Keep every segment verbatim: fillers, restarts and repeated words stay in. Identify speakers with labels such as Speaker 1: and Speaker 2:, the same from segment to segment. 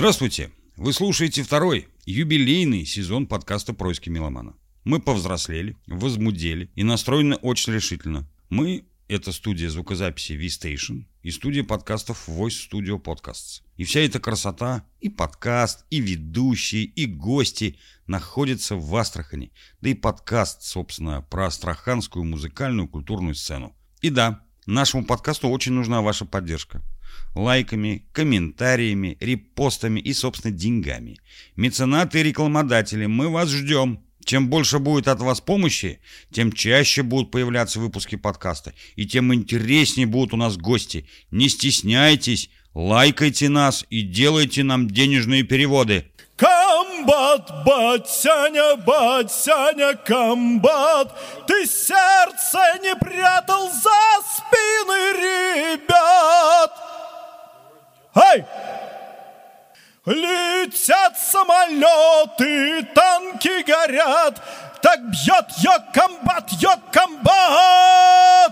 Speaker 1: Здравствуйте! Вы слушаете второй юбилейный сезон подкаста «Происки меломана». Мы повзрослели, возмудели и настроены очень решительно. Мы — это студия звукозаписи V-Station и студия подкастов Voice Studio Podcasts. И вся эта красота, и подкаст, и ведущие, и гости находятся в Астрахани. Да и подкаст, собственно, про астраханскую музыкальную культурную сцену. И да, нашему подкасту очень нужна ваша поддержка. Лайками, комментариями, репостами и, собственно, деньгами. Меценаты и рекламодатели, мы вас ждем. Чем больше будет от вас помощи, тем чаще будут появляться выпуски подкаста. И тем интереснее будут у нас гости. Не стесняйтесь, лайкайте нас и делайте нам денежные переводы.
Speaker 2: Комбат, батяня, батяня, комбат, ты сердце не прятал за спины ребят. Эй! Летят самолеты, танки горят, так бьет йо-комбат, йо-комбат!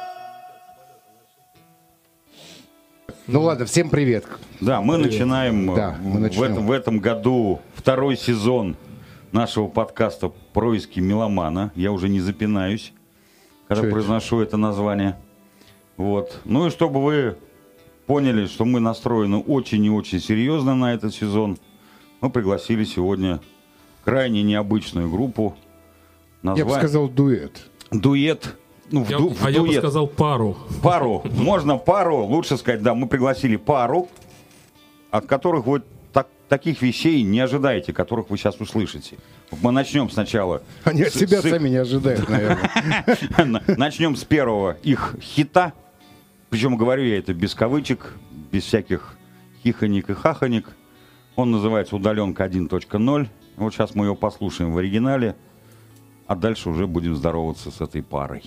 Speaker 3: Ну ладно, всем привет.
Speaker 1: Да, мы
Speaker 3: привет.
Speaker 1: начинаем,
Speaker 3: да, мы начнем.
Speaker 1: В, этом, в этом году второй сезон нашего подкаста «Происки меломана». Я уже не запинаюсь, когда Чё произношу это? это название. Вот. Ну и чтобы вы поняли, что мы настроены очень и очень серьезно на этот сезон, мы пригласили сегодня крайне необычную группу. Назва...
Speaker 3: Я бы сказал дуэт.
Speaker 1: Дуэт. Ну, в
Speaker 4: я,
Speaker 1: ду, в
Speaker 4: а
Speaker 1: дуэт.
Speaker 4: я бы сказал пару.
Speaker 1: Пару. Можно пару. Лучше сказать, да, мы пригласили пару, от которых вы так, таких вещей не ожидаете, которых вы сейчас услышите. Мы начнем сначала.
Speaker 3: Они от
Speaker 1: с,
Speaker 3: себя
Speaker 1: с...
Speaker 3: сами не ожидают, наверное.
Speaker 1: Начнем с первого их хита. Причем говорю я это без кавычек, без всяких хихоник и хахоник. Он называется «Удаленка один точка ноль». Вот сейчас мы его послушаем в оригинале, а дальше уже будем здороваться с этой парой.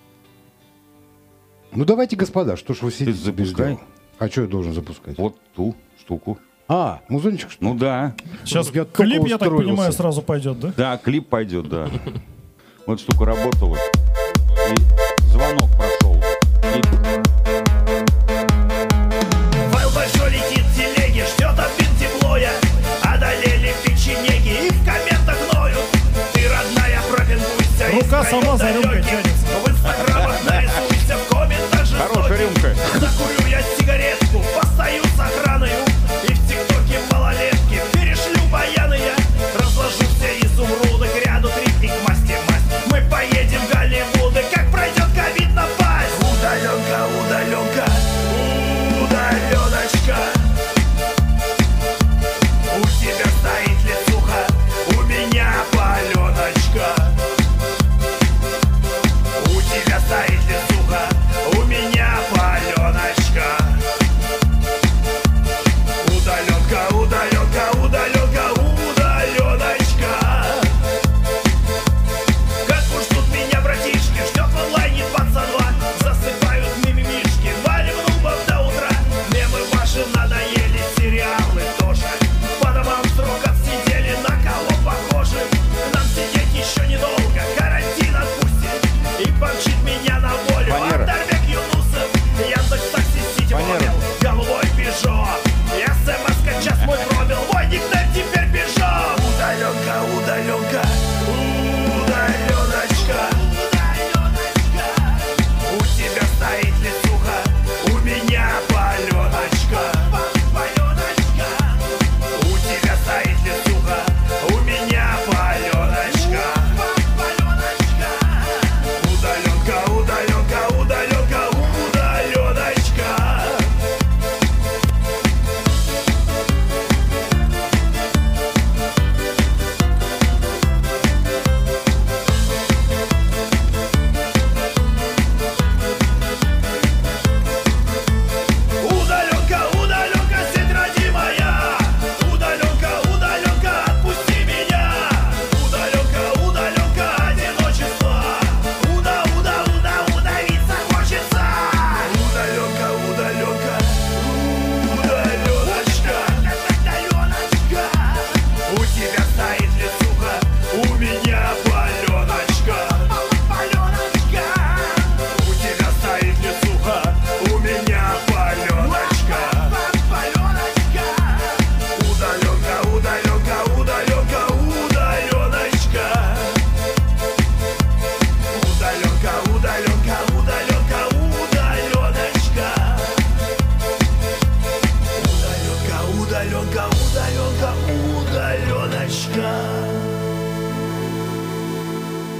Speaker 3: Ну давайте, господа, что ж вы сидите?
Speaker 1: Ты запускай.
Speaker 3: А что я должен запускать?
Speaker 1: Вот ту штуку.
Speaker 3: А, музончик, что ли?
Speaker 1: Ну да.
Speaker 2: Сейчас
Speaker 3: я
Speaker 2: клип, я так
Speaker 3: устроился.
Speaker 2: понимаю, сразу пойдет, да?
Speaker 1: Да, клип пойдет, да. Вот штука работала. И звонок прошел. И...
Speaker 5: Вайл большой летит в телеге, ждет от пентеплоя. Одолели печенеги и в комментах ноют. Ты, родная, пропинкуйся.
Speaker 2: Рука сама за рюмкой тянется.
Speaker 5: В инстаграмах нарисуйся, в комментах жестоких.
Speaker 1: Хорошая рюмка.
Speaker 5: Закурю я сигаретку, постою с охраною. И в тиктоке малолетки перешлю баяны я. Разложу все изумруды к ряду, трипик, масти, масть. Мы поедем в Голливуды, как пройдет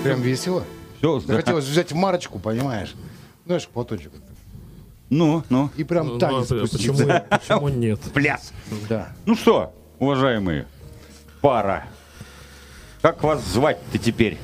Speaker 3: Прям весело.
Speaker 1: Все,
Speaker 3: Захотелось взять марочку, понимаешь? Знаешь, платочек.
Speaker 1: Ну, ну,
Speaker 3: И прям
Speaker 4: Ну,
Speaker 3: танец
Speaker 4: ну, а
Speaker 3: спустить.
Speaker 4: почему, почему нет?
Speaker 1: пляс.
Speaker 3: Да.
Speaker 1: Ну что, уважаемые, пара, как вас звать-то теперь?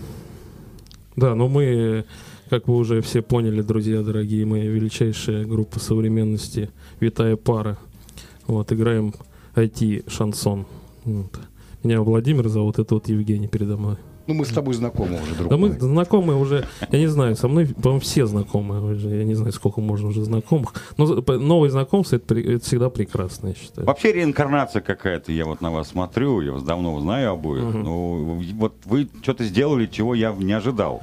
Speaker 4: Да, но мы, как вы уже все поняли, друзья дорогие, мы величайшая группа современности, витая пара. Вот, играем ай ти-шансон. Вот. Меня Владимир зовут, это вот Евгений передо мной.
Speaker 3: Ну, мы с тобой знакомы уже, друг
Speaker 4: Да мы
Speaker 3: мой.
Speaker 4: знакомые уже, я не знаю, со мной, по-моему, все знакомые уже, я не знаю, сколько можно уже знакомых. Но за- по- новые знакомства, это, при- это всегда прекрасно, я считаю.
Speaker 1: Вообще реинкарнация какая-то, я вот на вас смотрю, я вас давно знаю обоих, но вот вы что-то сделали, чего я не ожидал.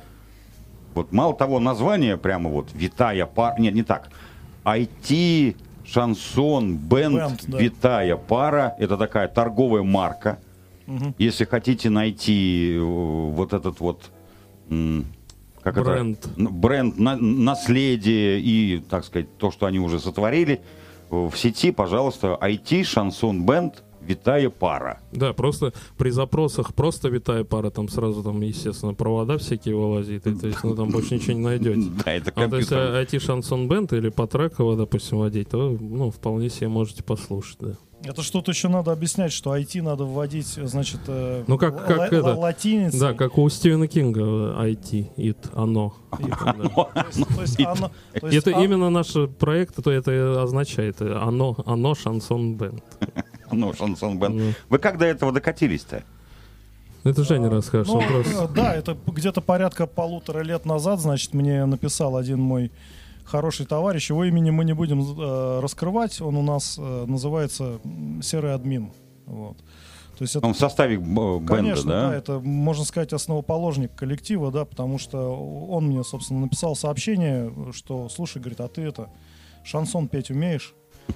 Speaker 1: Вот мало того, название прямо вот «Витая пара», нет, не так, ай ти, шансон, бенд,
Speaker 2: Бенд, да.
Speaker 1: «Витая пара», это такая торговая марка. Если хотите найти э, вот этот вот м, как
Speaker 4: Бренд.
Speaker 1: это? Н- бренд на- наследие и, так сказать, то, что они уже сотворили э, в сети, пожалуйста, ай ти, шансон, бенд, «Витая пара».
Speaker 4: Да, просто при запросах просто витая пара, там сразу там, естественно, провода всякие вылазят, и, то есть, ну, там больше ничего не найдете.
Speaker 1: Да, это
Speaker 4: А то есть
Speaker 1: компьютер.
Speaker 4: ай ти шансон бенд или Патракова, допустим, водить, то, ну, вполне себе можете послушать, да.
Speaker 2: Это что-то еще надо объяснять, что ай ти надо вводить, значит, э,
Speaker 4: Ну, как- как
Speaker 2: ла-
Speaker 4: это?
Speaker 2: ла- латиницей.
Speaker 4: Да, как у Стивена Кинга ай ти, it, оно.
Speaker 2: И-
Speaker 4: Да.
Speaker 2: То есть- то есть оно- то есть
Speaker 4: Это
Speaker 2: а-
Speaker 4: именно наш проект, то это и означает, э, оно, оно шансон бенд.
Speaker 1: Ну, шансон, бенд.
Speaker 4: Ну.
Speaker 1: Вы как до этого докатились-то?
Speaker 4: Это Женя расскажет,
Speaker 2: Ну,
Speaker 4: он просто...
Speaker 2: э, да, это где-то порядка полутора лет назад, значит, мне написал один мой хороший товарищ. Его имени мы не будем э, раскрывать. Он у нас э, называется м, «Серый админ». Вот. То есть это,
Speaker 1: Он в составе б- бенда,
Speaker 2: конечно, да?
Speaker 1: да?
Speaker 2: это, можно сказать, основоположник коллектива, да, потому что он мне, собственно, написал сообщение, что, слушай, говорит, а ты это, шансон петь умеешь?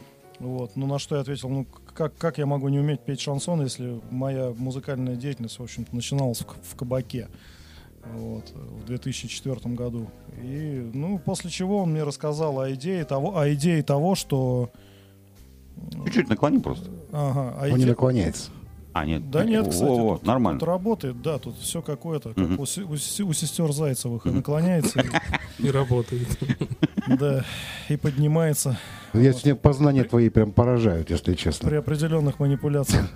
Speaker 2: Вот. Ну, на что я ответил, ну, как, как я могу не уметь петь шансон, если моя музыкальная деятельность, в общем-то, начиналась в, к- в кабаке. Вот, в две тысячи четвёртом году. И, ну, после чего он мне рассказал о идее того, о идее того, что...
Speaker 1: Чуть-чуть наклони просто.
Speaker 2: Ага, о
Speaker 3: Он не
Speaker 2: иде-
Speaker 3: наклоняется.
Speaker 1: А, нет.
Speaker 2: Да нет, кстати,
Speaker 1: Во, во,
Speaker 2: тут,
Speaker 1: нормально.
Speaker 2: тут работает, да, тут все какое-то, как
Speaker 1: Мгм.
Speaker 2: у, се- у се- у сестер Зайцевых, и наклоняется,
Speaker 4: И работает.
Speaker 2: и- да, и поднимается
Speaker 3: Я сегодня познания твои прям поражают, если
Speaker 2: при
Speaker 3: честно.
Speaker 2: определенных манипуляциях.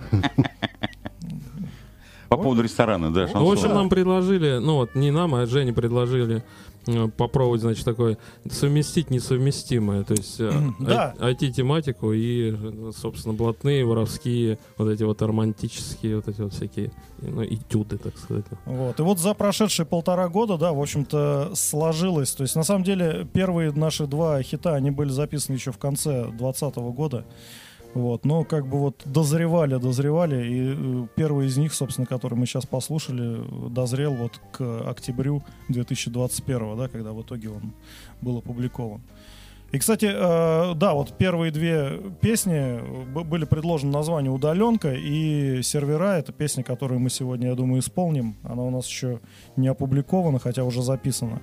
Speaker 1: По поводу ресторана, да,
Speaker 4: Ну, в общем,
Speaker 1: шансон.
Speaker 4: нам предложили, ну вот не нам, а Жене предложили э, попробовать, значит, такое совместить несовместимое, то есть э,
Speaker 2: Да.
Speaker 4: ай ти-тематику и, э, собственно, блатные, воровские, вот эти вот романтические, вот эти вот всякие, ну, этюды, так сказать.
Speaker 2: Вот. И вот за прошедшие полтора года, да, в общем-то, сложилось. То есть, на самом деле, первые наши два хита, они были записаны еще в конце двадцатого года. Вот. Но как бы вот дозревали, дозревали. И э, первый из них, собственно, который мы сейчас послушали, дозрел вот к октябрю две тысячи двадцать первого, да, когда в итоге он был опубликован. И, кстати, э, да, вот первые две песни б- были предложены название «Удаленка» и «Сервера». Это песня, которую мы сегодня, я думаю, исполним. Она у нас еще не опубликована, хотя уже записана.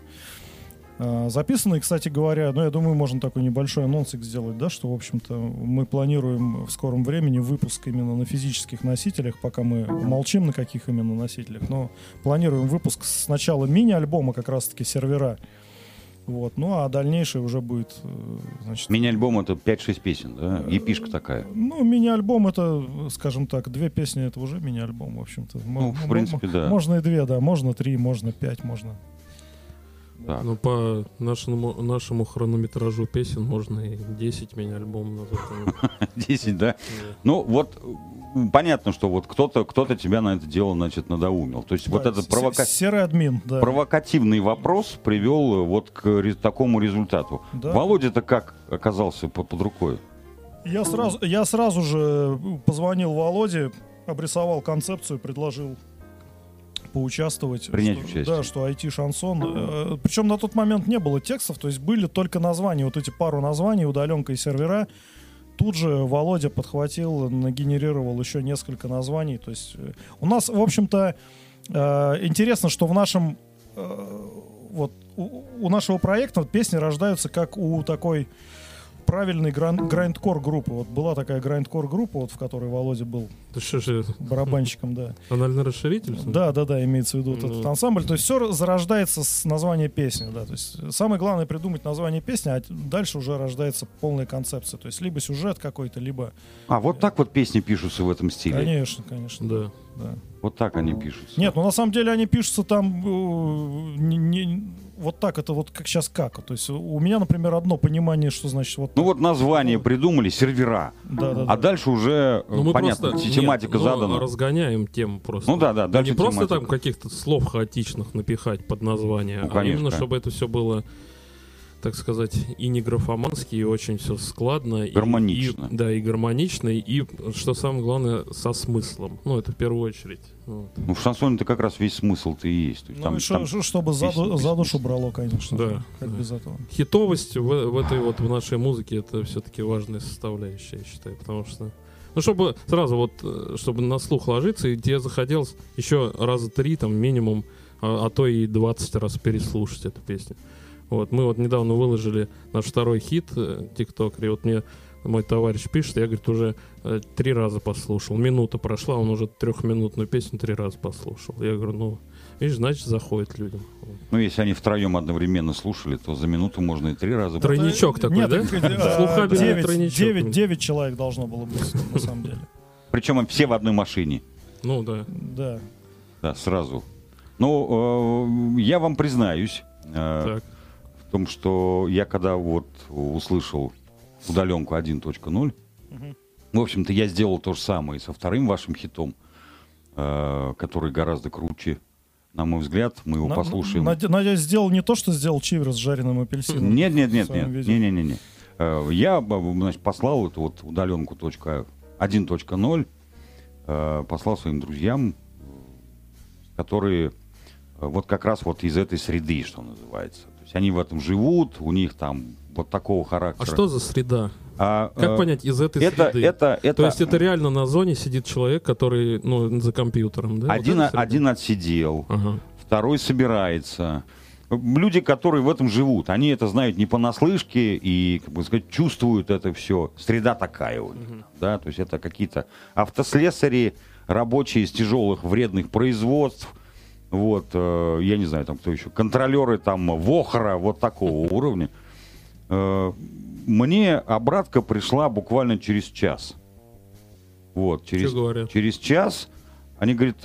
Speaker 2: Э, записана, и, кстати говоря, ну, я думаю, можно такой небольшой анонсик сделать, да, что, в общем-то, мы планируем в скором времени выпуск именно на физических носителях, пока мы молчим, на каких именно носителях, но планируем выпуск сначала мини-альбома, как раз-таки «Сервера». Вот. Ну, а дальнейшее уже будет, э, значит...
Speaker 1: Мини-альбом — это пять-шесть песен, да? Епишка такая.
Speaker 2: Ну, мини-альбом — это, скажем так, две песни — это уже мини-альбом, в общем-то. М-
Speaker 1: Ну, в
Speaker 2: м-
Speaker 1: принципе,
Speaker 2: м-
Speaker 1: да.
Speaker 2: Можно и две, да, можно три, можно пять, можно...
Speaker 1: Так.
Speaker 4: Ну, по нашему, нашему хронометражу песен можно и десять мини-альбомов назвать.
Speaker 1: десять, да? Ну, вот м, понятно, что вот кто-то кто-то тебя на это дело, значит, надоумил. То есть вот
Speaker 2: Да,
Speaker 1: этот
Speaker 2: с-
Speaker 1: провока-
Speaker 2: Серый админ, да.
Speaker 1: провокативный вопрос привел вот к ре- такому результату.
Speaker 2: Да.
Speaker 1: Володя-то как оказался по- под рукой?
Speaker 2: Я сразу, я сразу же позвонил Володе, обрисовал концепцию, предложил поучаствовать.
Speaker 1: Принять
Speaker 2: что-
Speaker 1: участие.
Speaker 2: Да, что ай ти-шансон. Э, Причем на тот момент не было текстов, то есть были только названия, вот эти пару названий, удаленка и сервера. Тут же Володя подхватил, нагенерировал еще несколько названий. То есть э, у нас, в общем-то, э, интересно, что в нашем э, вот у, у нашего проекта вот песни рождаются как у такой правильной гран- грайндкор группы. Вот была такая грайндкор группа, вот в которой Володя был
Speaker 4: Это что же,
Speaker 2: барабанщиком, да.
Speaker 4: анальный расширитель?
Speaker 2: Да, да, да, имеется в виду вот
Speaker 4: Ну.
Speaker 2: этот ансамбль. То есть все зарождается с названия песни, да. То есть самое главное придумать название песни, а дальше уже рождается полная концепция. То есть либо сюжет какой-то, либо...
Speaker 1: А, вот так вот песни пишутся в этом стиле.
Speaker 2: Конечно, конечно.
Speaker 4: Да.
Speaker 2: Да.
Speaker 1: Вот так они пишутся.
Speaker 2: Нет, ну на самом деле они пишутся там э, не, не- вот так, это вот как сейчас как. То есть у меня, например, одно понимание, что значит вот
Speaker 1: Ну
Speaker 2: так.
Speaker 1: вот название придумали, сервера.
Speaker 2: Да, да,
Speaker 1: А
Speaker 2: да.
Speaker 1: дальше уже,
Speaker 4: Ну, мы
Speaker 1: понятно,
Speaker 4: просто,
Speaker 1: тематика
Speaker 4: нет, ну,
Speaker 1: задана.
Speaker 4: разгоняем тему просто.
Speaker 1: Ну да, да,
Speaker 4: Ну,
Speaker 1: дальше
Speaker 4: не просто
Speaker 1: тематика.
Speaker 4: там каких-то слов хаотичных напихать под название,
Speaker 1: Ну,
Speaker 4: а
Speaker 1: конечно.
Speaker 4: именно, чтобы это все было, так сказать, и не графомански, и очень все складно. и-
Speaker 1: Гармонично.
Speaker 4: И, да, и гармонично, и, что самое главное, со смыслом. Ну, это в первую очередь. Вот.
Speaker 1: Ну в шансоне-то как раз весь смысл-то и есть. То есть
Speaker 2: Ну,
Speaker 1: там-
Speaker 2: и шо-
Speaker 1: там-
Speaker 2: шо- чтобы за,
Speaker 1: песни,
Speaker 2: ду-
Speaker 1: песни,
Speaker 2: за душу
Speaker 1: песни.
Speaker 2: брало, конечно.
Speaker 4: Да,
Speaker 2: же. Как
Speaker 4: да.
Speaker 2: без этого.
Speaker 4: Хитовость в, в этой вот в нашей музыке это все-таки важная составляющая, я считаю, потому что ну чтобы сразу вот э, чтобы на слух ложиться, и тебе захотелось еще раза три там минимум, а, а то и двадцать раз переслушать эту песню. Вот мы вот недавно выложили наш второй хит э, TikTok, и вот мне мой товарищ пишет, я, говорит, уже э, три раза послушал. Минута прошла, он уже трехминутную песню три раза послушал. Я говорю, ну, видишь, значит, заходит людям. Вот.
Speaker 1: Ну если они втроем одновременно слушали, то за минуту можно и три раза.
Speaker 4: Трой- Тройничок такой,
Speaker 2: Нет,
Speaker 4: да?
Speaker 2: так,
Speaker 4: Да.
Speaker 2: э,
Speaker 4: Слухабельный
Speaker 2: девять-
Speaker 4: тройничок.
Speaker 2: девять- девять человек должно было быть, на самом деле.
Speaker 1: Причем все в одной машине.
Speaker 4: Ну да.
Speaker 2: Да.
Speaker 1: Да, сразу. Ну, э, я вам признаюсь э,
Speaker 4: Так.
Speaker 1: в том, что я когда вот услышал удаленку один точка ноль,
Speaker 2: Мгм.
Speaker 1: в общем-то, я сделал то же самое и со вторым вашим хитом, э, который гораздо круче. На мой взгляд, мы его
Speaker 2: На-
Speaker 1: послушаем.
Speaker 2: наде- Надеюсь, сделал не то, что сделал Чивер с жареным апельсином.
Speaker 1: Нет, нет, нет,
Speaker 2: В своем
Speaker 1: нет,
Speaker 2: виде.
Speaker 1: не, не, не, не. Э, Я, б- значит, послал эту вот удаленку точка один точка ноль, э, послал своим друзьям, которые э, вот как раз вот из этой среды, что называется. То есть они в этом живут, у них там вот такого
Speaker 4: А
Speaker 1: характера.
Speaker 4: что за среда?
Speaker 1: А,
Speaker 4: Как
Speaker 1: э,
Speaker 4: понять из этой
Speaker 1: это,
Speaker 4: среды?
Speaker 1: это, это,
Speaker 4: То есть это реально на зоне сидит человек, который, ну, за компьютером, да?
Speaker 1: один,
Speaker 4: Вот это среда?
Speaker 1: один отсидел,
Speaker 4: Ага.
Speaker 1: второй собирается. Люди, которые в этом живут, они это знают не понаслышке и, как бы сказать, чувствуют это все. Среда такая у них, да, то есть это какие-то автослесари, рабочие из тяжелых вредных производств, вот, э, я не знаю, там кто еще, контролеры там Вохра, вот такого уровня. Э, мне обратка пришла буквально через час. Вот, через,
Speaker 4: Что говорят?
Speaker 1: через час они говорят,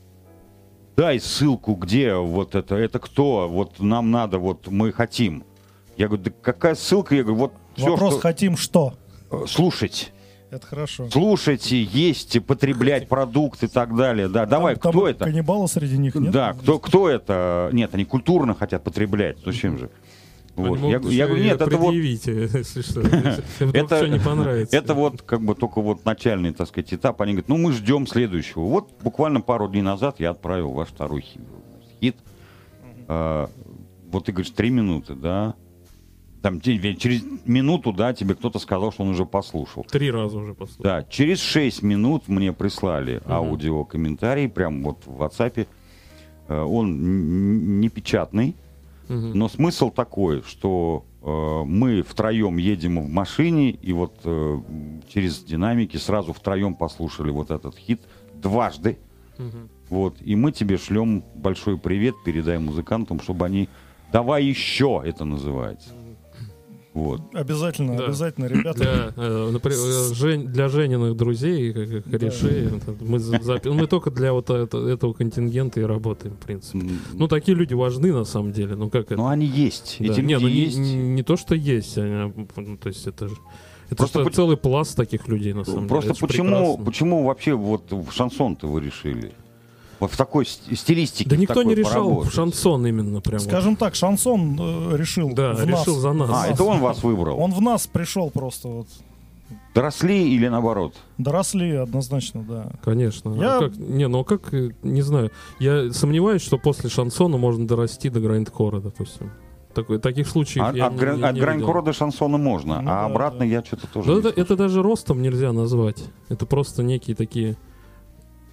Speaker 1: дай ссылку, где вот это, это кто, вот нам надо, вот мы хотим. Я говорю, да какая ссылка? Я говорю, вот все,
Speaker 2: Вопрос
Speaker 1: что...
Speaker 2: хотим что?
Speaker 1: э, Слушать.
Speaker 2: Это хорошо.
Speaker 1: Слушайте, есть, потреблять продукт и так далее. Да, давай,
Speaker 2: Там-
Speaker 1: кто
Speaker 2: там
Speaker 1: это?
Speaker 2: Каннибалы среди них нет?
Speaker 1: Да, кто, кто это? Нет, они культурно хотят потреблять. Зачем же? Вот.
Speaker 4: Они
Speaker 1: Я,
Speaker 4: могут
Speaker 1: я
Speaker 4: еще
Speaker 1: говорю,
Speaker 4: и
Speaker 1: нет, это вот,
Speaker 4: предъявить, если что. Если вдруг
Speaker 1: Это-
Speaker 4: что не понравится.
Speaker 1: это вот как бы только вот начальный, так сказать, этап. Они говорят, ну мы ждем следующего. Вот буквально пару дней назад я отправил ваш второй хит. хит. А, вот ты говоришь, три минуты, да? Там те- через минуту, да, тебе кто-то сказал, что он уже послушал.
Speaker 4: Три раза уже послушал.
Speaker 1: Да, через шесть минут мне прислали аудиокомментарий, прям вот в WhatsApp. Э, Он н- не печатный,
Speaker 4: Мгм.
Speaker 1: но смысл такой, что э, мы втроем едем в машине, и вот э, через динамики сразу втроем послушали вот этот хит дважды.
Speaker 4: Мгм.
Speaker 1: Вот, и мы тебе шлем большой привет, передай музыкантам, чтобы они... Давай еще, это называется. Вот.
Speaker 2: Обязательно,
Speaker 4: Да.
Speaker 2: обязательно, ребята.
Speaker 4: Для, э, например, э, Жень- для Жениных друзей, как как корешей, это мы, за- запи- мы только для вот это- этого контингента и работаем, в принципе.
Speaker 1: М,
Speaker 4: Ну, такие люди важны, на самом деле. Ну, как это?
Speaker 1: Но они есть.
Speaker 4: Да.
Speaker 1: Эти
Speaker 4: Не,
Speaker 1: люди
Speaker 4: ну, не,
Speaker 1: есть.
Speaker 4: не то, что есть. они, ну, то есть это же... Это
Speaker 1: Просто
Speaker 4: что,
Speaker 1: поч-
Speaker 4: целый пласт таких людей, на самом
Speaker 1: Просто
Speaker 4: деле. Это ж
Speaker 1: почему,
Speaker 4: прекрасно.
Speaker 1: почему вообще вот в шансон-то вы решили? Вот в такой ст- стилистике.
Speaker 4: Да
Speaker 1: в
Speaker 4: никто
Speaker 1: такой
Speaker 4: не решал
Speaker 1: поработать?
Speaker 4: шансон именно прям. вот.
Speaker 2: Скажем так, шансон э, решил
Speaker 4: Да,
Speaker 2: в
Speaker 4: решил
Speaker 2: нас.
Speaker 4: за нас.
Speaker 1: А, это он вас выбрал.
Speaker 2: Он в нас пришел просто вот.
Speaker 1: Доросли или наоборот?
Speaker 2: Доросли однозначно, да.
Speaker 4: Конечно.
Speaker 2: Я-
Speaker 4: А как, не, ну а как, э, не знаю. Я сомневаюсь, что после шансона можно дорасти до грайндкора, допустим. Такой, таких случаев
Speaker 1: А-
Speaker 4: я
Speaker 1: от
Speaker 4: не,
Speaker 1: гран-
Speaker 4: не-
Speaker 1: от
Speaker 4: не
Speaker 1: грайндкора
Speaker 4: видел.
Speaker 1: до шансона можно,
Speaker 2: Ну
Speaker 1: а
Speaker 2: да,
Speaker 1: обратно
Speaker 2: да.
Speaker 1: я что-то тоже
Speaker 4: Да
Speaker 1: не
Speaker 4: это,
Speaker 1: слышал.
Speaker 4: это даже ростом нельзя назвать. Это просто некие такие...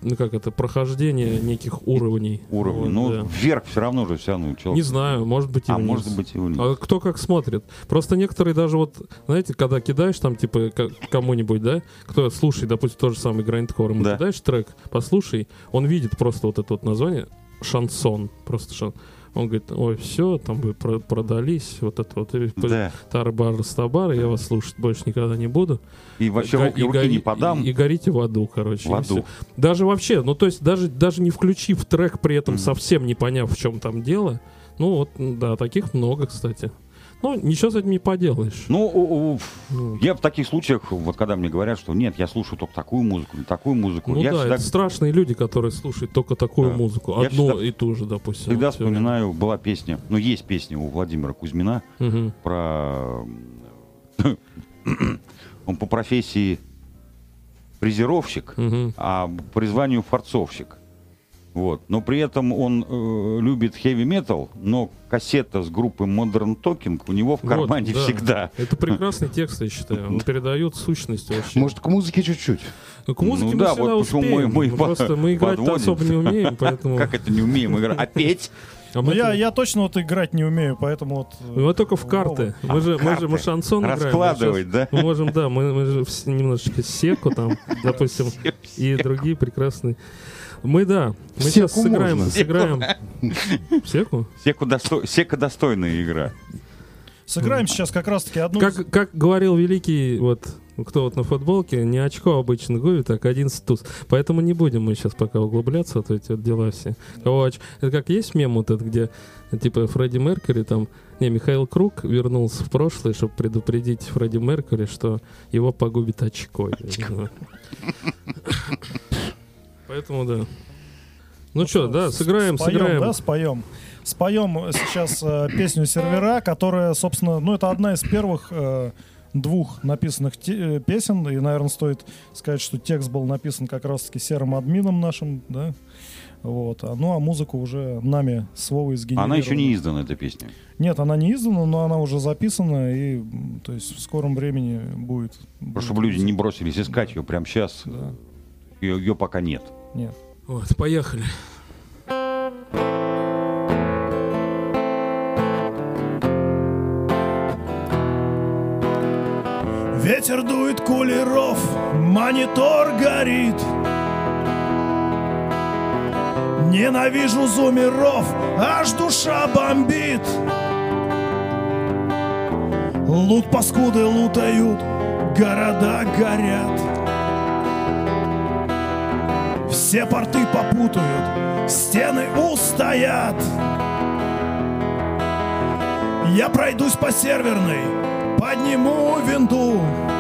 Speaker 4: ну как это, прохождение неких уровней.
Speaker 1: Уровни.
Speaker 4: Вот,
Speaker 1: ну,
Speaker 4: да.
Speaker 1: вверх все равно же все равно.
Speaker 4: Не знаю, может быть и
Speaker 1: А,
Speaker 4: вниз.
Speaker 1: может быть и вниз.
Speaker 4: А кто как смотрит. Просто некоторые даже вот, знаете, когда кидаешь там, типа, к- кому-нибудь, да, кто слушай, допустим, тот же самый Grindcore, ему
Speaker 1: Да.
Speaker 4: кидаешь трек, послушай, он видит просто вот это вот название, шансон, просто шансон. Он говорит, ой, все, там вы про- продались, вот это вот, и
Speaker 1: Да.
Speaker 4: Тарбар Стабар, я вас слушать больше никогда не буду.
Speaker 1: И вообще
Speaker 4: Га-
Speaker 1: руки, руки
Speaker 4: гори-
Speaker 1: не подам.
Speaker 4: И, и горите в аду, короче.
Speaker 1: В
Speaker 4: и
Speaker 1: аду.
Speaker 4: всё. Даже вообще, ну то есть даже, даже не включив трек, при этом
Speaker 1: Мгм.
Speaker 4: совсем не поняв, в чем там дело. Ну вот, да, таких много, кстати. Ну, ничего с этим не поделаешь.
Speaker 1: Ну, у- у-
Speaker 4: Ну,
Speaker 1: я в таких случаях, вот когда мне говорят, что нет, я слушаю только такую музыку, не такую музыку,
Speaker 4: ну
Speaker 1: я
Speaker 4: да,
Speaker 1: всегда,
Speaker 4: это страшные люди, которые слушают только такую
Speaker 1: Да.
Speaker 4: музыку.
Speaker 1: Я
Speaker 4: Одну
Speaker 1: всегда-
Speaker 4: и ту же, допустим.
Speaker 1: всегда
Speaker 4: вот всё время.
Speaker 1: вспоминаю, была песня, ну, есть песня у Владимира Кузьмина
Speaker 4: Мгм.
Speaker 1: про... Он по профессии фрезеровщик,
Speaker 4: Мгм.
Speaker 1: а по призванию форцовщик. Вот. Но при этом он э, любит хэви-метал, но кассета с группы Modern Talking у него в
Speaker 4: Вот,
Speaker 1: кармане
Speaker 4: да.
Speaker 1: всегда.
Speaker 4: Это прекрасный текст, я считаю. Он передает сущность вообще.
Speaker 3: Может, к музыке чуть-чуть.
Speaker 4: Ну, к музыке
Speaker 1: Ну
Speaker 4: мы
Speaker 1: да,
Speaker 4: всегда
Speaker 1: вот почему
Speaker 4: успеем.
Speaker 1: мы- мы
Speaker 4: Ну, Просто мы играть-то
Speaker 1: подводим.
Speaker 4: особо не умеем, поэтому...
Speaker 1: Как это не умеем играть? А петь?
Speaker 4: А
Speaker 2: Ну,
Speaker 4: мы
Speaker 2: я,
Speaker 4: тут-
Speaker 2: я точно вот играть не умею, поэтому вот... э,
Speaker 4: Мы только в карты. Мы же, мы же мы
Speaker 1: карты.
Speaker 4: шансон играем.
Speaker 1: Раскладывать,
Speaker 4: Мы
Speaker 1: да?
Speaker 4: щас- Мы можем, да, мы, мы же вс- немножечко секу там, допустим, и другие прекрасные. Мы, да, мы
Speaker 3: Секу
Speaker 4: сейчас сыграем,
Speaker 3: можно.
Speaker 4: сыграем... Секу?
Speaker 1: Сека, досто- Сека достойная игра.
Speaker 2: Сыграем сейчас как раз-таки одну...
Speaker 4: Как, как говорил великий, вот, кто вот на футболке, не очко обычно губит, а одиннадцать туз. Поэтому не будем мы сейчас пока углубляться в эти вот дела все. Кого оч- Это как есть мем вот этот, где типа Фредди Меркьюри там... Не, Михаил Круг вернулся в прошлое, чтобы предупредить Фредди Меркьюри, что его погубит очко. Поэтому да. Ну что, да, сыграем,
Speaker 2: споем,
Speaker 4: сыграем.
Speaker 2: да, споем. Споем сейчас э, песню «Сервера», которая, собственно, ну, это одна из первых э, двух написанных те- э, песен, и, наверное, стоит сказать, что текст был написан как раз-таки серым админом нашим, да, вот, а, ну, а музыку уже нами с Вовой сгенерировали.
Speaker 1: Она еще не издана, эта песня.
Speaker 2: Нет, она не издана, но она уже записана, и, м, то есть, в скором времени будет. будет
Speaker 1: Чтобы люди не бросились искать ее прямо сейчас.
Speaker 2: Да,
Speaker 1: Ее, ее пока нет.
Speaker 2: нет.
Speaker 4: Вот, поехали.
Speaker 5: Ветер дует кулеров, монитор горит. Ненавижу зумеров, аж душа бомбит. Лут паскуды лутают, города горят. Все порты попутают, стены устоят. Я пройдусь по серверной, подниму винду.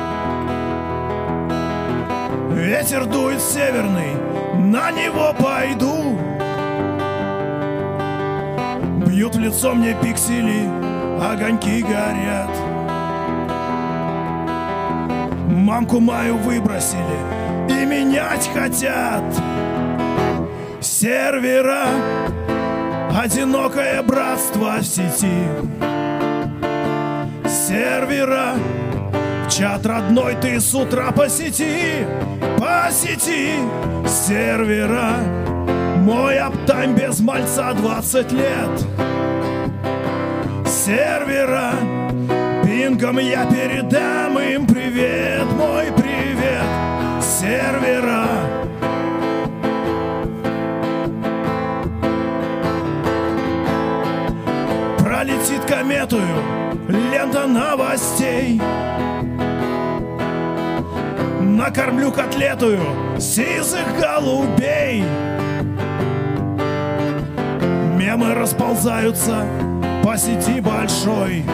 Speaker 5: Ветер дует северный, на него пойду. Бьют в лицо мне пиксели, огоньки горят. Мамку мою выбросили и менять хотят. Сервера, одинокое братство в сети. Сервера, в чат родной ты с утра посети, посети. Сервера, мой аптайм без мальца двадцать лет. Сервера, пингом я передам им привет, мой привет. Сервера, пролетит кометую лента новостей. Накормлю котлетую сизых голубей. Мемы расползаются по сети большой.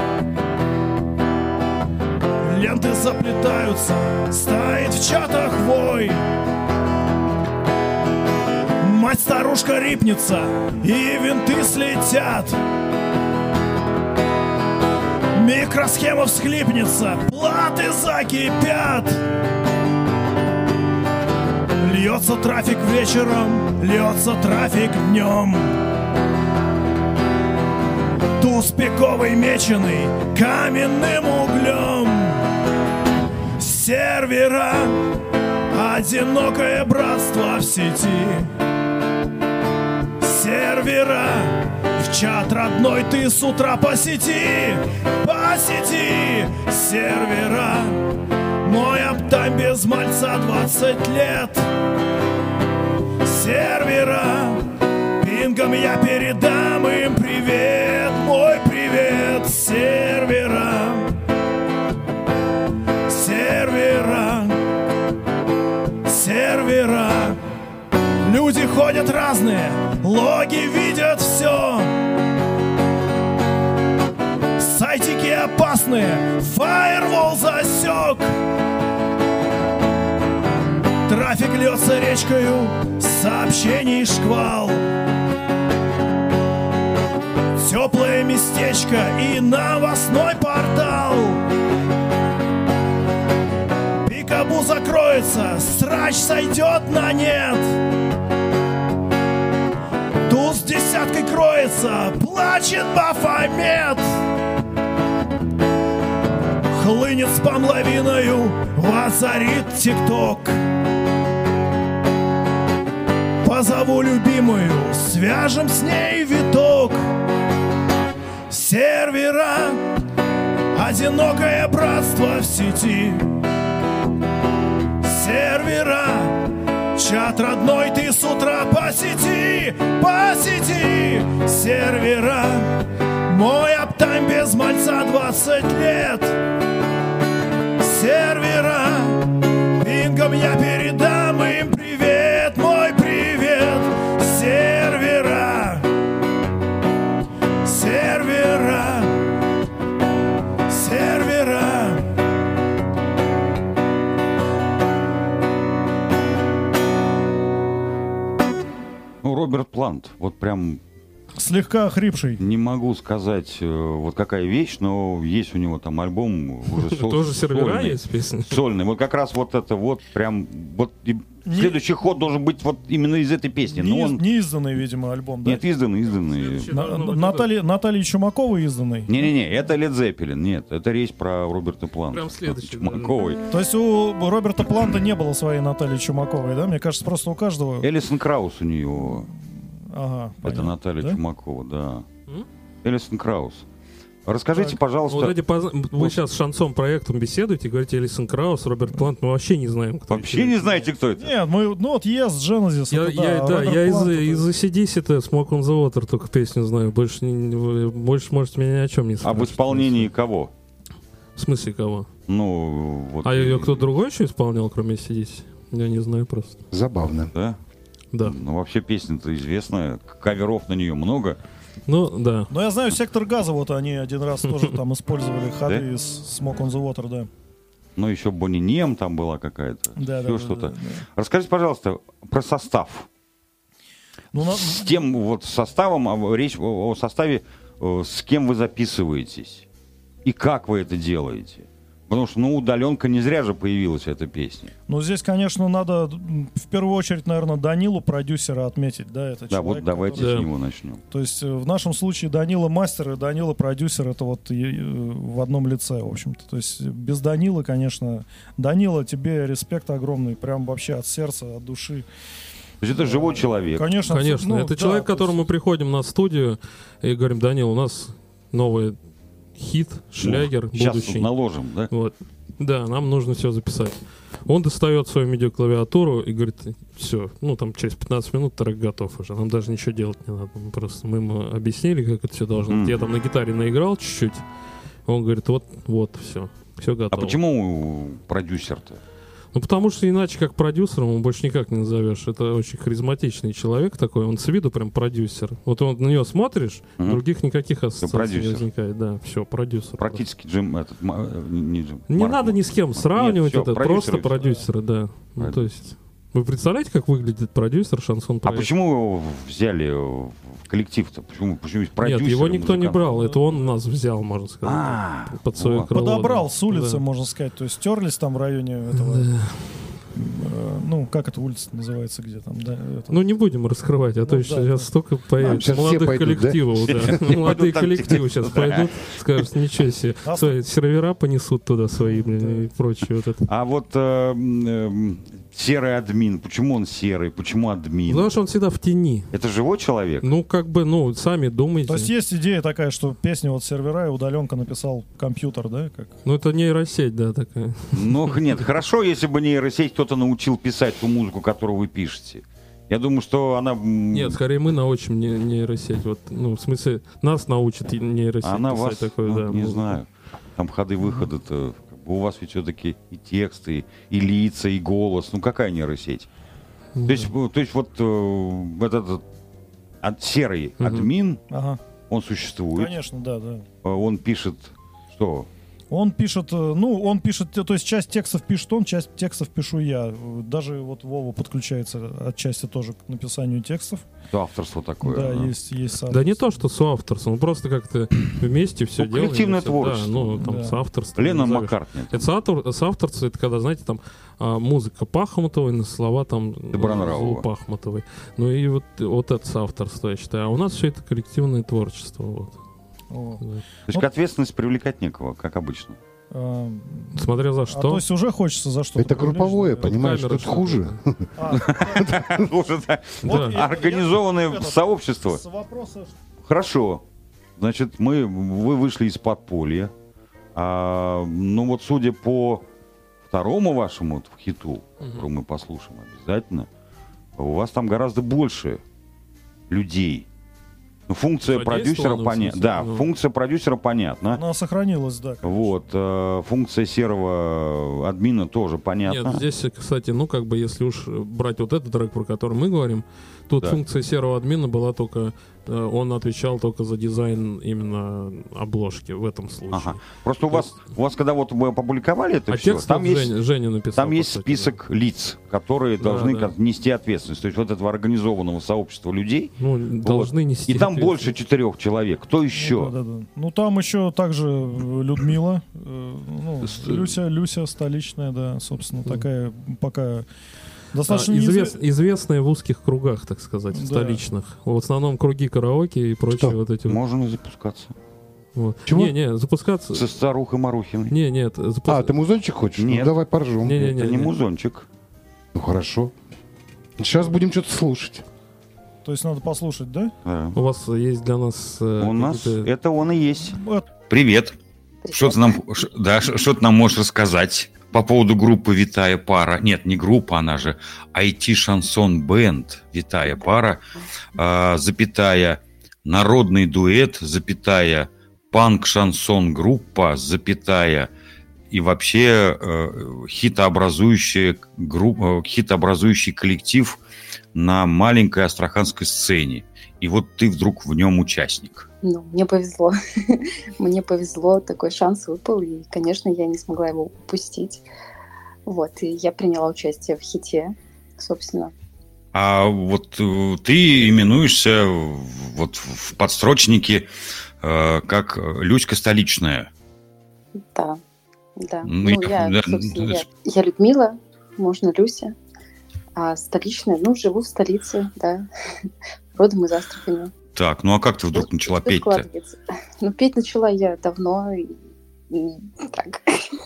Speaker 5: Ленты заплетаются, стоит в чатах вой. Мать-старушка рипнется, и винты слетят. Микросхема всхлипнется, платы закипят. Льется трафик вечером, льется трафик днем. Туз пиковый меченый каменным углем. Сервера, Одинокое братство в сети. Сервера в чат родной ты с утра посети. Посети сервера. Мой аптайм без мальца двадцать лет. Сервера. Пингом я передам им привет. Мой привет. Сервера. Сервера. Сервера. Люди ходят разные, логи видят все. Сайтики опасные, фаервол засек. Трафик льется речкою, сообщений шквал. Теплое местечко и новостной портал. Пикабу закроется, срач сойдет на нет. Туз десяткой кроется, плачет Бафомет. Хлынет спам лавиною, воцарит ТикТок. Позову любимую, свяжем с ней виток. Сервера, одинокое братство в сети. Сервера, чат родной ты с утра посети. Посети сервера. Мой аптайм без мальца двадцать лет. Сервера. Пингом я передам им привет. Мой привет. Сервера. Сервера. Сервера.
Speaker 1: Ну, Роберт Плант, вот прям
Speaker 2: Слегка охрипший.
Speaker 1: не могу сказать, э, вот какая вещь, но есть у него там альбом уже сол-
Speaker 4: Тоже сервера
Speaker 1: сольный.
Speaker 4: есть песни?
Speaker 1: Сольный. Вот как раз вот это вот прям вот и
Speaker 2: Не-
Speaker 1: следующий ход должен быть вот именно из этой песни. Но
Speaker 2: Не,
Speaker 1: он
Speaker 2: не изданный, видимо, альбом, да?
Speaker 1: нет, изданный, изданный.
Speaker 4: Следующий.
Speaker 2: На-
Speaker 4: Ну,
Speaker 2: Натальи, Натальи Чумаковой изданный.
Speaker 1: Не-не-не, это Led Zeppelin, нет, это речь про Роберта Планта.
Speaker 4: Прям следующий, да.
Speaker 1: Чумаковой.
Speaker 2: То есть у Роберта Планта не было своей Натальи Чумаковой, да? Мне кажется, просто у каждого...
Speaker 1: Элисон Краус у нее.
Speaker 2: Ага,
Speaker 1: Это
Speaker 2: понятно.
Speaker 1: Наталья
Speaker 2: Да?
Speaker 1: Чумакова, да.
Speaker 4: М?
Speaker 1: Элисон Краус. Расскажите,
Speaker 2: Так.
Speaker 1: пожалуйста,
Speaker 4: Вот эти позна- Вы сейчас с шансон проектом беседуете, говорите Элисон Краус, Роберт Плант, мы вообще не знаем, кто
Speaker 1: вообще
Speaker 4: эти
Speaker 1: не
Speaker 4: люди.
Speaker 1: знаете, кто это?
Speaker 2: Нет, мы, ну вот Yes, Genesis,
Speaker 4: Я,
Speaker 2: это
Speaker 4: я,
Speaker 2: да,
Speaker 4: да,
Speaker 2: а Роберт
Speaker 4: я из,
Speaker 2: Плант это-
Speaker 4: из эй си ди си-то Smoke on the Water только песню знаю. Больше, не, вы- больше можете меня ни о чем не
Speaker 1: А
Speaker 4: спрашивать.
Speaker 1: в исполнении кого?
Speaker 4: В смысле кого?
Speaker 1: Ну, вот.
Speaker 4: А ее кто другой еще исполнял, кроме эй си ди си? Я не знаю просто.
Speaker 3: Забавно.
Speaker 1: Да?
Speaker 4: Да.
Speaker 1: Ну, вообще песня-то известная, каверов на нее много.
Speaker 4: Ну, да.
Speaker 2: Ну, я знаю, Сектор Газа, вот они один раз тоже там использовали ходы из Smoke on the Water, да.
Speaker 1: Ну, еще Бонни Нем там была какая-то.
Speaker 2: Да,
Speaker 1: еще
Speaker 2: да, да,
Speaker 1: что-то.
Speaker 2: да, да.
Speaker 1: Расскажите, пожалуйста, про состав.
Speaker 2: Ну, на-
Speaker 1: С тем вот составом, а, речь о о составе, э, с кем вы записываетесь и как вы это делаете. Потому что, ну, удаленка не зря же появилась эта песня.
Speaker 2: ну, здесь, конечно, надо м, в первую очередь, наверное, Данилу, продюсера, отметить, да, это
Speaker 1: Да, вот
Speaker 2: человек,
Speaker 1: давайте
Speaker 2: который-
Speaker 4: Да.
Speaker 1: с него начнем.
Speaker 2: То есть э, в нашем случае Данила мастер и Данила продюсер, это вот э, э, в одном лице, в общем-то. То есть без Данилы, конечно, Данила, тебе респект огромный, прям вообще от сердца, от души.
Speaker 1: То есть это живой человек.
Speaker 2: Конечно,
Speaker 4: Конечно.
Speaker 2: ну,
Speaker 4: это
Speaker 2: да,
Speaker 4: человек, к
Speaker 2: то есть-
Speaker 4: которому мы приходим на студию и говорим: Данил, у нас новый хит, шлягер
Speaker 1: Сейчас
Speaker 4: будущий.
Speaker 1: наложим, да?
Speaker 4: Вот. Да, нам нужно все записать. Он достает свою медиаклавиатуру и говорит: все, ну там через пятнадцать минут трек готов уже. Нам даже ничего делать не надо. Мы просто мы ему объяснили, как это все должно быть. Я там на гитаре наиграл чуть-чуть. Он говорит: вот, вот, все, все
Speaker 1: А
Speaker 4: готово.
Speaker 1: почему продюсер-то?
Speaker 4: Ну, потому что иначе как продюсером его больше никак не назовешь. Это очень харизматичный человек такой. Он с виду прям продюсер. Вот он на него смотришь,
Speaker 1: Мгм.
Speaker 4: других никаких ассоциаций не
Speaker 1: продюсер.
Speaker 4: возникает. Да, все, продюсер.
Speaker 1: Практически Джим, этот, ма- э, не, не Джим.
Speaker 4: Не
Speaker 1: Марк.
Speaker 4: надо ни с кем
Speaker 1: Нет,
Speaker 4: сравнивать
Speaker 1: всё,
Speaker 4: это,
Speaker 1: продюсеры
Speaker 4: просто
Speaker 1: всё.
Speaker 4: продюсеры, да. Ну,
Speaker 1: Продюсер.
Speaker 4: то есть, вы представляете, как выглядит продюсер шансон
Speaker 1: А
Speaker 4: проекта?
Speaker 1: почему его взяли в коллектив-то? Почему, почему есть продюсер?
Speaker 4: Нет, его никто не
Speaker 1: музыкант?
Speaker 4: брал, это он нас взял, можно сказать.
Speaker 1: А,
Speaker 4: под свое
Speaker 1: вот.
Speaker 4: крыло.
Speaker 2: Подобрал
Speaker 4: да.
Speaker 2: с улицы,
Speaker 4: Да.
Speaker 2: можно сказать. То есть стерлись там в районе этого.
Speaker 4: Да.
Speaker 2: э, ну, как эта улица называется, где там, да? это-
Speaker 4: Ну, не будем раскрывать, а то
Speaker 2: Ну,
Speaker 4: еще
Speaker 2: да,
Speaker 4: сейчас
Speaker 2: да.
Speaker 4: столько появится
Speaker 3: сейчас все
Speaker 4: молодых
Speaker 3: пойдут, да?
Speaker 4: коллективов. Да?
Speaker 1: Все
Speaker 4: Молодые
Speaker 1: пойдут там
Speaker 4: коллективы
Speaker 1: типа,
Speaker 4: сейчас
Speaker 1: да.
Speaker 4: пойдут, скажут: ничего себе.
Speaker 2: А
Speaker 4: Смотри, сервера понесут туда свои, блин, и прочее. Вот это.
Speaker 1: А вот э, м, э, серый админ. Почему он серый? Почему админ?
Speaker 4: Потому что он всегда в тени.
Speaker 1: Это живой человек?
Speaker 4: Ну, как бы, ну, сами думайте.
Speaker 2: То есть есть идея такая, что песня вот сервера и удаленка написал компьютер, да? Как?
Speaker 4: Ну, это нейросеть, да, такая.
Speaker 1: Ну, нет, хорошо, если бы нейросеть кто-то научил писать ту музыку, которую вы пишете. Я думаю, что она...
Speaker 4: Нет, скорее мы научим не- нейросеть. Вот, ну, в смысле, нас научит и нейросеть
Speaker 1: Она
Speaker 4: писать
Speaker 1: вас,
Speaker 4: такое,
Speaker 1: ну,
Speaker 4: да,
Speaker 1: не
Speaker 4: музыку.
Speaker 1: знаю, там ходы-выходы-то, как бы у вас ведь все-таки и тексты, и лица, и голос. Ну, какая нейросеть?
Speaker 4: Ну,
Speaker 1: То есть, ну, то есть вот э, этот от, серый
Speaker 4: Мгм.
Speaker 1: админ,
Speaker 2: Ага,
Speaker 1: он существует,
Speaker 2: конечно, да, да.
Speaker 1: э, он пишет, что?
Speaker 2: Он пишет, э, ну, он пишет, то есть часть текстов пишет он, часть текстов пишу я. Даже вот Вова подключается отчасти тоже к написанию текстов.
Speaker 1: Что авторство такое?
Speaker 2: Да,
Speaker 1: ага.
Speaker 2: есть, есть соавторство.
Speaker 4: Да не то, что соавторство, мы просто как-то вместе все
Speaker 1: Ну,
Speaker 4: делаем.
Speaker 1: коллективное
Speaker 4: всё,
Speaker 1: творчество.
Speaker 4: Да, ну, там,
Speaker 2: Да.
Speaker 4: соавторство.
Speaker 1: Леннон
Speaker 4: назовешь.
Speaker 1: Маккартни.
Speaker 4: Это соавтор- соавторство, это когда, знаете, там а, музыка Пахмутовой, на слова там
Speaker 1: Добронравова.
Speaker 4: Пахмутовой. Ну и вот, вот это соавторство, я считаю. А у нас все это коллективное творчество. Вот.
Speaker 2: О.
Speaker 1: То
Speaker 4: Да.
Speaker 1: есть к ответственности привлекать некого, как обычно.
Speaker 2: А,
Speaker 4: Смотря за
Speaker 2: а
Speaker 4: что.
Speaker 2: то есть уже хочется за что-то.
Speaker 3: Это групповое,
Speaker 2: привлечь,
Speaker 3: понимаешь,
Speaker 4: камера
Speaker 3: тут
Speaker 4: что-то.
Speaker 3: хуже.
Speaker 2: да. А,
Speaker 1: Уже так.
Speaker 2: вот
Speaker 4: Да.
Speaker 2: я-
Speaker 1: Организованное
Speaker 2: я- этот,
Speaker 1: сообщество.
Speaker 2: С вопроса,
Speaker 1: Хорошо. Значит, мы, вы вышли из подполья. А, ну вот судя по второму вашему вот хиту,
Speaker 4: Мгм.
Speaker 1: который мы послушаем обязательно, у вас там гораздо больше людей. Ну, функция продюсера
Speaker 4: Задействовано, в
Speaker 1: понятна.
Speaker 4: смысле?
Speaker 1: Да,
Speaker 4: Ну.
Speaker 1: функция продюсера понятна.
Speaker 2: она сохранилась, да. конечно.
Speaker 1: Вот. э, функция серого админа тоже понятна.
Speaker 4: Нет, здесь, кстати, ну, как бы, если уж брать вот этот трек, про который мы говорим, тут
Speaker 1: Да.
Speaker 4: функция серого админа была только, э, он отвечал только за дизайн именно обложки в этом случае.
Speaker 1: Ага. Просто у
Speaker 4: То
Speaker 1: вас, у вас, когда вот вы опубликовали это
Speaker 4: А
Speaker 1: все,
Speaker 4: текст
Speaker 1: там
Speaker 4: вот
Speaker 1: есть
Speaker 4: Женя, Женя написал.
Speaker 1: Там
Speaker 4: по
Speaker 1: есть
Speaker 4: сути,
Speaker 1: список лиц, которые
Speaker 4: Да,
Speaker 1: должны
Speaker 4: да.
Speaker 1: как- нести ответственность. То есть вот этого организованного сообщества людей.
Speaker 4: да. Ну, должны нести.
Speaker 1: И там больше
Speaker 4: ответственность.
Speaker 1: четырех человек. Кто
Speaker 2: Ну,
Speaker 1: еще?
Speaker 2: да, да, да. Ну там еще также э, Людмила, э, ну,
Speaker 1: С-
Speaker 2: Люся, Люся столичная, да, собственно,
Speaker 4: Мгм.
Speaker 2: такая пока
Speaker 4: А,
Speaker 2: достаточно
Speaker 4: извест-
Speaker 2: неизве-
Speaker 4: известная в узких кругах, так сказать,
Speaker 2: Да.
Speaker 4: столичных. В основном круги караоке и прочие
Speaker 3: Что?
Speaker 4: вот эти. вот.
Speaker 1: Можно запускаться.
Speaker 4: Вот.
Speaker 3: Чего?
Speaker 4: Не, не, запускаться.
Speaker 1: Со старухой Марухиной.
Speaker 4: Не, нет, запу-
Speaker 3: А, ты музончик хочешь?
Speaker 1: Нет.
Speaker 3: Ну, давай поржем.
Speaker 4: Не, не,
Speaker 1: Это не
Speaker 4: не.
Speaker 1: музончик.
Speaker 3: Ну, хорошо. Сейчас будем что-то слушать.
Speaker 2: То есть надо послушать, да?
Speaker 1: Да.
Speaker 4: У вас есть для нас... э,
Speaker 1: У нас
Speaker 4: какие-то-
Speaker 1: это он и есть.
Speaker 2: Вот,
Speaker 1: Привет. Что ты нам, ш- да, ш- что ты нам можешь рассказать по поводу группы «Витая пара»? Нет, не группа, она же ай ти-шансон-бенд «Витая пара», а, запятая, народный дуэт, запятая, панк-шансон-группа, запятая, и вообще э, хитообразующая группа, хитообразующий коллектив на маленькой астраханской сцене. И вот ты вдруг в нем участник.
Speaker 6: Ну, мне повезло. Мне повезло, такой шанс выпал, и, конечно, я не смогла его упустить. Вот, и я приняла участие в хите, собственно.
Speaker 1: А вот э, ты именуешься в- вот в подстрочнике э, как Люська столичная.
Speaker 6: Да, да.
Speaker 1: Ну,
Speaker 6: Ну,
Speaker 1: я-
Speaker 6: я,
Speaker 1: да,
Speaker 6: собственно,
Speaker 1: ну,
Speaker 6: я, я Людмила, можно Люся, а столичная, ну, живу в столице, да, родом из Астрахани.
Speaker 1: Так, ну а как ты вдруг
Speaker 6: Всё-
Speaker 1: начала
Speaker 6: всё
Speaker 1: петь-то?
Speaker 6: складывается. Ну, петь начала я давно, и, и так.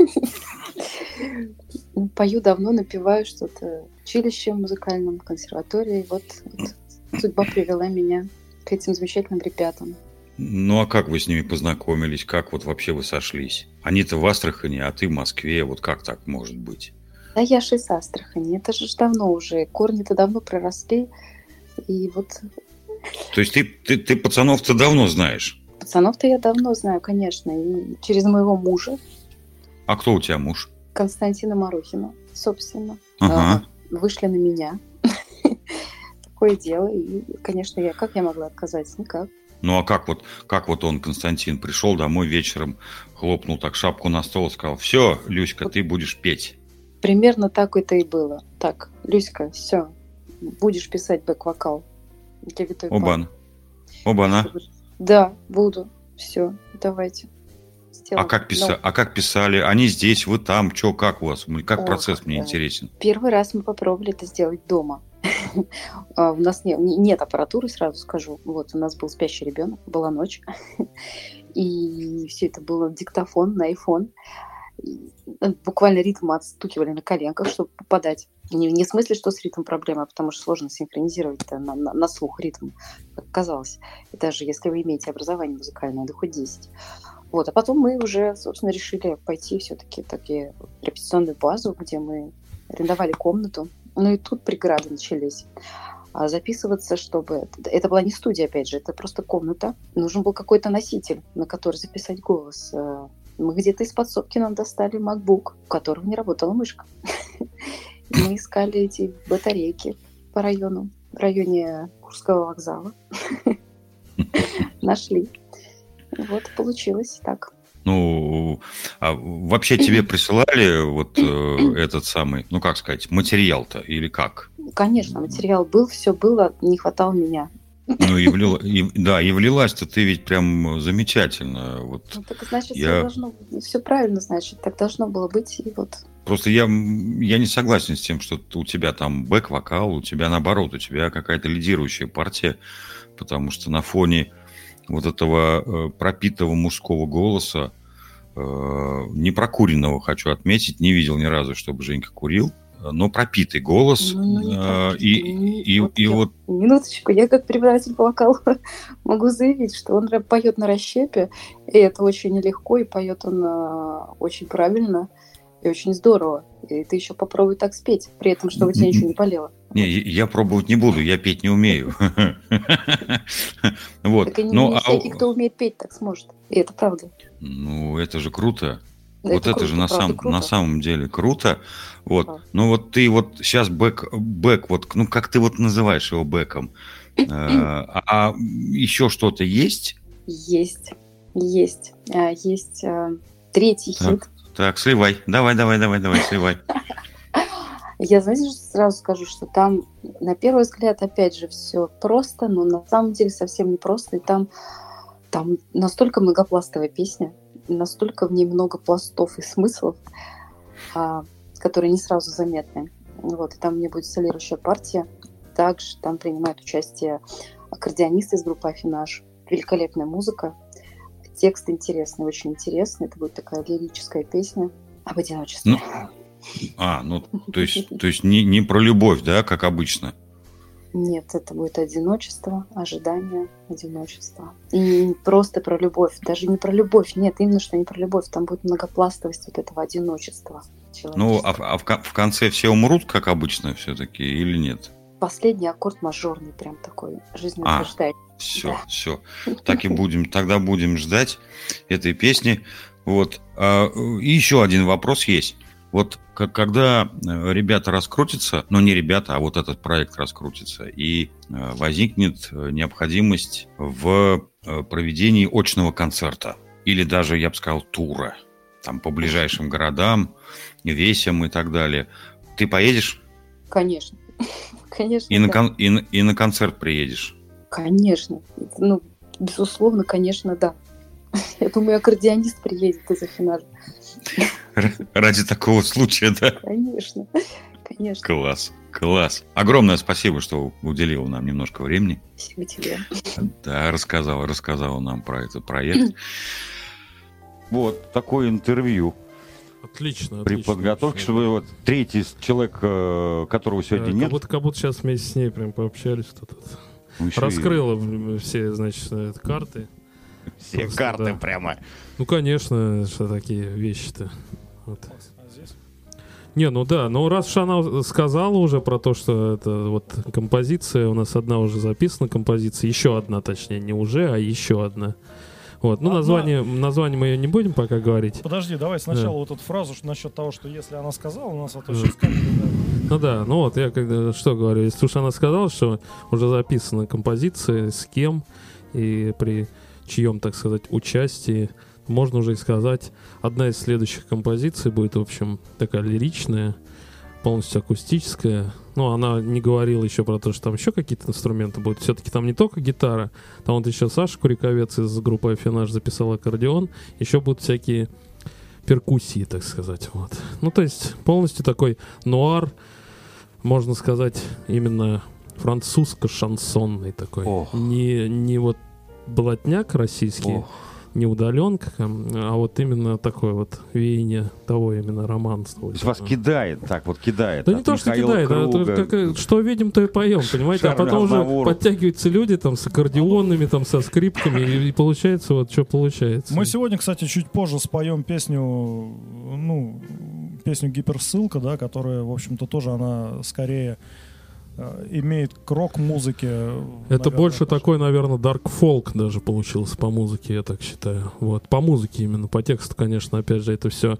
Speaker 6: Ну, пою давно, напеваю что-то в училище музыкальном, консерватории. Вот, вот судьба привела меня к этим замечательным ребятам.
Speaker 1: Ну а как вы с ними познакомились? Как вот вообще вы сошлись? Они-то в Астрахани, а ты в Москве. Вот как так может быть?
Speaker 6: Да я же из Астрахани, это же ж давно уже, корни-то давно проросли. И вот
Speaker 1: То есть ты, ты, ты пацанов-то давно знаешь?
Speaker 6: пацанов-то я давно знаю, конечно, и через моего мужа,
Speaker 1: А кто у тебя муж?
Speaker 6: Константина Марухина, собственно.
Speaker 1: Ага.
Speaker 6: А, вышли на меня. Такое дело. И, конечно, я как я могла отказать? Никак.
Speaker 1: Ну а как вот, как вот он, Константин, пришел домой вечером, хлопнул так шапку на стол и сказал: все, Люська, ты будешь петь.
Speaker 6: Примерно так это и было. Так, Люська, все, будешь писать бэк-вокал для Витой пары.
Speaker 1: Обана. Обана.
Speaker 6: Да, буду. Все, давайте.
Speaker 1: А как, писа... а как писали? Они здесь, вы там, что, как у вас? Как
Speaker 6: Ох,
Speaker 1: процесс мне
Speaker 6: да.
Speaker 1: интересен?
Speaker 6: Первый раз мы попробовали это сделать дома. А, У нас не- нет аппаратуры, сразу скажу. Вот, у нас был спящий ребенок, была ночь. И все это было диктофон на iPhone. буквально ритм отстукивали на коленках, чтобы попадать. Не, не в смысле, что с ритмом проблема, потому что сложно синхронизировать на, на, на слух ритм, как казалось. И даже если вы имеете образование музыкальное, да хоть десять. Вот. А потом мы уже, собственно, решили пойти все-таки в такие репетиционную базу, где мы арендовали комнату. Ну и тут преграды начались. А записываться, чтобы... Это была не студия, опять же, это просто комната. Нужен был какой-то носитель, на который записать голос. Мы где-то из подсобки нам достали MacBook, у которого не работала мышка. Мы искали эти батарейки по району, в районе Курского вокзала. Нашли. Вот получилось так.
Speaker 1: Ну, а вообще тебе присылали вот э, этот самый, ну как сказать, материал-то или как?
Speaker 6: Конечно, материал был, все было, не хватало меня.
Speaker 1: Ну, и, влила, и да, и влилась-то ты ведь прям замечательно. Вот
Speaker 6: ну, так значит,
Speaker 1: я...
Speaker 6: все должно все правильно, значит, так должно было быть. И вот.
Speaker 1: Просто я, я не согласен с тем, что у тебя там бэк-вокал, у тебя наоборот, у тебя какая-то лидирующая партия, потому что на фоне вот этого э, пропитого мужского голоса, э, не прокуренного, хочу отметить, не видел ни разу, чтобы Женька курил, но пропитый голос.
Speaker 6: Ну, ну,
Speaker 1: э, и, и,
Speaker 6: вот
Speaker 1: и, и
Speaker 6: я,
Speaker 1: вот...
Speaker 6: Минуточку, я как преподаватель по вокалу могу заявить, что он поет на расщепе, и это очень нелегко, и поет он э, очень правильно и очень здорово. И ты еще попробуй так спеть, при этом, чтобы у тебя ничего не болело.
Speaker 1: Не, я пробовать не буду, я петь не умею. Вот.
Speaker 6: Так и не,
Speaker 1: ну,
Speaker 6: не
Speaker 1: а...
Speaker 6: всякий, кто умеет петь, так сможет. И это правда.
Speaker 1: Ну, это же круто.
Speaker 6: Да,
Speaker 1: вот это,
Speaker 6: это
Speaker 1: же
Speaker 6: круто,
Speaker 1: на,
Speaker 6: правда,
Speaker 1: сам,
Speaker 6: круто.
Speaker 1: на самом деле круто. Вот.
Speaker 6: Да.
Speaker 1: Ну вот ты вот сейчас бэк, бэк, вот, ну как ты вот называешь его бэком? А, а еще что-то есть?
Speaker 6: Есть, есть, а, есть а, третий
Speaker 1: Так.
Speaker 6: хит.
Speaker 1: Так, сливай. Давай, давай, давай, давай, сливай.
Speaker 6: Я, знаете, сразу скажу, что там, на первый взгляд, опять же, все просто, но на самом деле совсем не просто. И там, там настолько многопластовая песня, настолько в ней много пластов и смыслов, а, которые не сразу заметны. Вот, и там у меня будет солирующая партия. Также там принимает участие аккордеонист из группы «Афинаж». Великолепная музыка. Текст интересный, очень интересный. Это будет такая лирическая песня об одиночестве.
Speaker 1: Ну, а, ну, то есть, то есть не, не про любовь, да, как обычно?
Speaker 6: Нет, это будет одиночество, ожидание, одиночество. И не просто про любовь, даже не про любовь, нет, именно что не про любовь, там будет многопластовость вот этого одиночества.
Speaker 1: Ну, а, а в, в конце все умрут, как обычно, все-таки, или нет?
Speaker 6: Последний аккорд мажорный, прям такой, жизнеутверждающий.
Speaker 1: А, все,
Speaker 6: да.
Speaker 1: все. Так и будем, тогда будем ждать этой песни. Вот. А, и еще один вопрос есть. Вот как, когда ребята раскрутятся, ну не ребята, а вот этот проект раскрутится, и э, возникнет необходимость в э, проведении очного концерта, или даже, я бы сказал, тура, там по ближайшим городам, весям и так далее. Ты поедешь?
Speaker 6: Конечно. Конечно.
Speaker 1: И,
Speaker 6: да.
Speaker 1: на, кон, и, на, и на концерт приедешь?
Speaker 6: Конечно. Ну, безусловно, конечно, да. Я думаю, аккордеонист приедет из Афинажа.
Speaker 1: Ради такого случая, да?
Speaker 6: Конечно, конечно.
Speaker 1: Класс, класс. Огромное спасибо, что уделила нам немножко времени.
Speaker 6: Спасибо тебе.
Speaker 1: Да, рассказала, рассказала нам про этот проект. Вот такое интервью.
Speaker 4: Отлично,
Speaker 1: При
Speaker 4: отлично.
Speaker 1: подготовке, чтобы вот третий человек, которого сегодня
Speaker 4: как
Speaker 1: нет.
Speaker 4: Будто, как будто сейчас вместе с ней прям пообщались. Тут, тут. Раскрыла и... все, значит, карты.
Speaker 1: Все
Speaker 4: Просто,
Speaker 1: карты
Speaker 4: да.
Speaker 1: прямо.
Speaker 4: Ну, конечно, что такие вещи-то. Вот. Не, ну да, ну раз уж она сказала уже про то, что это вот композиция, у нас одна уже записана композиция, еще одна, точнее, не уже, а еще одна. Вот, ну,
Speaker 2: Одна...
Speaker 4: название, название мы ее не будем пока говорить.
Speaker 2: Подожди, давай сначала
Speaker 4: да.
Speaker 2: вот эту фразу что, насчет того, что если она сказала, у нас это сейчас камера, да.
Speaker 4: Ну да, ну вот я когда что говорю, если уж она сказала, что уже записана композиция, с кем и при чьем, так сказать, участии, можно уже и сказать, одна из следующих композиций будет, в общем, такая лиричная, полностью акустическая. Ну, она не говорила еще про то, что там еще какие-то инструменты будут. Все-таки там не только гитара, там вот еще Саша Куриковец из группы «Афинаж» записал аккордеон, еще будут всякие перкуссии, так сказать. Вот. Ну, то есть полностью такой нуар, можно сказать, именно французско-шансонный такой.
Speaker 1: Ох.
Speaker 4: Не, не вот блатняк российский,
Speaker 1: Ох.
Speaker 4: не удаленка, а вот именно такое вот веяние того именно романства.
Speaker 7: То есть вас кидает, так вот кидает.
Speaker 4: Да не то, что кидает, а то, как, что видим, то и поем, понимаете? А потом уже подтягиваются люди там с аккордеонами, там со скрипками, и, и получается вот что получается.
Speaker 2: Мы сегодня, кстати, чуть позже споем песню, ну, песню «Гиперссылка», да, которая, в общем-то, тоже она скорее имеет к рок-музыке.
Speaker 4: Это
Speaker 2: наверное,
Speaker 4: больше
Speaker 2: тоже.
Speaker 4: такой, наверное, дарк-фолк даже получился по музыке, я так считаю. Вот. По музыке именно, по тексту, конечно, опять же, это все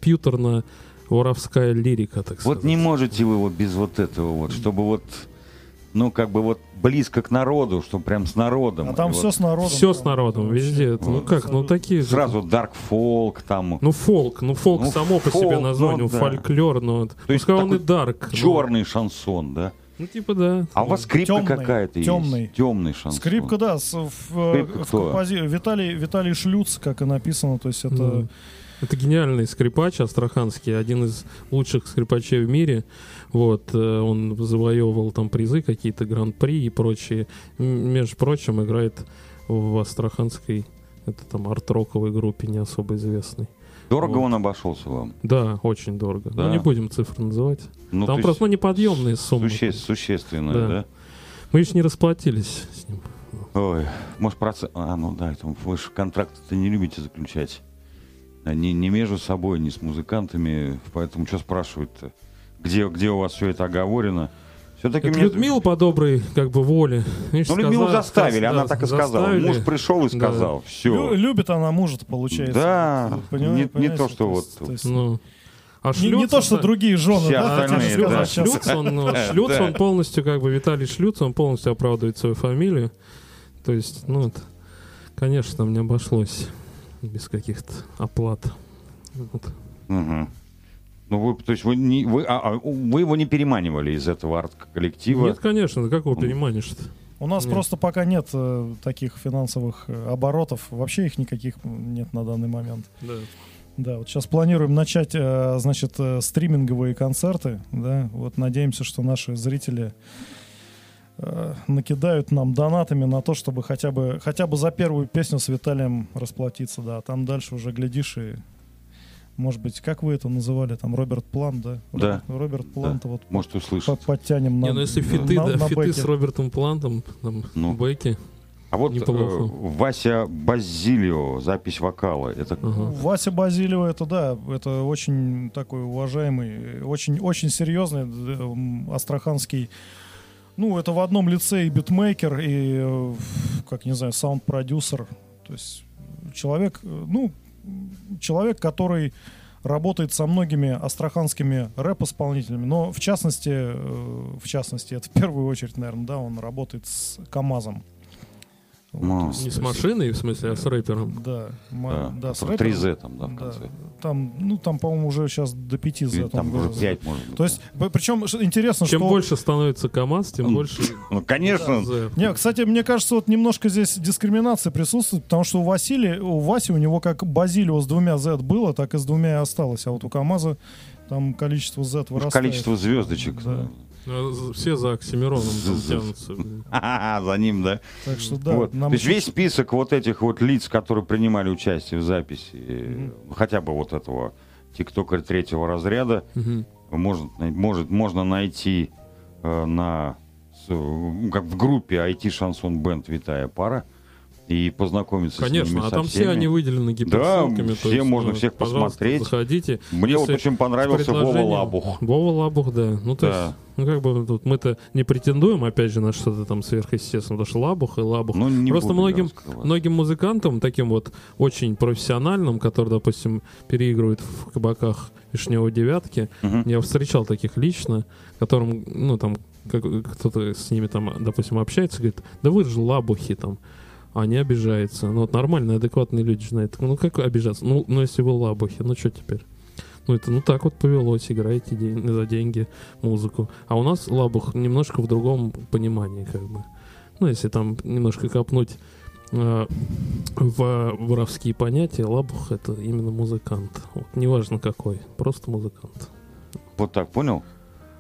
Speaker 4: компьютерно-воровская лирика, так сказать.
Speaker 7: Вот не можете вы вот без вот этого вот, чтобы вот, ну, как бы вот близко к народу, чтобы прям с народом.
Speaker 2: А там
Speaker 7: и
Speaker 2: все
Speaker 7: вот
Speaker 2: с народом.
Speaker 4: Все с народом,
Speaker 2: Вообще.
Speaker 4: везде. Это, ну как, ну такие же.
Speaker 7: сразу дарк-фолк там.
Speaker 4: Ну фолк, ну фолк
Speaker 7: Ну,
Speaker 4: само по
Speaker 7: фолк,
Speaker 4: себе название,
Speaker 7: ну, да.
Speaker 4: фольклор, но
Speaker 7: То
Speaker 4: ну,
Speaker 7: есть
Speaker 4: пускай он и
Speaker 7: такой
Speaker 4: дарк.
Speaker 7: черный шансон, да?
Speaker 4: Ну типа да.
Speaker 7: А у вас скрипка
Speaker 2: Темный,
Speaker 7: какая-то
Speaker 2: темный.
Speaker 7: есть? Темный шансон.
Speaker 2: Скрипка, да, с- в,
Speaker 7: Скрипка
Speaker 2: в
Speaker 7: кто?
Speaker 2: компози- Виталий, Виталий Шлюц, как и написано, то есть это...
Speaker 4: Ну, это гениальный скрипач астраханский, один из лучших скрипачей в мире. Вот, э, он завоевывал там призы какие-то, гран-при и прочие. М- Между прочим, играет в астраханской, это там арт-роковой группе, не особо известной.
Speaker 7: Дорого
Speaker 4: Вот.
Speaker 7: он обошелся вам?
Speaker 4: Да, очень дорого.
Speaker 7: Да.
Speaker 4: Ну, не будем цифры называть.
Speaker 7: Ну,
Speaker 4: Там
Speaker 7: то
Speaker 4: просто ну,
Speaker 7: есть
Speaker 4: неподъемные суммы.
Speaker 7: суще- существенное,
Speaker 4: Да.
Speaker 7: да?
Speaker 4: Мы еще не расплатились с ним.
Speaker 7: Ой, может, процент... А, ну да, это вы же контракты-то не любите заключать. А Ни, ни между собой, ни с музыкантами. Поэтому что спрашивают-то? Где, где у вас все это оговорено? Все-таки
Speaker 4: Это
Speaker 7: мне...
Speaker 4: Людмила по доброй как бы воле. Видишь,
Speaker 7: Ну, Людмилу
Speaker 4: сказала-
Speaker 7: заставили,
Speaker 4: да,
Speaker 7: она так и сказала.
Speaker 4: заставили.
Speaker 7: Муж пришел и сказал,
Speaker 2: Лю-
Speaker 7: все.
Speaker 2: любит она мужа-то, получается.
Speaker 7: Да,
Speaker 2: Вот, понимаете,
Speaker 7: не- не
Speaker 2: понимаете?
Speaker 7: то, что
Speaker 2: есть-
Speaker 7: вот-
Speaker 2: то есть
Speaker 4: Ну. А
Speaker 2: не, не
Speaker 4: Шлюц,
Speaker 2: то, что
Speaker 4: да.
Speaker 2: другие жены,
Speaker 7: Все
Speaker 2: да,
Speaker 7: остальные,
Speaker 2: хотели
Speaker 7: да.
Speaker 2: сказать сейчас.
Speaker 4: Шлюц, он, ну, Шлюц,
Speaker 7: Да.
Speaker 4: он полностью, как бы, Виталий Шлюц, он полностью оправдывает свою фамилию. То есть, ну, это, конечно, там не обошлось без каких-то оплат. Вот.
Speaker 7: Мгм. Ну, вы, то есть вы, не, вы, а, а, вы его не переманивали из этого арт-коллектива?
Speaker 4: Нет, конечно, как его переманишь-то?
Speaker 2: У нас
Speaker 4: Нет.
Speaker 2: просто пока нет э, таких финансовых э, оборотов. Вообще их никаких нет на данный момент.
Speaker 4: Да.
Speaker 2: Да, вот сейчас планируем начать, э, значит, э, стриминговые концерты. Да, вот надеемся, что наши зрители э, накидают нам донатами на то, чтобы хотя бы, хотя бы за первую песню с Виталием расплатиться. Да, там дальше уже глядишь и, может быть, как вы это называли, там Роберт Плант, да?
Speaker 7: Да.
Speaker 2: Роберт, Роберт Плант, вот
Speaker 7: Может,
Speaker 2: по-
Speaker 7: услышать.
Speaker 2: подтянем на,
Speaker 4: Не, ну если фиты,
Speaker 2: на-
Speaker 4: да,
Speaker 2: на
Speaker 4: фиты
Speaker 2: бэке.
Speaker 4: с Робертом Плантом, там,
Speaker 7: Ну.
Speaker 4: бэки.
Speaker 7: А вот
Speaker 4: Неплохо.
Speaker 7: э, Вася Базилио, запись вокала. Это
Speaker 4: Ага.
Speaker 2: Вася Базилева, это да, это очень такой уважаемый, очень, очень серьезный д- м, астраханский, ну, это в одном лице и битмейкер, и, э, как не знаю, саунд-продюсер, то есть человек, э, ну, человек, который работает со многими астраханскими рэп-исполнителями, но в частности, э, в частности, это в первую очередь, наверное, да, он работает с КамАЗом. Вот,
Speaker 7: Ну.
Speaker 2: то есть-
Speaker 4: Не с
Speaker 2: то есть-
Speaker 4: машиной, в смысле, а с рэпером.
Speaker 2: Да, ма-
Speaker 7: Да,
Speaker 2: да, с
Speaker 7: который три
Speaker 2: рэпером.
Speaker 7: зет там, да, в
Speaker 2: Да,
Speaker 7: конце.
Speaker 2: там, ну, там, по-моему, уже сейчас до пяти
Speaker 7: Или
Speaker 2: зет.
Speaker 7: там
Speaker 2: он
Speaker 7: уже
Speaker 2: был.
Speaker 7: пять, может быть.
Speaker 2: То есть, п- причем что интересно,
Speaker 4: Чем
Speaker 2: что...
Speaker 4: больше становится КамАЗ, тем
Speaker 7: Ну,
Speaker 4: больше
Speaker 7: Ну, конечно.
Speaker 4: З.
Speaker 2: Не, кстати, мне кажется, вот немножко здесь дискриминация присутствует, потому что у Василия, у Васи, у него как Базилио с двумя Z было, так и с двумя и осталось. А вот у КамАЗа там количество Z
Speaker 7: Уж
Speaker 2: вырастает.
Speaker 7: количество звездочек.
Speaker 2: Да.
Speaker 4: Ну, все за Оксимироном там
Speaker 7: З- з-
Speaker 4: тянутся.
Speaker 7: Ха-ха-ха, за ним, да.
Speaker 2: Так что да,
Speaker 7: Вот.
Speaker 2: нам
Speaker 7: То есть весь список вот этих вот лиц, которые принимали участие в записи,
Speaker 2: Мгм.
Speaker 7: ну, хотя бы вот этого тиктокера третьего разряда,
Speaker 4: Мгм.
Speaker 7: может, най- может, можно найти э, на, с- ну, как в группе ай ти Шансон Бенд «Витая пара» и познакомиться с
Speaker 4: Конечно,
Speaker 7: ними
Speaker 4: а
Speaker 7: со
Speaker 4: там
Speaker 7: всеми.
Speaker 4: все они выделены гиперссылками.
Speaker 7: Да,
Speaker 4: то
Speaker 7: все
Speaker 4: есть,
Speaker 7: можно
Speaker 4: ну,
Speaker 7: всех
Speaker 4: пожалуйста,
Speaker 7: посмотреть.
Speaker 4: Заходите.
Speaker 7: Мне вот
Speaker 4: Если
Speaker 7: очень понравился Вова
Speaker 4: предложением-
Speaker 7: Лабух.
Speaker 4: Вова Лабух, да. Ну, то
Speaker 7: Да.
Speaker 4: есть, ну, как бы тут мы-то не претендуем, опять же, на что-то там сверхъестественное, потому что Лабух и Лабух.
Speaker 7: Ну, не
Speaker 4: Просто
Speaker 7: буду я
Speaker 4: многим,
Speaker 7: раскрывать.
Speaker 4: многим музыкантам, таким вот очень профессиональным, которые, допустим, переигрывают в кабаках Вишневой девятки,
Speaker 7: Мгм.
Speaker 4: я встречал таких лично, которым, ну, там, как- кто-то с ними там, допустим, общается, говорит, да вы же лабухи там, а они обижаются. Ну, вот нормальные, адекватные люди же на это. Ну, как обижаться? Ну, ну если вы лабухи, ну, что теперь? Ну, это, ну, так вот повелось, играете день, за деньги музыку. А у нас лабух немножко в другом понимании, как бы. Ну, если там немножко копнуть э, в воровские понятия, лабух — это именно музыкант. Вот, неважно какой, просто музыкант.
Speaker 7: Вот так, понял?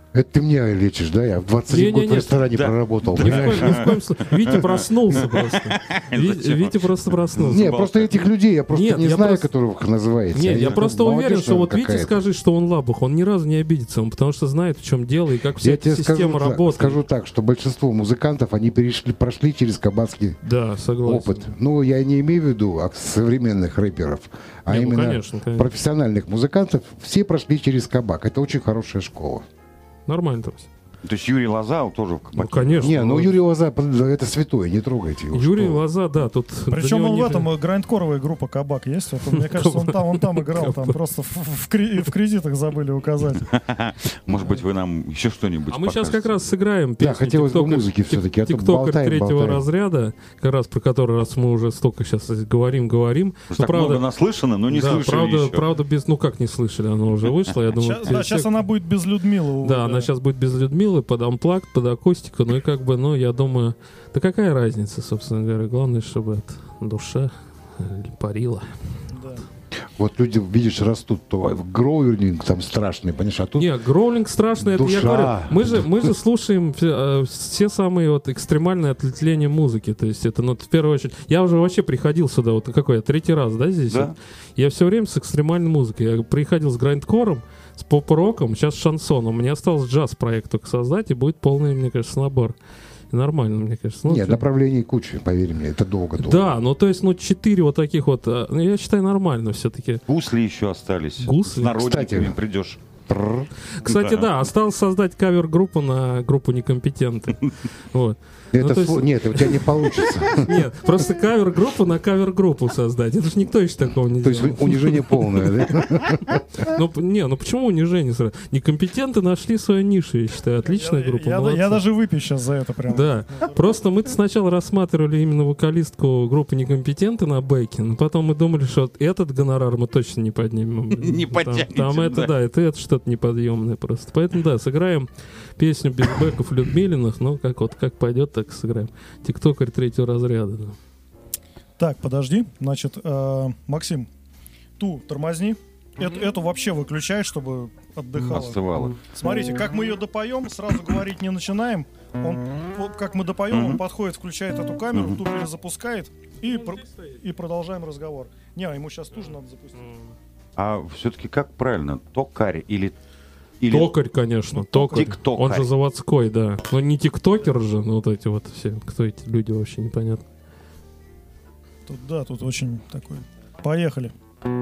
Speaker 3: Это ты меня лечишь, да? Я в двадцать один год в ресторане
Speaker 7: Да.
Speaker 3: проработал.
Speaker 4: Ни в
Speaker 3: понимаешь?
Speaker 4: коем- ни в коем случае. Витя проснулся просто. Ви- Витя просто проснулся.
Speaker 3: Не, просто этих людей я просто
Speaker 4: Нет,
Speaker 3: не
Speaker 4: я
Speaker 3: знаю,
Speaker 4: просто-
Speaker 3: которых называете.
Speaker 4: Нет,
Speaker 3: Они
Speaker 4: я просто
Speaker 3: молодежь,
Speaker 4: уверен, что вот Витя
Speaker 3: какая-то.
Speaker 4: скажет, что он лабух, он ни разу не обидится, он потому что знает, в чем дело и как вся
Speaker 3: Я
Speaker 4: эта
Speaker 3: тебе скажу,
Speaker 4: система
Speaker 3: так-
Speaker 4: работает.
Speaker 3: скажу так, что большинство музыкантов, они перешли, прошли через кабацкий
Speaker 4: Да, согласен.
Speaker 3: опыт. Ну, я не имею в виду а, современных рэперов, а
Speaker 4: Не, ну,
Speaker 3: именно
Speaker 4: конечно, конечно.
Speaker 3: профессиональных музыкантов. Все прошли через кабак. Это очень хорошая школа.
Speaker 4: Нормально, то есть.
Speaker 7: То есть Юрий Лоза тоже в
Speaker 4: Ну,
Speaker 7: кабаке.
Speaker 4: конечно.
Speaker 3: Не, ну Юрий Лоза, это святой, не трогайте его.
Speaker 4: Юрий
Speaker 3: что вы.
Speaker 4: Лоза, да, тут...
Speaker 2: Причем
Speaker 4: до него
Speaker 2: он в
Speaker 4: не-
Speaker 2: этом, э, грайндкоровая группа «Кабак» есть. Вот, мне кажется, он там, он там играл, там просто в, в кре- в кредитах забыли указать.
Speaker 7: Может быть, вы нам еще что-нибудь
Speaker 4: А мы сейчас как
Speaker 7: покажете?
Speaker 4: раз сыграем песню
Speaker 3: Да, хотелось бы
Speaker 4: «Тиктокер»,
Speaker 3: музыки все-таки, а то
Speaker 4: «Тиктокер»
Speaker 3: болтаем,
Speaker 4: третьего
Speaker 3: болтаем.
Speaker 4: разряда, как раз про который раз мы уже столько сейчас говорим, говорим.
Speaker 7: Потому что
Speaker 4: Ну,
Speaker 7: так много наслышано, но не
Speaker 4: да,
Speaker 7: слышали
Speaker 4: правда,
Speaker 7: еще.
Speaker 4: правда, без, ну как не слышали, оно уже вышло, я думаю.
Speaker 2: Щас-
Speaker 4: те-
Speaker 2: да,
Speaker 4: все-
Speaker 2: сейчас она будет без Людмилы. увы,
Speaker 4: Да, она сейчас будет без Людмилы, под амплакт, под акустику, ну и как бы, ну, я думаю, да какая разница, собственно говоря, главное, чтобы это душа э, парила.
Speaker 2: Да.
Speaker 3: Вот люди, видишь, растут, то гроулинг там страшный, понимаешь, а тут
Speaker 4: Не, гроулинг страшный, это я
Speaker 3: душа.
Speaker 4: говорю, мы же, мы же слушаем все, э, все самые вот экстремальные ответвления музыки, то есть это, ну, в первую очередь, я уже вообще приходил сюда, вот какой я, третий раз, да, здесь?
Speaker 7: Да.
Speaker 4: Вот. Я все время с экстремальной музыкой, я приходил с грайндкором, с поп-роком, сейчас с шансоном, мне осталось джаз-проект только создать, и будет полный, мне кажется, набор. И нормально, мне кажется. Ну,
Speaker 3: нет,
Speaker 4: чё-
Speaker 3: направлений куча, поверь мне, это долго-долго.
Speaker 4: Да, ну то есть, ну, четыре вот таких вот, э, ну, я считаю, нормально все-таки.
Speaker 7: Гусли еще остались.
Speaker 4: Гусли?
Speaker 7: С народниками
Speaker 3: Кстати.
Speaker 7: придешь.
Speaker 3: Тррр.
Speaker 4: Кстати,
Speaker 7: Да.
Speaker 4: да, осталось создать кавер-группу на группу некомпетенты. Вот.
Speaker 3: Это
Speaker 4: Ну, то есть-
Speaker 3: сло- Нет, у тебя не получится.
Speaker 4: Нет, просто кавер-группу на кавер-группу создать. Это же никто еще такого не
Speaker 3: То есть
Speaker 4: делал.
Speaker 3: унижение полное, да?
Speaker 4: Ну, п- не, ну почему унижение сразу? Некомпетенты нашли свою нишу, я считаю. Отличная
Speaker 2: Я-
Speaker 4: группа.
Speaker 2: Я,
Speaker 4: молодцы.
Speaker 2: я даже выпью сейчас за это прям.
Speaker 4: Да. Просто мы сначала рассматривали именно вокалистку группы некомпетенты на бэке, но потом мы думали, что вот этот гонорар мы точно не поднимем.
Speaker 7: Не
Speaker 4: Там-
Speaker 7: потянете,
Speaker 4: Там это,
Speaker 7: да.
Speaker 4: да, это, это что-то неподъемное просто. Поэтому, да, сыграем песню без бэков Людмилиных, но как вот как пойдет, так и сыграем. Тиктокер третьего разряда. Да.
Speaker 2: Так, подожди. Значит, э, Максим, ту тормозни. Эту, эту вообще выключай, чтобы отдыхала.
Speaker 7: Остывало.
Speaker 2: Смотрите, как мы ее допоем, сразу говорить не начинаем. Он, вот как мы допоем, он
Speaker 7: Мгм.
Speaker 2: подходит, включает эту камеру,
Speaker 7: Мгм.
Speaker 2: ту перезапускает и, про- и продолжаем разговор. Не, ему сейчас тоже надо запустить.
Speaker 7: А все-таки как правильно? Токарь или... или...
Speaker 4: Токарь, конечно,
Speaker 2: Ну,
Speaker 4: токарь.
Speaker 7: тиктокарь.
Speaker 4: Он же заводской, да. Но не тиктокер же, ну вот эти вот все. Кто эти люди, вообще непонятно.
Speaker 2: Тут, да, тут очень такой. Поехали.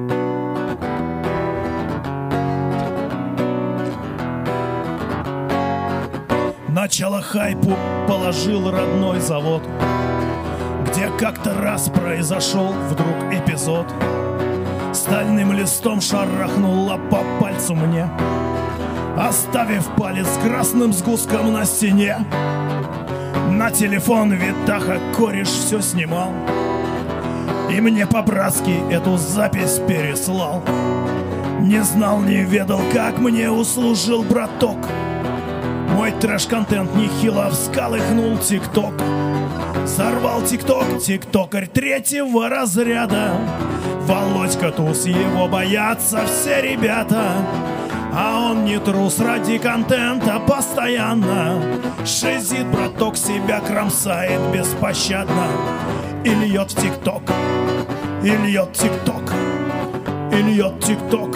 Speaker 2: Начало хайпу положил родной завод, где как-то раз произошел вдруг эпизод. Стальным листом шарахнула по пальцу мне, оставив палец красным сгустком на стене. На телефон Витаха кореш все снимал и мне по-братски эту запись переслал. Не знал, не ведал, как мне услужил браток. Мой трэш-контент нехило всколыхнул тикток. Сорвал тикток, тиктокарь третьего разряда. Володька туз, его боятся все ребята. А он не трус, ради контента постоянно шизит, браток, себя кромсает беспощадно. И льет в тикток, и льет тикток, и льет тикток.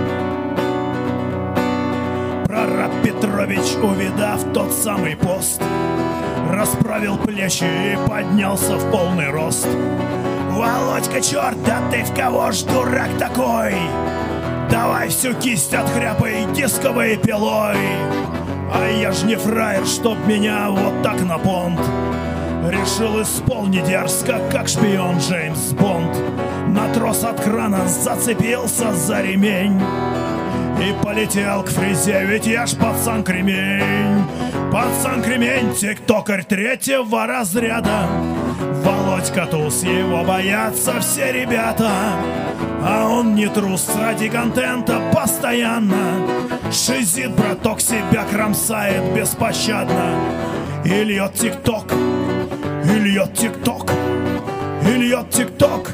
Speaker 2: Прораб Петрович, увидав тот самый пост, расправил плечи и поднялся в полный рост. Володька, черт, да ты в кого ж дурак такой? Давай всю кисть отхряпай дисковой пилой. А я ж не фраер, чтоб меня вот так на понт. Решил исполнить дерзко, как шпион Джеймс Бонд. На трос от крана зацепился за ремень и полетел к фрезе, ведь я ж пацан-кремень. Пацан-кремень, тиктокарь третьего разряда. Володька туз, его боятся все ребята. А он не трус, ради контента постоянно шизит, браток, себя кромсает беспощадно. И льет тикток, и льет тикток, и льет тикток.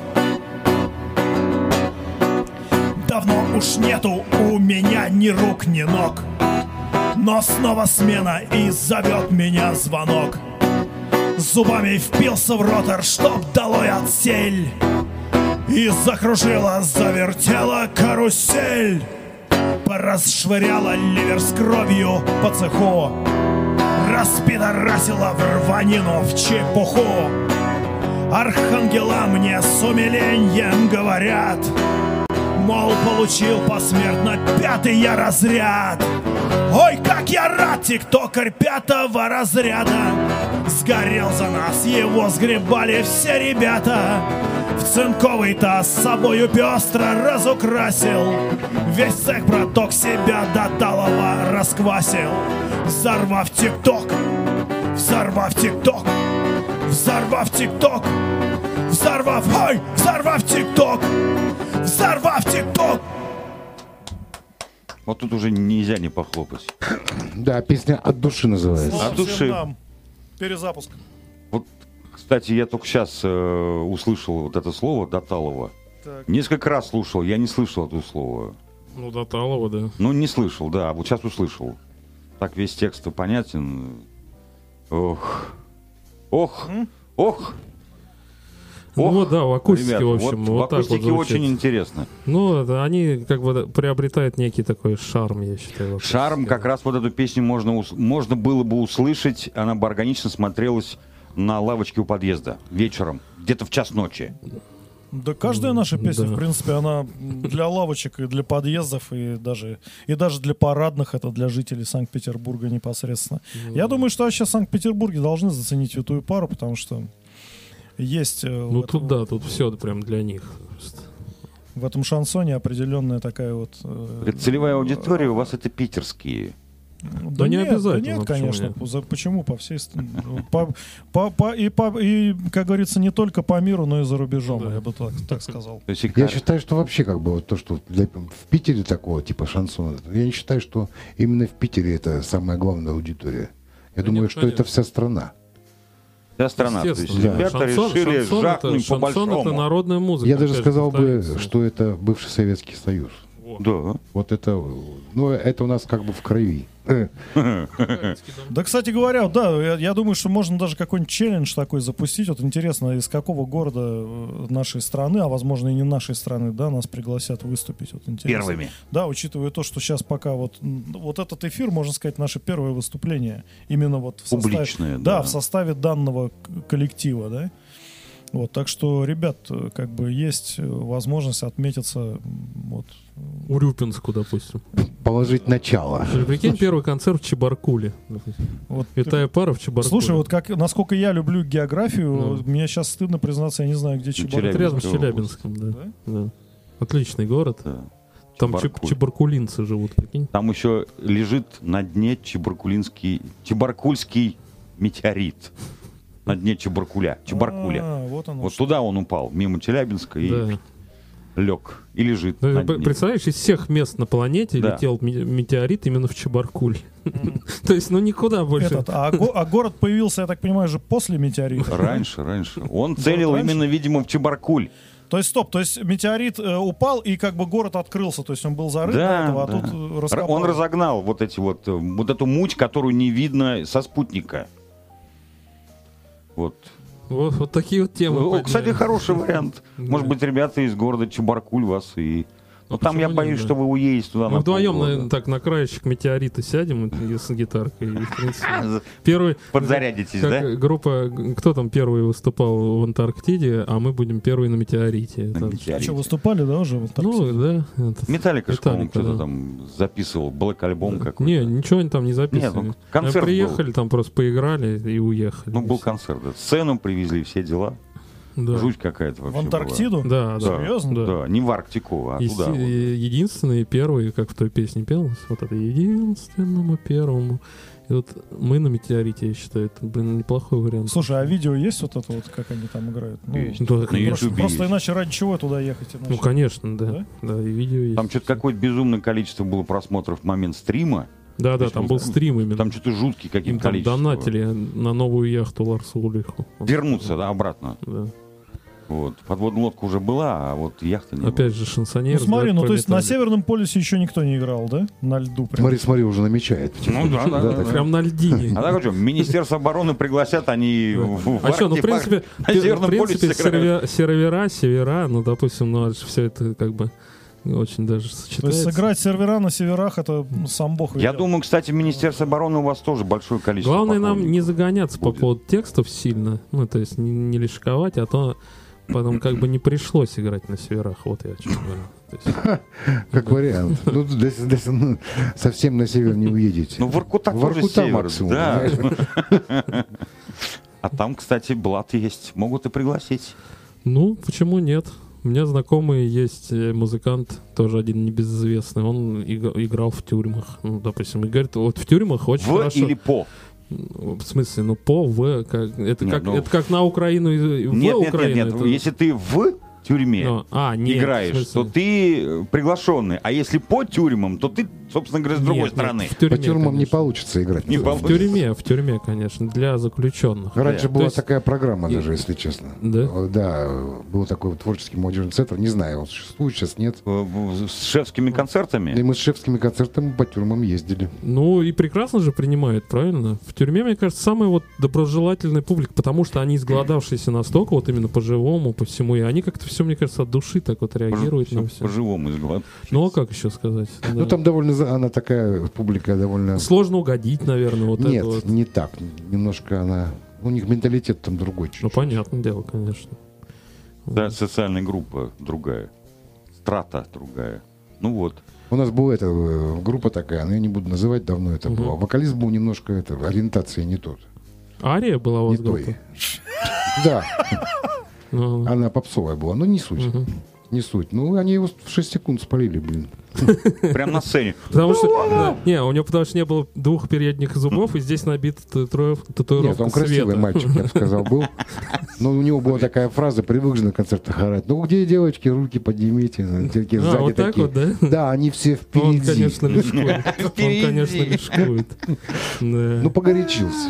Speaker 2: Давно уж нету у меня ни рук, ни ног.
Speaker 5: Но снова смена, и зовет меня звонок. Зубами впился в ротор, чтоб долой отсель. И закружила, завертела карусель. Порасшвыряла ливер с кровью по цеху. Распидорасила в рванину, в чепуху. Архангела мне с умилением говорят, мол, получил посмертно пятый я разряд. Ой, как я рад, тиктокер пятого разряда. Сгорел за нас, его сгребали все ребята. В цинковый таз с собою пестро разукрасил. Весь цех браток себя до талого расквасил. Взорвав тикток, взорвав тикток, взорвав тикток, взорвав, ой, взорвав тикток, взорвав тикток.
Speaker 7: Вот тут уже нельзя не похлопать.
Speaker 3: Да, песня «От души» называется.
Speaker 2: Слава
Speaker 7: От души.
Speaker 2: всем нам. Перезапуск.
Speaker 7: Вот, кстати, я только сейчас э, услышал вот это слово «Доталова».
Speaker 2: Так.
Speaker 7: Несколько раз слушал, я не слышал это слово.
Speaker 4: Ну, до Талова, да.
Speaker 7: Ну, не слышал, да, а вот сейчас услышал. Так весь текст понятен. Ох. Ох. Ох.
Speaker 4: Ну
Speaker 7: Ох,
Speaker 4: вот, да, в акустике,
Speaker 7: ребят,
Speaker 4: в общем,
Speaker 7: вот,
Speaker 4: вот
Speaker 7: в
Speaker 4: так вот
Speaker 7: акустике
Speaker 4: звучит.
Speaker 7: очень интересно.
Speaker 4: Ну, это они как бы приобретают некий такой шарм, я считаю. в акустике.
Speaker 7: Шарм, как раз вот эту песню можно, ус- можно было бы услышать, она бы органично смотрелась на лавочке у подъезда вечером, где-то в час ночи.
Speaker 2: Да каждая наша песня,
Speaker 4: Да.
Speaker 2: в принципе, она для лавочек и для подъездов, и даже, и даже для парадных, это для жителей Санкт-Петербурга непосредственно. Я думаю, что вообще в Санкт-Петербурге должны заценить «Святую пару», потому что есть э,
Speaker 4: Ну,
Speaker 2: в,
Speaker 4: тут
Speaker 2: этом,
Speaker 4: да, тут все прям для них.
Speaker 2: в этом шансоне определенная такая вот... э,
Speaker 7: Говорит, целевая аудитория у вас это питерские.
Speaker 2: Да,
Speaker 4: не
Speaker 2: нет,
Speaker 4: обязательно,
Speaker 2: Да нет,
Speaker 4: почему
Speaker 2: конечно.
Speaker 4: нет?
Speaker 2: За- Почему? По всей стране. По, по, по- и, по, и, как говорится, не только по миру, но и за рубежом,
Speaker 4: Да.
Speaker 2: я бы так, так сказал.
Speaker 7: То есть и
Speaker 3: Я
Speaker 7: кар-
Speaker 3: считаю, что вообще как бы вот то, что для- в Питере такого типа шансона, я не считаю, что именно в Питере это самая главная аудитория. Я
Speaker 4: Да
Speaker 3: думаю,
Speaker 4: нет,
Speaker 3: что
Speaker 4: конечно.
Speaker 3: это вся страна.
Speaker 7: вся страна. То есть
Speaker 4: Естественно, да.
Speaker 7: ребята
Speaker 4: Шансон-
Speaker 7: решили
Speaker 4: шансон
Speaker 7: жахнуть
Speaker 4: это, шансон это
Speaker 7: по-большому.
Speaker 4: народная музыка.
Speaker 3: Я даже
Speaker 4: опять же,
Speaker 3: сказал бы,
Speaker 4: повторюсь.
Speaker 3: что это бывший Советский Союз.
Speaker 7: Да.
Speaker 3: Вот это, ну, это у нас как бы в крови.
Speaker 2: Да, кстати говоря, да, я, я думаю, что можно даже какой-нибудь челлендж такой запустить. Вот интересно, из какого города э, нашей страны, а возможно и не нашей страны, да, нас пригласят выступить. Вот интересно.
Speaker 7: Первыми.
Speaker 2: Да, учитывая то, что сейчас пока вот, м, вот этот эфир, можно сказать, наше первое выступление. Именно вот в составе,
Speaker 7: Публичное,
Speaker 2: да,
Speaker 7: да.
Speaker 2: в составе данного к- коллектива, да. Вот, так что, ребят, э, как бы есть э, возможность отметиться м, вот.
Speaker 4: Урюпинску, допустим.
Speaker 3: Положить начало.
Speaker 4: Или прикинь, первый концерт в Чебаркуле. допустим.
Speaker 2: вот
Speaker 4: Витая пара в Чебаркуле.
Speaker 2: Слушай, вот как, насколько я люблю географию,
Speaker 4: Ну.
Speaker 2: мне сейчас стыдно признаться, я не знаю, где Чебаркуль.
Speaker 4: Это рядом с
Speaker 7: Челябинская
Speaker 4: Челябинском, да.
Speaker 2: Да?
Speaker 4: Да. Отличный город.
Speaker 7: Да.
Speaker 4: Там чеб-
Speaker 7: Чебаркуль.
Speaker 4: чебаркулинцы живут, прикинь.
Speaker 7: Там еще лежит на дне чебаркулинский, чебаркульский метеорит. На дне Чебаркуля. Чебаркуля.
Speaker 2: А, вот оно
Speaker 7: Вот
Speaker 2: что.
Speaker 7: туда он упал, мимо Челябинска, и
Speaker 4: Да.
Speaker 7: лег. И лежит
Speaker 4: Ну,
Speaker 7: на
Speaker 4: п-
Speaker 7: дне.
Speaker 4: Представляешь, из всех мест на планете
Speaker 7: Да.
Speaker 4: летел ме- метеорит именно в Чебаркуль. То есть, ну никуда больше.
Speaker 2: Этот, а, го- а город появился, я так понимаю, же после метеорита.
Speaker 7: Раньше, раньше. Он целил
Speaker 2: раньше?
Speaker 7: именно, видимо, в Чебаркуль.
Speaker 2: То есть, стоп, то есть метеорит э, упал, и как бы город открылся, то есть он был зарыт
Speaker 7: Да,
Speaker 2: до этого, а
Speaker 7: да.
Speaker 2: тут э,
Speaker 7: Р-
Speaker 2: раскопал.
Speaker 7: Он разогнал вот эти вот, э, вот эту муть, которую не видно со спутника. Вот.
Speaker 4: Вот, вот такие вот темы.
Speaker 7: О,
Speaker 4: подняли.
Speaker 7: кстати, хороший вариант.
Speaker 4: Да.
Speaker 7: Может быть, ребята из города Чебаркуль вас и... Ну,
Speaker 4: Ну,
Speaker 7: там я
Speaker 4: почему
Speaker 7: боюсь,
Speaker 4: нет, да.
Speaker 7: что вы уедете туда
Speaker 4: Мы
Speaker 7: на
Speaker 4: вдвоем,
Speaker 7: полгода.
Speaker 4: наверное, так на краешек метеорита сядем и с гитаркой. И, в принципе,
Speaker 7: За-
Speaker 4: первый,
Speaker 7: Подзарядитесь,
Speaker 4: как
Speaker 7: да?
Speaker 4: группа, кто там первый выступал в Антарктиде, а мы будем первые на метеорите.
Speaker 7: На
Speaker 4: Это-
Speaker 7: метеорите.
Speaker 2: А что, выступали, да, уже? Вот так
Speaker 4: ну,
Speaker 2: все?
Speaker 4: да. это-
Speaker 7: Металлика, ж, по-моему,
Speaker 4: Металлика,
Speaker 7: что-то
Speaker 4: да.
Speaker 7: там записывал, блэк-альбом какой-то.
Speaker 4: Не, ничего они там не
Speaker 7: Нет,
Speaker 4: записывали.
Speaker 7: ну, концерт
Speaker 4: Мы приехали, там просто поиграли и уехали.
Speaker 7: Ну,
Speaker 4: И
Speaker 7: был
Speaker 4: всё.
Speaker 7: концерт. Да. Сцену привезли, все дела.
Speaker 4: Да.
Speaker 7: Жуть какая-то вообще
Speaker 2: В Антарктиду?
Speaker 4: Да, да.
Speaker 2: Серьезно?
Speaker 4: Да.
Speaker 7: Да, не в Арктику, а
Speaker 4: И
Speaker 7: туда.
Speaker 4: с-
Speaker 7: вот.
Speaker 4: и единственные первые, как в той песне пелось, вот это единственному первому. И вот мы на метеорите, я считаю, это, блин, неплохой вариант.
Speaker 2: Слушай, а видео есть вот это вот, как они там играют? Ну,
Speaker 7: Есть.
Speaker 4: Да,
Speaker 7: На
Speaker 2: просто,
Speaker 7: Ютубе
Speaker 2: просто
Speaker 7: есть.
Speaker 2: иначе ради чего туда ехать? Иначе?
Speaker 4: Ну, конечно, да.
Speaker 2: Да?
Speaker 4: Да, и видео есть.
Speaker 7: Там что-то какое-то безумное количество было просмотров в момент стрима.
Speaker 4: Да,
Speaker 7: То
Speaker 4: да,
Speaker 7: есть
Speaker 4: там
Speaker 7: он-
Speaker 4: был стрим именно.
Speaker 7: Там что-то жуткие
Speaker 4: Им
Speaker 7: какие-то
Speaker 4: там
Speaker 7: количества.
Speaker 4: донатили на новую яхту Ларсу Улиху.
Speaker 7: Вернуться, да, обратно.
Speaker 4: Да.
Speaker 7: Вот. Подводная лодка уже была, а вот яхта не
Speaker 4: Опять
Speaker 7: была.
Speaker 4: же, шансоньер.
Speaker 2: Ну смотри,
Speaker 4: знает
Speaker 2: ну
Speaker 4: про
Speaker 2: то есть на
Speaker 4: металлик.
Speaker 2: Северном полюсе еще никто не играл, да? На льду прям.
Speaker 3: Смотри, смотри, уже намечает.
Speaker 7: Ну да, да, да,
Speaker 3: так.
Speaker 7: да.
Speaker 4: Прям на льдине.
Speaker 7: А так что, Министерство обороны пригласят, они в, в
Speaker 4: А что, ну, в
Speaker 7: Арктике,
Speaker 4: принципе,
Speaker 7: на
Speaker 4: в
Speaker 7: Северном
Speaker 4: принципе
Speaker 7: полюсе сыграют.
Speaker 4: сервера, сервера, севера, ну, допустим, ну, все это как бы очень даже
Speaker 2: То есть
Speaker 4: сочетается.
Speaker 2: сыграть сервера на северах, это ну, сам бог
Speaker 7: Я
Speaker 2: велел.
Speaker 7: думаю, кстати, в Министерстве обороны у вас тоже большое количество
Speaker 4: Главное нам
Speaker 7: поклонников
Speaker 4: не загоняться по
Speaker 7: будет.
Speaker 4: поводу текстов сильно, ну, то есть не, не лишковать, а то потом как бы не пришлось играть на северах, вот я о чем говорю. То есть,
Speaker 3: Как вариант. Ну, да, да, ну, совсем на север не уедете.
Speaker 7: Ну, Воркута тоже
Speaker 3: Воркута
Speaker 7: север,
Speaker 3: максимум,
Speaker 7: да.
Speaker 3: понимаешь?
Speaker 7: А там, кстати, блат есть. Могут и пригласить.
Speaker 4: ну, почему нет? У меня знакомый есть э, музыкант, тоже один небезызвестный, он иг- играл в тюрьмах, ну, допустим, и говорит, вот в тюрьмах очень
Speaker 7: В
Speaker 4: хорошо.
Speaker 7: или по?
Speaker 4: В смысле, ну по, в, как, это,
Speaker 7: Нет,
Speaker 4: как,
Speaker 7: ну-
Speaker 4: это как на Украину и и в
Speaker 7: Нет, нет,
Speaker 4: Украину.
Speaker 7: нет, нет.
Speaker 4: это-
Speaker 7: Если ты в тюрьме
Speaker 4: Ну, а, нет, в
Speaker 7: играешь,
Speaker 4: смысле-
Speaker 7: то ты э, приглашенный. А если по тюрьмам, то ты, собственно говоря, с другой
Speaker 4: Нет, нет,
Speaker 7: стороны.
Speaker 4: в тюрьме,
Speaker 3: По тюрьмам не
Speaker 4: конечно.
Speaker 3: получится играть.
Speaker 7: Не
Speaker 3: В
Speaker 4: В
Speaker 7: получится.
Speaker 4: тюрьме, в тюрьме, конечно, для заключенных.
Speaker 3: Раньше
Speaker 4: То
Speaker 3: была
Speaker 4: есть-
Speaker 3: такая программа
Speaker 4: и-
Speaker 3: даже, если честно.
Speaker 4: Да?
Speaker 3: Э, Да, был такой вот творческий молодежный центр. Не знаю, он существует, сейчас нет.
Speaker 7: Э, в- С шефскими
Speaker 3: И
Speaker 7: концертами.
Speaker 3: мы с шефскими концертами по тюрьмам ездили.
Speaker 4: Ну и прекрасно же принимают, правильно? В тюрьме, мне кажется, самая вот доброжелательная публика, потому что они изголодавшиеся настолько, вот именно по-живому, по всему, и они как-то все, мне кажется, от души так вот реагируют на все.
Speaker 7: По-живому изглад.
Speaker 4: Ну а как еще сказать?
Speaker 3: Ну
Speaker 4: Да.
Speaker 3: там довольно, за- она такая, публика довольно...
Speaker 4: Сложно угодить, наверное, вот
Speaker 3: Нет,
Speaker 4: это вот.
Speaker 3: не так. Немножко она... У них менталитет там другой
Speaker 4: Ну,
Speaker 3: чуть-чуть.
Speaker 4: понятное дело, конечно.
Speaker 7: Да, социальная группа другая. Страта другая. Ну вот.
Speaker 3: У нас была эта э, группа такая, но я не буду называть, давно это
Speaker 4: Мгм.
Speaker 3: было. Вокалист был немножко это, ориентация не тот.
Speaker 4: Ария была у
Speaker 3: Не
Speaker 4: вас
Speaker 3: той.
Speaker 4: группа?
Speaker 3: Да,
Speaker 4: Ну,
Speaker 3: она попсовая была, но не суть.
Speaker 4: мгм.
Speaker 3: Не суть. Ну, они его в шесть секунд спалили, блин.
Speaker 7: Прям на сцене.
Speaker 4: Потому что, да, не, у него потому что не было двух передних зубов, и здесь набита татуиров- татуировка
Speaker 3: Нет, он красивый
Speaker 4: света.
Speaker 3: мальчик, я бы сказал, был. Но у него была такая фраза, привык же на концертах орать. Ну, где девочки, руки поднимите. Такие
Speaker 4: А,
Speaker 3: сзади
Speaker 4: вот так
Speaker 3: такие.
Speaker 4: вот, да?
Speaker 3: Да, они все
Speaker 4: Он,
Speaker 3: впереди.
Speaker 4: конечно, лишкует. Он,
Speaker 7: Впереди.
Speaker 4: конечно, лишкует. Да.
Speaker 3: Ну, погорячился.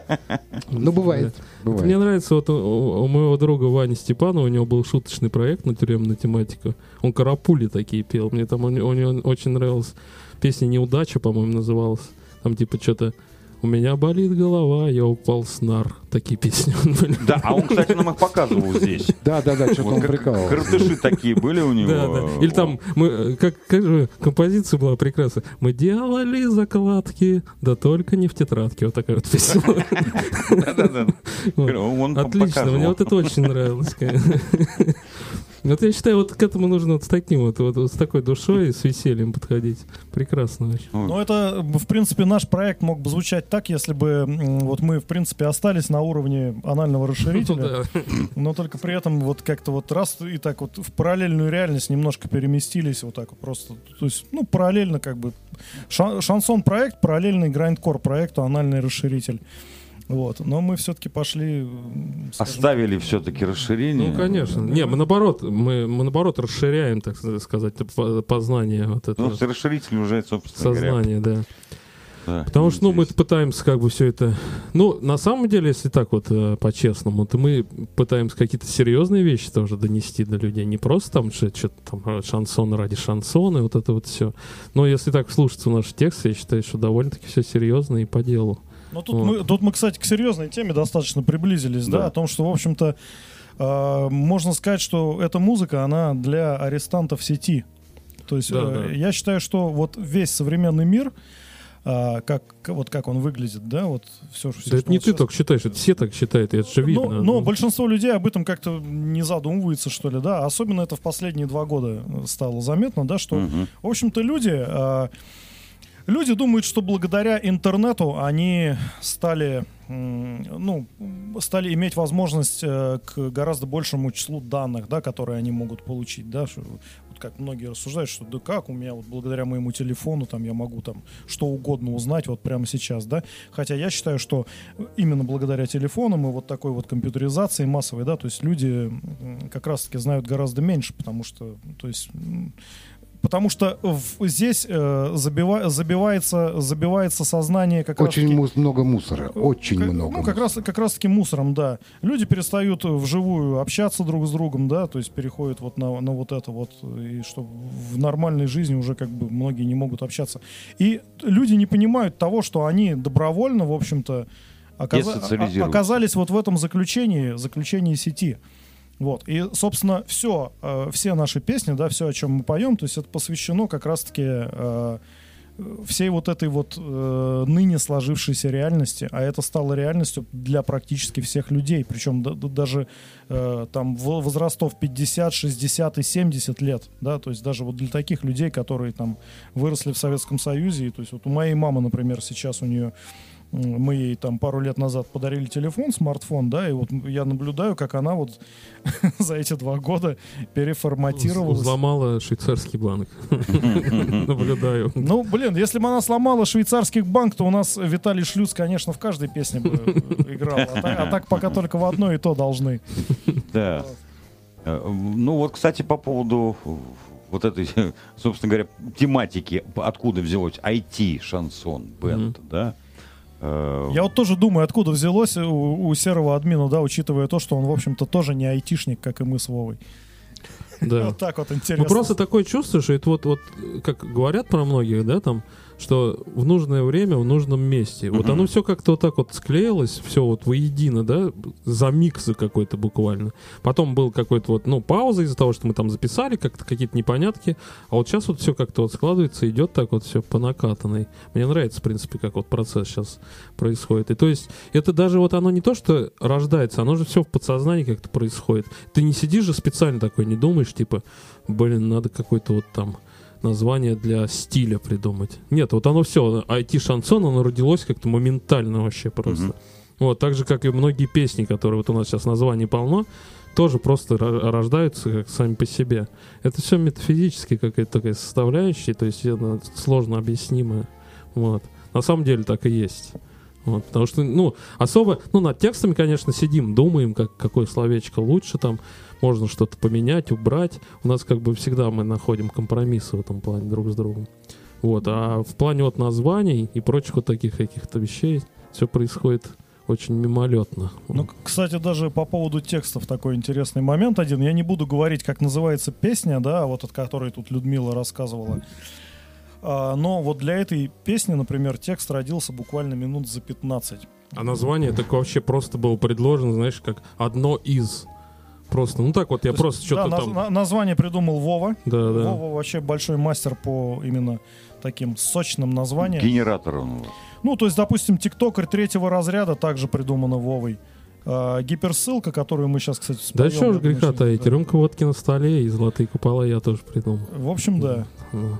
Speaker 3: Ну, бывает.
Speaker 4: Это мне
Speaker 3: Бывает.
Speaker 4: нравится, вот у, у моего друга Вани Степанова, у него был шуточный проект на тюремную тематику. Он карапули такие пел. Мне там у, него- у него очень нравилась песня «Неудача», по-моему, называлась. Там типа что-то «У меня болит голова, я упал с нар». Такие песни были.
Speaker 7: Да, а он, кстати, нам их показывал здесь.
Speaker 3: Да, да, да, что-то
Speaker 7: Вот
Speaker 3: он
Speaker 7: как
Speaker 3: прикалывался.
Speaker 7: Картыши такие были у него.
Speaker 4: Да, да. Или там, мы, э, как, как же композиция была прекрасная. Мы делали закладки, да только не в тетрадке. Вот такая вот песня.
Speaker 7: Да-да-да.
Speaker 4: Вот.
Speaker 7: Он
Speaker 4: Отлично,
Speaker 7: показывал.
Speaker 4: мне вот это очень нравилось. конечно. Вот я считаю, вот к этому нужно вот с таким вот, вот, вот с такой душой и с весельем подходить. Прекрасно очень.
Speaker 2: Ну, это, в принципе, наш проект мог бы звучать так, если бы м, вот мы, в принципе, остались на уровне анального расширителя,
Speaker 4: Да.
Speaker 2: но только при этом вот как-то вот раз и так вот в параллельную реальность немножко переместились вот так вот просто. То есть, ну, параллельно как бы. Ша- шансон-проект, параллельный грайндкор проекту «Анальный расширитель». Вот. Но мы все-таки пошли... м, скажем,
Speaker 7: Оставили все-таки расширение.
Speaker 4: Ну, конечно. Не, мы наоборот, мы, мы наоборот расширяем, так сказать, по- познание вот
Speaker 7: Ну,
Speaker 4: этого
Speaker 7: с- расширитель уже, собственно говоря.
Speaker 4: сознания, да.
Speaker 7: Да,
Speaker 4: Потому что, ну, мы
Speaker 7: неинтересно.
Speaker 4: пытаемся как бы все это... Ну, на самом деле, если так вот э, по-честному, то мы пытаемся какие-то серьезные вещи тоже донести до людей. Не просто там что-то там э, шансон ради шансона и вот это вот все. Но если так вслушаться в наши тексты, я считаю, что довольно-таки все серьезно и по делу.
Speaker 2: Ну, тут,
Speaker 4: Вот.
Speaker 2: мы, тут мы, кстати, к серьезной теме достаточно приблизились, да,
Speaker 7: Да.
Speaker 2: о том, что, в общем-то, э, можно сказать, что эта музыка, она для арестантов сети. То есть
Speaker 4: Да,
Speaker 2: э,
Speaker 4: да.
Speaker 2: я считаю, что вот весь современный мир, э, как, вот как он выглядит, да, вот все, все
Speaker 4: Да это не ты только считаешь, это все так считают, и это же
Speaker 2: Ну,
Speaker 4: видно.
Speaker 2: но большинство людей об этом как-то не задумывается, что ли, да. Особенно это в последние два года стало заметно, да, что,
Speaker 7: Мгм.
Speaker 2: в общем-то, люди, э, люди думают, что благодаря интернету они стали, м, ну, стали иметь возможность э, к гораздо большему числу данных, да, которые они могут получить, да. Что, вот как многие рассуждают, что да как у меня вот благодаря моему телефону там я могу там что угодно узнать вот прямо сейчас, да. Хотя я считаю, что именно благодаря телефонам и вот такой вот компьютеризации массовой, да, то есть люди м, как раз-таки знают гораздо меньше, потому что, то есть м, потому что в, здесь э, забива, забивается, забивается сознание как раз
Speaker 3: Очень мус- много мусора, очень
Speaker 2: как,
Speaker 3: много
Speaker 2: ну, как
Speaker 3: мусора.
Speaker 2: раз, как раз таки мусором, да. Люди перестают вживую общаться друг с другом, да, то есть переходят вот на, на вот это вот, и что в нормальной жизни уже как бы многие не могут общаться. И люди не понимают того, что они добровольно, в общем-то, оказа-
Speaker 7: Десоциализируются.
Speaker 2: оказались вот в этом заключении, заключении сети. Вот. И, собственно, все, э, все наши песни, да, все, о чем мы поем, то есть это посвящено как раз-таки э, всей вот этой вот э, ныне сложившейся реальности, а это стало реальностью для практически всех людей, причем да, да, даже э, там в- возрастов пятьдесят, шестьдесят и семьдесят лет, да, то есть даже вот для таких людей, которые там выросли в Советском Союзе, и, то есть вот у моей мамы, например, сейчас у нее мы ей там пару лет назад подарили телефон, смартфон, да, и вот я наблюдаю, как она вот за эти два года переформатировалась.
Speaker 4: Взломала швейцарский банк. Наблюдаю.
Speaker 2: Ну, блин, если бы она сломала швейцарский банк, то у нас Виталий Шлюц, конечно, в каждой песне бы играл. А так, а так пока только в одной и то должны.
Speaker 7: Да. Э, Ну вот, кстати, по поводу вот этой, собственно говоря, тематики, откуда взялось ай ти, шансон, бенд, да? Э,
Speaker 2: Я вот тоже думаю, откуда взялось у, у серого админа, да, учитывая то, что он, в общем-то, тоже не айтишник, как и мы с Вовой.
Speaker 4: Да.
Speaker 2: Вот так вот интересно.
Speaker 4: Ну просто такое чувство, что это вот, вот, как говорят про многих, да, там, что в нужное время, в нужном месте. Вот оно все как-то вот так вот склеилось, все вот воедино, да, за миксы какой-то буквально. Потом был какой-то вот, ну, пауза из-за того, что мы там записали как-то какие-то непонятки, а вот сейчас вот все как-то вот складывается, идет так вот все по накатанной. Мне нравится, в принципе, как вот процесс сейчас происходит. И то есть это даже вот оно не то, что рождается, оно же все в подсознании как-то происходит. Ты не сидишь же специально такой, не думаешь, типа, блин, надо какой-то вот там название для стиля придумать. Нет, вот оно все, ай ти-шансон, оно родилось как-то моментально вообще просто.
Speaker 7: Мгм.
Speaker 4: Вот, так же, как и многие песни, которые вот у нас сейчас названий полно, тоже просто ро- рождаются как сами по себе. Это все метафизически какая-то такая составляющая, то есть это сложно объяснимое. Вот. На самом деле так и есть. Вот, потому что, ну, особо, ну, над текстами, конечно, сидим, думаем, как, какое словечко лучше там, можно что-то поменять, убрать. У нас как бы всегда мы находим компромиссы в этом плане друг с другом. Вот, а в плане вот названий и прочих вот таких каких-то вещей все происходит очень мимолетно.
Speaker 2: Ну, к- кстати, даже по поводу текстов такой интересный момент один. Я не буду говорить, как называется песня, да, вот от которой тут Людмила рассказывала. А, но вот для этой песни, например, текст родился буквально минут за пятнадцать.
Speaker 4: А название так вообще просто было предложено, знаешь, как одно из. Просто, ну так вот, я
Speaker 2: То есть,
Speaker 4: просто что-то
Speaker 2: да,
Speaker 4: там...
Speaker 2: наз- на- название придумал Вова.
Speaker 4: Да, да.
Speaker 2: Вова вообще большой мастер по именно таким сочным названиям.
Speaker 7: Генератор он у вас.
Speaker 2: Ну, то есть, допустим, тиктокер третьего разряда также придумано Вовой. А, гиперссылка, которую мы сейчас, кстати,
Speaker 4: Да
Speaker 2: споем,
Speaker 4: что ж
Speaker 2: я
Speaker 4: греха
Speaker 2: думаю,
Speaker 4: таить,
Speaker 2: что-
Speaker 4: рюмка водки на столе и золотые купола я тоже придумал.
Speaker 2: В общем, да.
Speaker 4: Ну.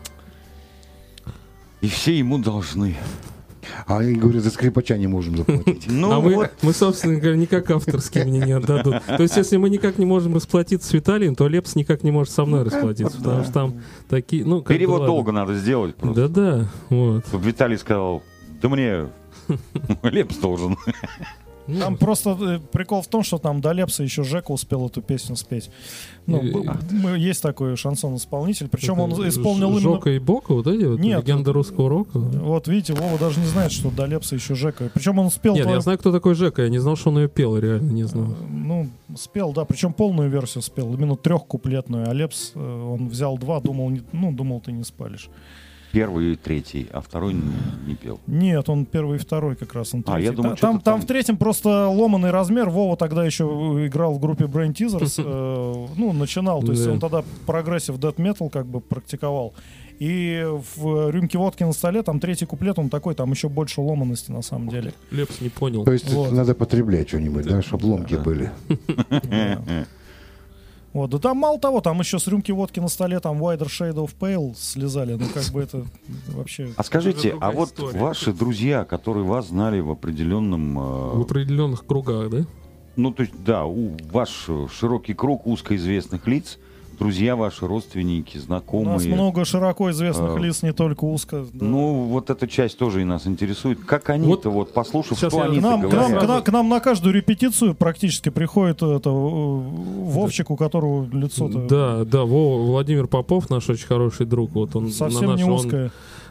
Speaker 7: И все ему должны.
Speaker 3: А они говорят, за скрипача не можем заплатить.
Speaker 7: Ну
Speaker 4: а мы,
Speaker 7: вот,
Speaker 4: мы, собственно говоря, никак авторские мне не отдадут. То есть, если мы никак не можем расплатиться с Виталием, то Лепс никак не может со мной расплатиться, потому что там такие, ну, как бы
Speaker 7: перевод
Speaker 4: ладно.
Speaker 7: долго надо сделать просто.
Speaker 4: Да-да, вот.
Speaker 7: Чтобы Виталий сказал, да мне Лепс должен.
Speaker 4: Ну,
Speaker 2: Там просто э, прикол в том, что там до Лепса еще Жека успел эту песню спеть. Ну,
Speaker 4: И-
Speaker 2: б- м- есть такой шансон-исполнитель, причем он
Speaker 4: это
Speaker 2: исполнил
Speaker 4: Ж-
Speaker 2: именно...
Speaker 4: Жока и Бока, вот эти вот
Speaker 2: Нет.
Speaker 4: легенда русского рока.
Speaker 2: Вот видите, Вова даже не знает, что до Лепса еще Жека. Причем он спел...
Speaker 4: Нет,
Speaker 2: твою-
Speaker 4: я знаю, кто такой Жека, я не знал, что он ее пел, реально не знал.
Speaker 2: Ну, спел, да, причем полную версию спел, именно трехкуплетную, а Лепс, э, он взял два, думал, не- ну, думал, ты не спалишь.
Speaker 7: Первый и третий, а второй не, не пел.
Speaker 2: Нет, он первый и второй как раз, он
Speaker 7: А,
Speaker 2: третий.
Speaker 7: я думал,
Speaker 2: Та-
Speaker 7: что-то
Speaker 2: там, там
Speaker 7: там-
Speaker 2: в третьем просто ломаный размер, Вова тогда еще играл в группе Brain Teasers, э, ну, начинал, то есть
Speaker 4: Да.
Speaker 2: он тогда прогрессив death metal как бы практиковал. И в «Рюмке водки на столе» там третий куплет, он такой, там еще больше ломаности на самом деле.
Speaker 4: Лепс не понял.
Speaker 3: То есть
Speaker 2: Вот.
Speaker 3: надо потреблять что-нибудь, да, чтобы ломки
Speaker 7: Да.
Speaker 3: были.
Speaker 2: Да. Вот, да там мало того, там еще с «Рюмки водки на столе» там Wider Shade of Pale слезали, ну как бы это вообще...
Speaker 7: А скажите,
Speaker 4: другая
Speaker 7: а вот
Speaker 4: история.
Speaker 7: ваши друзья, которые вас знали в определенном...
Speaker 4: В
Speaker 7: э,
Speaker 4: определенных кругах, да?
Speaker 7: Ну, то есть, да, у, ваш э, широкий круг узкоизвестных лиц друзья ваши, родственники,
Speaker 2: У
Speaker 7: знакомые.
Speaker 2: нас много широко известных
Speaker 7: А,
Speaker 2: лиц, не только узко. Да.
Speaker 7: Ну, вот эта часть тоже и нас интересует. Как они-то, вот, послушав,
Speaker 4: сейчас
Speaker 7: что
Speaker 4: я-
Speaker 2: К
Speaker 7: они-то
Speaker 2: нам, к, нам,
Speaker 7: говорят.
Speaker 2: к, нам, к нам на каждую репетицию практически приходит это, э, Вовчик, у которого лицо-то
Speaker 4: Да, да, Во- Владимир Попов, наш очень хороший друг, вот он
Speaker 2: совсем
Speaker 4: на наш,
Speaker 2: не
Speaker 4: он-
Speaker 2: узкое.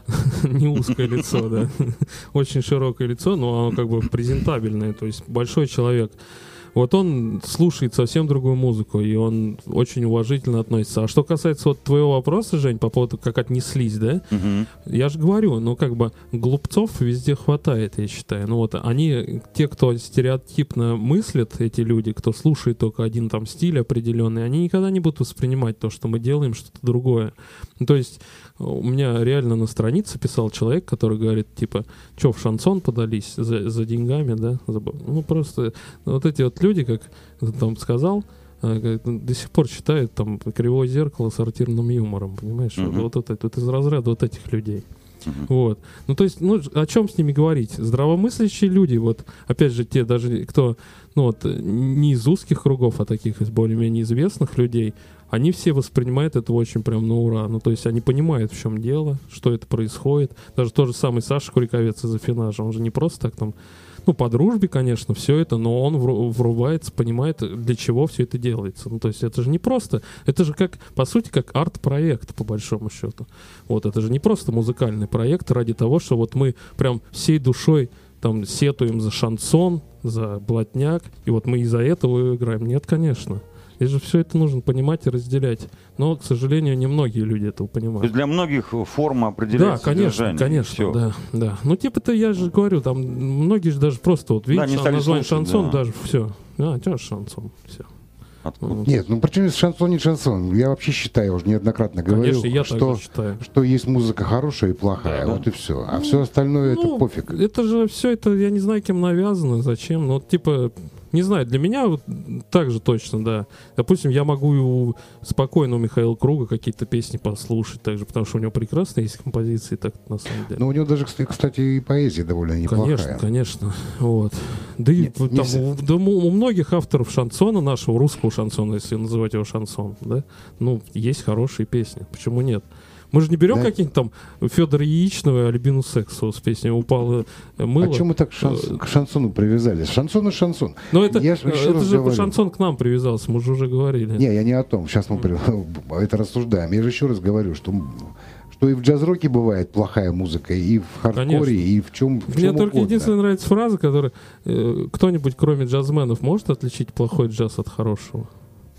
Speaker 4: не узкое лицо, да. Очень широкое лицо, но оно как бы презентабельное, то есть большой человек. Вот он слушает совсем другую музыку, и он очень уважительно относится. А что касается вот твоего вопроса, Жень, по поводу, как отнеслись, да?
Speaker 7: Мгм.
Speaker 4: Я же говорю, ну как бы глупцов везде хватает, я считаю. Ну вот они, те, кто стереотипно мыслят, эти люди, кто слушает только один там стиль определенный, они никогда не будут воспринимать то, что мы делаем, что-то другое. Ну, то есть у меня реально на странице писал человек, который говорит, типа, что, в шансон подались за, за деньгами, да? Заб- Ну просто вот эти вот люди, как ты там сказал, а, говорит, ну, до сих пор считают там «Кривое зеркало» сортирным юмором, понимаешь?
Speaker 7: Мгм.
Speaker 4: Вот, вот, это, вот из разряда вот этих людей.
Speaker 7: Мгм.
Speaker 4: Вот. Ну, то есть, ну, о чем с ними говорить? Здравомыслящие люди, вот, опять же, те даже, кто, ну, вот, не из узких кругов, а таких из более-менее известных людей, они все воспринимают это очень прям на ура. Ну, то есть, они понимают, в чем дело, что это происходит. Даже тот же самый Саша Куриковец из Афинажа, он же не просто так там, ну, по дружбе, конечно, все это, но он вру- врубается, понимает, для чего все это делается. Ну, то есть, это же не просто, это же как, по сути, как арт-проект, по большому счету. Вот, это же не просто музыкальный проект ради того, что вот мы прям всей душой там сетуем за шансон, за блатняк, и вот мы из-за этого играем. Нет, конечно. Здесь же все это нужно понимать и разделять. Но, к сожалению, немногие люди этого
Speaker 7: То
Speaker 4: понимают.
Speaker 7: есть для многих форма
Speaker 4: Да,
Speaker 7: определяет
Speaker 4: конечно,
Speaker 7: содержание.
Speaker 4: конечно,
Speaker 7: Всё.
Speaker 4: да, да. Ну, типа-то я же говорю, там многие же даже просто вот видят
Speaker 7: не
Speaker 4: шан-
Speaker 7: стали
Speaker 4: название
Speaker 7: слушать,
Speaker 4: шансон,
Speaker 7: да.
Speaker 4: даже все. А, это шансон, все.
Speaker 7: Откуда?
Speaker 3: Нет, ну причем здесь шансон не шансон. Я вообще считаю, уже неоднократно говорил,
Speaker 4: Конечно, я
Speaker 3: что,
Speaker 4: так же считаю.
Speaker 3: что есть музыка хорошая и плохая,
Speaker 7: Да,
Speaker 3: вот и все. А все остальное
Speaker 4: Ну,
Speaker 3: это пофиг.
Speaker 4: Это же все это, я не знаю, кем навязано, зачем. Ну, вот, типа, не знаю, для меня вот так же точно, да. Допустим, я могу и у, спокойно у Михаила Круга какие-то песни послушать также, потому что у него прекрасные есть композиции, так на самом деле.
Speaker 3: Но у него даже, кстати, кстати, и поэзия довольно неплохая.
Speaker 4: Конечно, конечно. Вот. Да и
Speaker 3: Не-
Speaker 4: вот
Speaker 3: не
Speaker 4: там,
Speaker 3: с-
Speaker 4: у, да у у многих авторов шансона, нашего русского шансона, если называть его шансон, да, ну, есть хорошие песни. Почему нет? Мы же не берем
Speaker 3: Да.
Speaker 4: каких-нибудь там Федора Яичного и Альбину Сексову с песней «Упало мыло».
Speaker 3: А чем мы так шанс- к шансону привязались? Шансон и шансон.
Speaker 4: Но это,
Speaker 3: Я ж
Speaker 4: э,
Speaker 3: еще
Speaker 4: это
Speaker 3: раз
Speaker 4: же
Speaker 3: говорю.
Speaker 4: шансон к нам привязался, мы же уже говорили.
Speaker 3: Не, я не о том. Сейчас мы при- это рассуждаем. Я же еще раз говорю, что, что и в джаз-роке бывает плохая музыка, и в хардкоре,
Speaker 4: Конечно.
Speaker 3: и в чем, в
Speaker 4: Мне
Speaker 3: чем
Speaker 4: только
Speaker 3: угодно.
Speaker 4: единственная нравится фраза, которая э, кто-нибудь, кроме джазменов, может отличить плохой джаз от хорошего?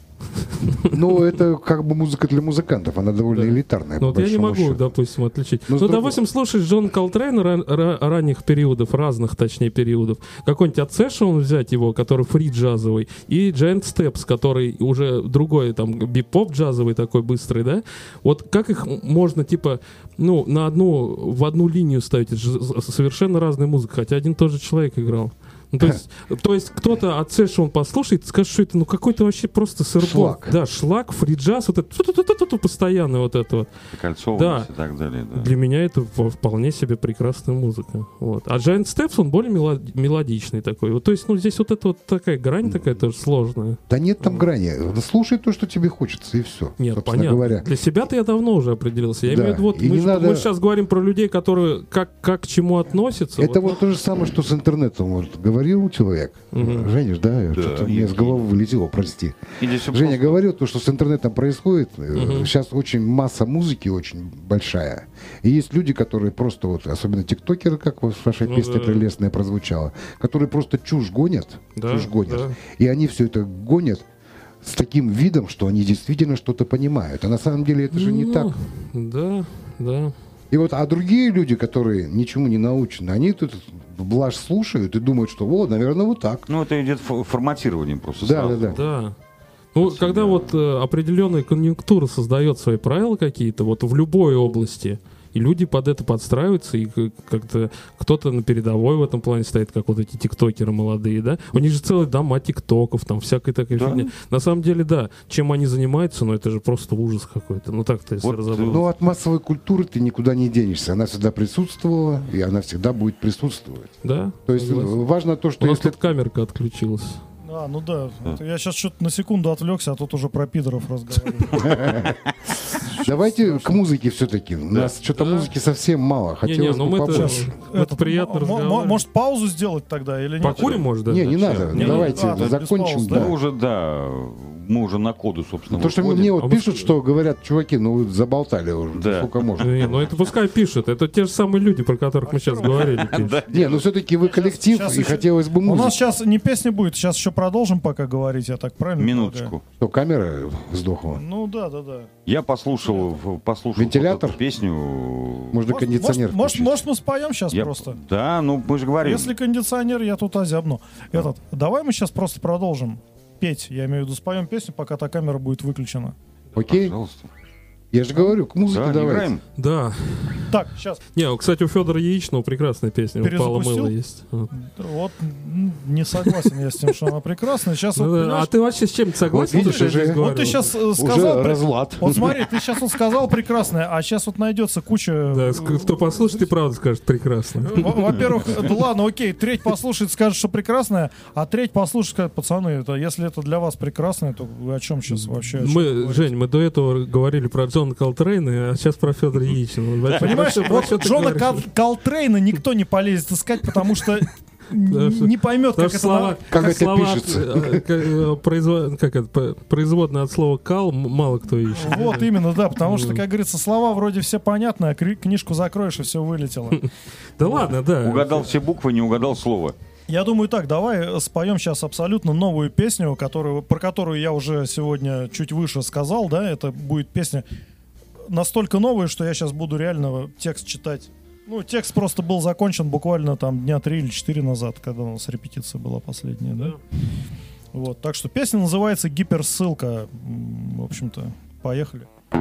Speaker 3: Ну, это как бы музыка для музыкантов. Она довольно
Speaker 4: Да.
Speaker 3: элитарная,
Speaker 4: Ну,
Speaker 3: по
Speaker 4: вот я не
Speaker 3: большому
Speaker 4: могу,
Speaker 3: счету.
Speaker 4: допустим, отличить.
Speaker 3: Ну,
Speaker 4: Ну,
Speaker 3: с другой-
Speaker 4: допустим, слушаешь Джон Колтрейна ран- ра- ранних периодов, разных, точнее, периодов. Какой-нибудь от Session взять его, который фри-джазовый, и Giant Steps, который уже другой, там, бип-поп джазовый такой быстрый, да? Вот как их м- можно, типа, ну, на одну, в одну линию ставить? Это же з- совершенно разная музыка, хотя один и тот же человек играл. Ну, то есть, то есть кто-то от Session послушает и скажет, что это ну какой-то вообще просто сырбол.
Speaker 3: Шлак.
Speaker 4: Да, шлак, фри-джаз, вот это ту-ту-ту-ту-ту, постоянно вот это вот.
Speaker 7: Кольцованность
Speaker 4: Да.
Speaker 7: и так далее. Да.
Speaker 4: Для меня это в- вполне себе прекрасная музыка. Вот. А Giant Steps, он более мело- мелодичный такой. Вот, то есть, ну, здесь вот эта вот такая грань такая тоже сложная.
Speaker 3: Да нет там грани. Слушай то, что тебе хочется, и все.
Speaker 4: Нет,
Speaker 3: собственно
Speaker 4: понятно.
Speaker 3: говоря.
Speaker 4: Для себя-то я давно уже определился. Я
Speaker 3: Да.
Speaker 4: имею в виду, вот
Speaker 3: И
Speaker 4: мы,
Speaker 3: не
Speaker 4: же-
Speaker 3: надо-
Speaker 4: мы сейчас говорим про людей, которые как, как к чему относятся.
Speaker 3: Это вот то же самое, что с интернетом вот, говорил человек.
Speaker 4: Мгм.
Speaker 3: Женя, да? Что-то мне с
Speaker 7: Евгений.
Speaker 3: головы вылетело, прости.
Speaker 7: Или всё
Speaker 3: Женя
Speaker 7: просто-
Speaker 3: говорил, то, что с интернетом происходит. э,
Speaker 4: Мгм.
Speaker 3: Сейчас очень масса музыки очень большая. И есть люди, которые просто, вот, особенно тиктокеры, как вот ваша
Speaker 4: Ну
Speaker 3: песня
Speaker 4: да.
Speaker 3: прелестная прозвучала, которые просто чушь гонят.
Speaker 4: Да,
Speaker 3: чушь гонят.
Speaker 4: да.
Speaker 3: И они все это гонят с таким видом, что они действительно что-то понимают. А на самом деле это же не
Speaker 4: Ну,
Speaker 3: так.
Speaker 4: Да, да.
Speaker 3: И вот, а другие люди, которые ничему не научены, они тут блажь слушают и думают, что вот, наверное, вот так.
Speaker 7: Ну, это идет фо- форматирование просто.
Speaker 3: Да,
Speaker 7: сразу.
Speaker 3: да, да.
Speaker 4: Да. Ну,
Speaker 7: Спасибо.
Speaker 4: когда вот э, определенная конъюнктура создает свои правила какие-то, вот в любой области, и люди под это подстраиваются, и к- как-то кто-то на передовой в этом плане стоит, как вот эти тиктокеры молодые, да? У них же целые дома тиктоков, там всякой такой
Speaker 7: Да.
Speaker 4: фигни. На самом деле, да, чем они занимаются, ну это же просто ужас какой-то. Ну так-то, если
Speaker 7: Вот,
Speaker 4: разобраться.
Speaker 3: Но от массовой культуры ты никуда не денешься. Она всегда присутствовала, и она всегда будет присутствовать.
Speaker 4: Да?
Speaker 3: То есть
Speaker 4: согласен.
Speaker 3: важно то,
Speaker 4: У
Speaker 3: что
Speaker 4: нас
Speaker 3: если...
Speaker 4: тут камерка отключилась.
Speaker 2: А, ну да. Это я сейчас что-то на секунду отвлекся, а тут уже про пидоров разговариваю.
Speaker 3: Давайте к музыке все-таки. У нас что-то музыки совсем мало. Хотелось
Speaker 4: ну
Speaker 3: бы
Speaker 4: мы-то-
Speaker 3: побольше.
Speaker 4: Это приятно
Speaker 2: м- м-
Speaker 4: разговаривать.
Speaker 2: Может, паузу сделать тогда или нет?
Speaker 4: Покурим, может, да?
Speaker 3: Не, не надо.
Speaker 2: Не,
Speaker 3: Давайте
Speaker 2: а, то есть без
Speaker 3: закончим.
Speaker 2: пауз,
Speaker 3: да.
Speaker 7: Мы уже, да, мы уже на коду, собственно,
Speaker 3: То, что
Speaker 7: выходим.
Speaker 3: мне
Speaker 4: А
Speaker 3: вот
Speaker 4: вы
Speaker 3: пишут,
Speaker 4: что-
Speaker 3: что говорят, чуваки, ну вы заболтали уже,
Speaker 7: Да.
Speaker 3: сколько можно.
Speaker 4: Не, ну это пускай пишут. Это те же самые люди, про которых мы сейчас говорили. пишут.
Speaker 3: Не, ну все-таки вы коллектив,
Speaker 2: Сейчас
Speaker 3: и
Speaker 2: еще-
Speaker 3: хотелось бы
Speaker 2: У нас
Speaker 3: музыки.
Speaker 2: сейчас не песня будет, сейчас еще продолжим пока говорить, я так правильно
Speaker 7: Минуточку.
Speaker 2: полагаю?
Speaker 3: Что, камера сдохла?
Speaker 2: Ну да, да, да.
Speaker 7: Я послушал, в- послушал
Speaker 3: Вентилятор?
Speaker 7: вот эту песню.
Speaker 3: Можно
Speaker 2: Может,
Speaker 3: кондиционер
Speaker 2: может, может,
Speaker 3: включить.
Speaker 2: может, мы споем сейчас
Speaker 7: Я-
Speaker 2: просто?
Speaker 7: Да, ну мы же говорим.
Speaker 2: Если кондиционер, я тут озябну. Этот, давай мы сейчас просто продолжим петь. Я имею в виду, споем песню, пока та камера будет выключена.
Speaker 3: Окей?
Speaker 7: Пожалуйста.
Speaker 3: Я же говорю, к музыке
Speaker 7: Да, не
Speaker 3: давайте.
Speaker 7: играем.
Speaker 4: Да.
Speaker 2: Так, сейчас.
Speaker 4: Не, кстати, у Федора Яичного прекрасная песня. У Пала
Speaker 2: Перезапустил?
Speaker 4: Мыла есть. Вот.
Speaker 2: Вот м, не согласен я с тем, что она прекрасная. Сейчас
Speaker 4: Ну
Speaker 2: вот,
Speaker 4: да,
Speaker 2: понимаешь,
Speaker 4: а ты вообще с чем-то согласен?
Speaker 3: видишь,
Speaker 4: что я
Speaker 3: уже-
Speaker 4: здесь
Speaker 3: вот
Speaker 2: вот ты
Speaker 4: говорю?
Speaker 2: сейчас
Speaker 3: Уже
Speaker 2: сказал... при-
Speaker 3: разлад.
Speaker 2: Вот смотри, ты сейчас вот сказал прекрасная, а сейчас вот найдется куча...
Speaker 4: Да, ск- кто послушает, и правда скажет прекрасно.
Speaker 2: Во- Во-первых, да ладно, окей, треть послушает, скажет, что прекрасная, а треть послушает, скажет, пацаны, это, если это для вас прекрасное, то вы о чем сейчас вообще? о чем
Speaker 4: Мы,
Speaker 2: говорите?
Speaker 4: Жень, мы до этого говорили про Джона Колтрейна, а сейчас про Федора Яичного.
Speaker 2: Понимаешь,
Speaker 4: Про что- про
Speaker 2: вот
Speaker 4: что ты
Speaker 2: Джона
Speaker 4: говоришь?
Speaker 2: Кол- Колтрейна никто не полезет искать, потому что
Speaker 4: Да, что-
Speaker 2: не поймет,
Speaker 4: Потому
Speaker 2: как
Speaker 4: что
Speaker 2: это...
Speaker 4: слова,
Speaker 2: на-
Speaker 3: Как это
Speaker 4: слова
Speaker 3: пишется.
Speaker 4: от- э, как, э, произво- как это, по- производное от слова кал м- мало кто ищет.
Speaker 2: Вот именно, да, потому что, как говорится, слова вроде все понятны, а кри- книжку закроешь, и все вылетело.
Speaker 4: Да ладно, да.
Speaker 7: Угадал все буквы, не угадал слово.
Speaker 2: Я думаю так, давай споем сейчас абсолютно новую песню, которую, про которую я уже сегодня чуть выше сказал, да, это будет песня настолько новая, что я сейчас буду реально текст читать. Ну, текст просто был закончен буквально там дня три или четыре назад, когда у нас репетиция была последняя, да? Вот, так что песня называется «Гиперссылка». М, В общем-то, поехали.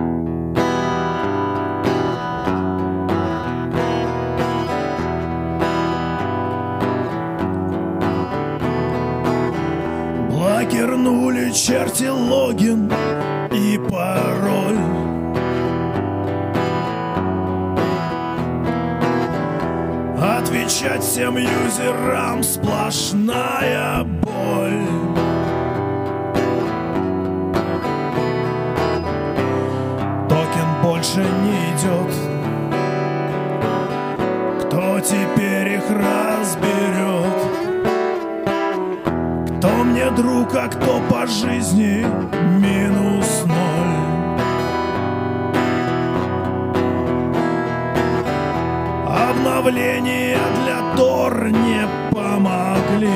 Speaker 5: Блокернули черти логин и пароль. Отвечать всем юзерам сплошная боль. Токен больше не идет. Кто теперь их разберет? Кто мне друг, а кто по жизни минус ноль? Обновления для Тор не помогли.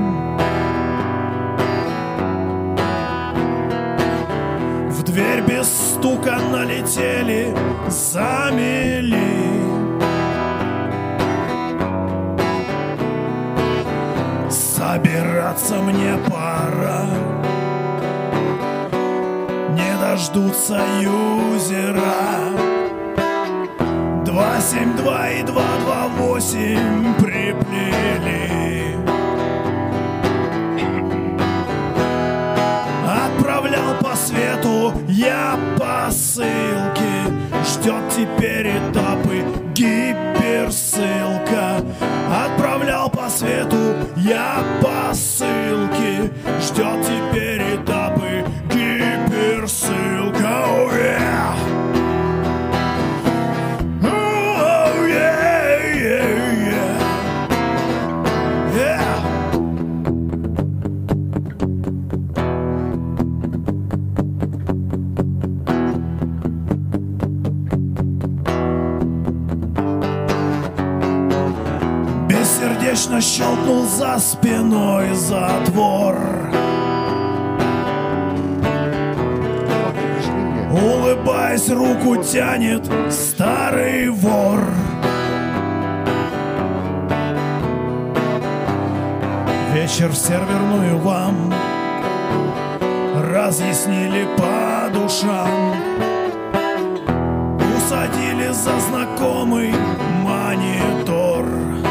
Speaker 5: В дверь без стука налетели, замели. Собираться мне пора. Не дождутся юзера. Два семь два и два два восемь приплели. Отправлял по свету я посылки. Ждет теперь этапы гиперссылка. Отправлял по свету я посылки. Ждет теперь этапы гиперссылка. Oh, yeah. Oh, yeah, yeah, yeah. Yeah. Бессердечно щелкнул за спиной затвор. Улыбаясь, руку тянет старый вор. Вечер в серверную вам разъяснили по душам. Усадили за знакомый монитор.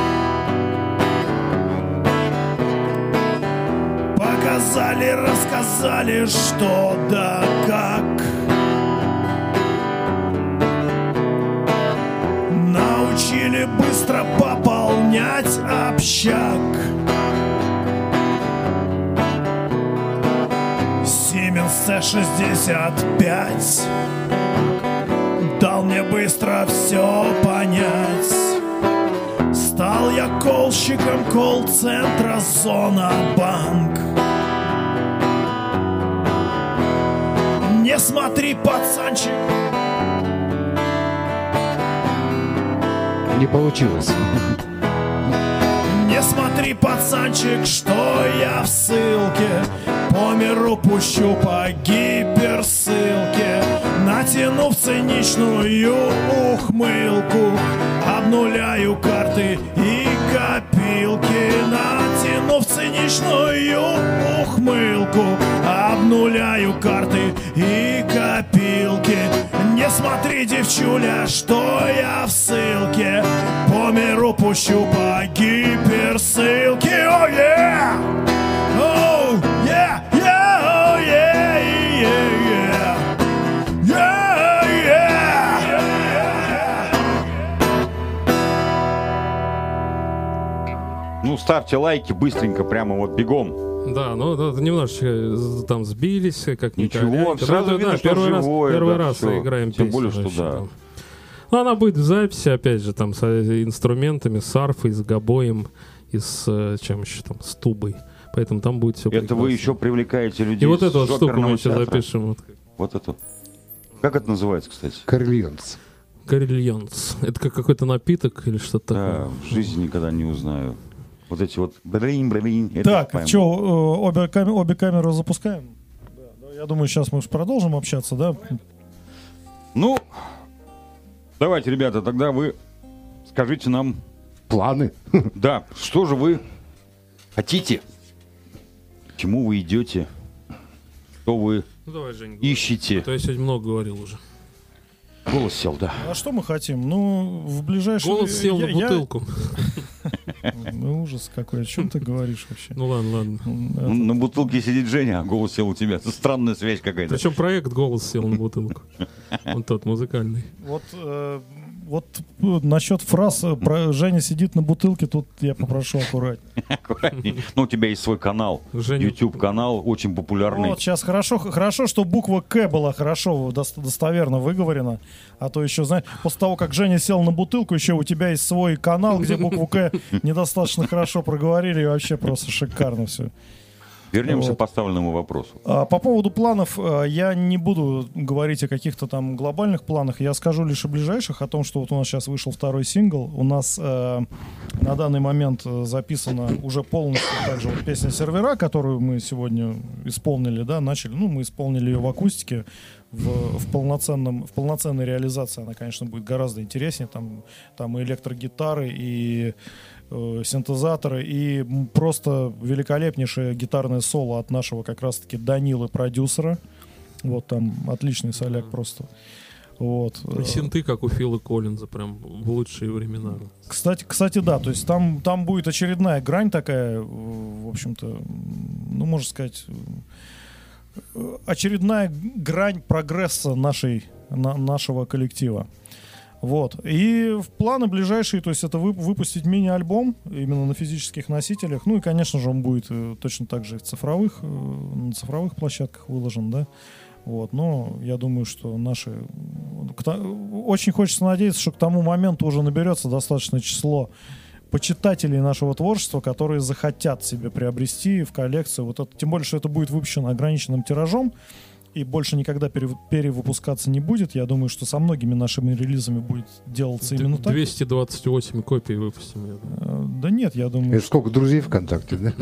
Speaker 5: Показали, рассказали, что да как. Научили быстро пополнять общак. Siemens си шестьдесят пять дал мне быстро все понять. Стал я колщиком колл-центра Зона Банк. Не смотри, пацанчик.
Speaker 3: Не получилось.
Speaker 5: Не смотри, пацанчик, что я в ссылке. По миру пущу по гиперссылке, натянув циничную ухмылку. Обнуляю карты и копилки, натянув циничную ухмылку. Обнуляю карты и копилки. Не смотри, девчуля, что я в ссылке. По миру пущу по гиперссылке. О, oh, yeah! Oh, yeah, yeah, oh, yeah, yeah, yeah. Yeah, yeah.
Speaker 7: Ну, ставьте лайки быстренько, прямо вот бегом.
Speaker 4: Да, ну да, немножечко там сбились, как
Speaker 7: ничего, сразу
Speaker 4: да,
Speaker 7: видно,
Speaker 4: да,
Speaker 7: что
Speaker 4: первый
Speaker 7: живое,
Speaker 4: раз, первый
Speaker 7: да,
Speaker 4: раз
Speaker 7: всё.
Speaker 4: играем
Speaker 7: Тем
Speaker 4: песню.
Speaker 7: более, что
Speaker 4: вообще,
Speaker 7: да.
Speaker 4: там. Ну, она будет в записи, опять же, там, с инструментами, с арфой, с гобоем и с чем еще там, с тубой. Поэтому там будет все
Speaker 7: Это
Speaker 4: прекрасно.
Speaker 7: вы еще привлекаете людей.
Speaker 4: И вот эту вот
Speaker 7: с
Speaker 4: штуку мы
Speaker 7: оперного
Speaker 4: еще
Speaker 7: театра.
Speaker 4: запишем. Вот.
Speaker 7: Вот эту. Как это называется, кстати?
Speaker 3: Коррельонс.
Speaker 4: Коррельонс. Это как какой-то напиток или что-то
Speaker 7: Да,
Speaker 4: такое?
Speaker 7: в жизни никогда не узнаю. Вот эти вот блин, блин.
Speaker 2: Так, что, обе, кам- обе камеры запускаем? Да, да, я думаю, сейчас мы уж продолжим общаться, да?
Speaker 7: Ну, давайте, ребята, тогда вы скажите нам,
Speaker 3: Планы.
Speaker 7: да, что же вы хотите? К чему вы идете? Что вы
Speaker 4: Ну, давай, Жень, говори.
Speaker 7: ищете?
Speaker 4: А то я сегодня много говорил уже.
Speaker 7: Голос сел, да.
Speaker 2: А что мы хотим? Ну, в ближайшее...
Speaker 4: Голос сел
Speaker 2: я-
Speaker 4: на
Speaker 2: я-
Speaker 4: бутылку.
Speaker 2: Ну, ужас какой. О чем ты говоришь вообще?
Speaker 4: Ну ладно, ладно.
Speaker 2: Это-
Speaker 7: Ну, на бутылке сидит Женя, а голос сел у тебя. Это странная связь какая-то.
Speaker 4: Причем проект «Голос» сел на бутылку. Вот тот музыкальный.
Speaker 2: Вот, э, вот э, насчет фраз э, про Женя сидит на бутылке, тут я попрошу аккуратнее.
Speaker 7: Аккуратней. Ну, у тебя есть свой канал,
Speaker 4: Женя-
Speaker 2: Ну,
Speaker 7: YouTube-канал, очень популярный.
Speaker 2: вот сейчас хорошо, хорошо, что буква К была хорошо дос- достоверно выговорена, а то еще, знаешь, после того, как Женя сел на бутылку, еще у тебя есть свой канал, где букву К недостаточно хорошо проговорили, и вообще просто шикарно все.
Speaker 7: Вернемся
Speaker 2: Вот.
Speaker 7: к поставленному вопросу.
Speaker 2: А, По поводу планов, а, я не буду говорить о каких-то там глобальных планах, я скажу лишь о ближайших, о том, что вот у нас сейчас вышел второй сингл, у нас э, на данный момент э, записана уже полностью также вот песня «Сервера», которую мы сегодня исполнили, да, начали, ну, мы исполнили ее в акустике, в, в, полноценном, в полноценной реализации она, конечно, будет гораздо интереснее, там, там и электрогитары, и э, синтезаторы, и м, просто великолепнейшее гитарное соло от нашего как раз-таки Данилы, продюсера. Вот там отличный соляк просто. Вот.
Speaker 4: И синты, как у Фила Коллинза, прям в лучшие времена.
Speaker 2: Кстати, кстати, да, то есть там, там будет очередная грань такая, в общем-то, ну, можно сказать, очередная грань прогресса нашей, на, нашего коллектива. Вот. И в планы ближайшие, то есть это вы, выпустить мини-альбом именно на физических носителях. Ну и, конечно же, он будет э, точно так же и в цифровых, э, на цифровых площадках выложен, да. Вот. Но я думаю, что наши... к то- Очень хочется надеяться, что к тому моменту уже наберется достаточное число почитателей нашего творчества, которые захотят себе приобрести в коллекцию. Вот это, тем более, что это будет выпущено ограниченным тиражом и больше никогда пере- перевыпускаться не будет. Я думаю, что со многими нашими релизами будет делаться именно так.
Speaker 4: двести двадцать восемь копий выпустим. Я думаю.
Speaker 2: Э, Да нет, я думаю...
Speaker 3: Это сколько друзей ВКонтакте, да?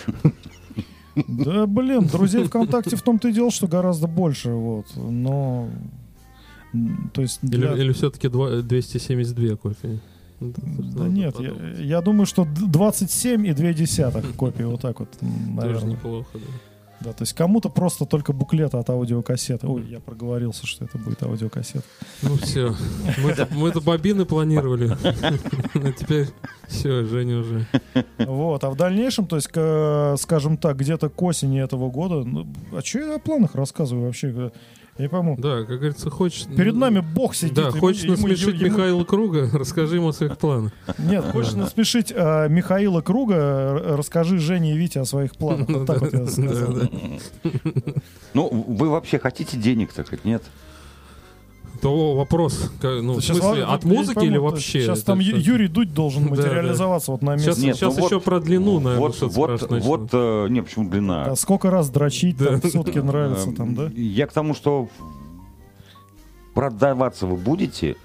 Speaker 2: Да, блин, друзей ВКонтакте в том-то и дело, что гораздо больше, вот. Но... м, То есть...
Speaker 4: Или,
Speaker 2: для-
Speaker 4: или все-таки два- двести семьдесят две копии? Ну, тут
Speaker 2: Да
Speaker 4: надо
Speaker 2: нет, я,
Speaker 4: подумать.
Speaker 2: я думаю, что д- двадцать семь и две десятых копий, вот так вот, м,
Speaker 4: Тоже
Speaker 2: наверное.
Speaker 4: неплохо, да.
Speaker 2: Да, то есть кому-то просто только буклет от аудиокассеты. Ой, я проговорился, что это будет аудиокассета.
Speaker 4: Ну все, мы-то, мы-то бобины планировали, а теперь все, Женя уже.
Speaker 2: Вот, а в дальнейшем, то есть, к- скажем так, где-то к осени этого года, ну, а что я о планах рассказываю вообще? Я не пойму.
Speaker 4: Да, как говорится, хочешь...
Speaker 2: Перед нами Бог сидит.
Speaker 4: Да,
Speaker 2: ему-
Speaker 4: хочешь
Speaker 2: ему-
Speaker 4: насмешить
Speaker 2: ему-
Speaker 4: Михаила Круга, расскажи ему о своих планах.
Speaker 2: Нет, хочешь насмешить э, Михаила Круга, р- расскажи Жене и Вите о своих планах. Вот так вот я сказал.
Speaker 4: Да,
Speaker 7: Ну, вы вообще хотите денег, так сказать, нет?
Speaker 4: То вопрос, как- ну, в
Speaker 2: Сейчас
Speaker 4: смысле,
Speaker 2: ва-
Speaker 4: от
Speaker 2: я не
Speaker 4: музыки
Speaker 2: пойму,
Speaker 4: или
Speaker 2: то
Speaker 4: вообще?
Speaker 2: Сейчас
Speaker 4: Это
Speaker 2: там
Speaker 4: что?
Speaker 2: Ю- Юрий Дудь должен
Speaker 4: Да,
Speaker 2: материализоваться вот на
Speaker 4: Сейчас,
Speaker 2: месте.
Speaker 7: Нет,
Speaker 4: сейчас
Speaker 7: ну
Speaker 4: еще
Speaker 7: вот-
Speaker 4: про длину, наверное,
Speaker 7: Вот,
Speaker 4: что-то
Speaker 7: вот,
Speaker 4: спрашивать
Speaker 7: вот,
Speaker 4: начнут.
Speaker 7: э, не, почему длина?
Speaker 2: А сколько раз дрочить,
Speaker 4: Да.
Speaker 2: там, в сутки нравится,
Speaker 7: Эм,
Speaker 2: там, да?
Speaker 7: Я к тому, что продаваться вы будете,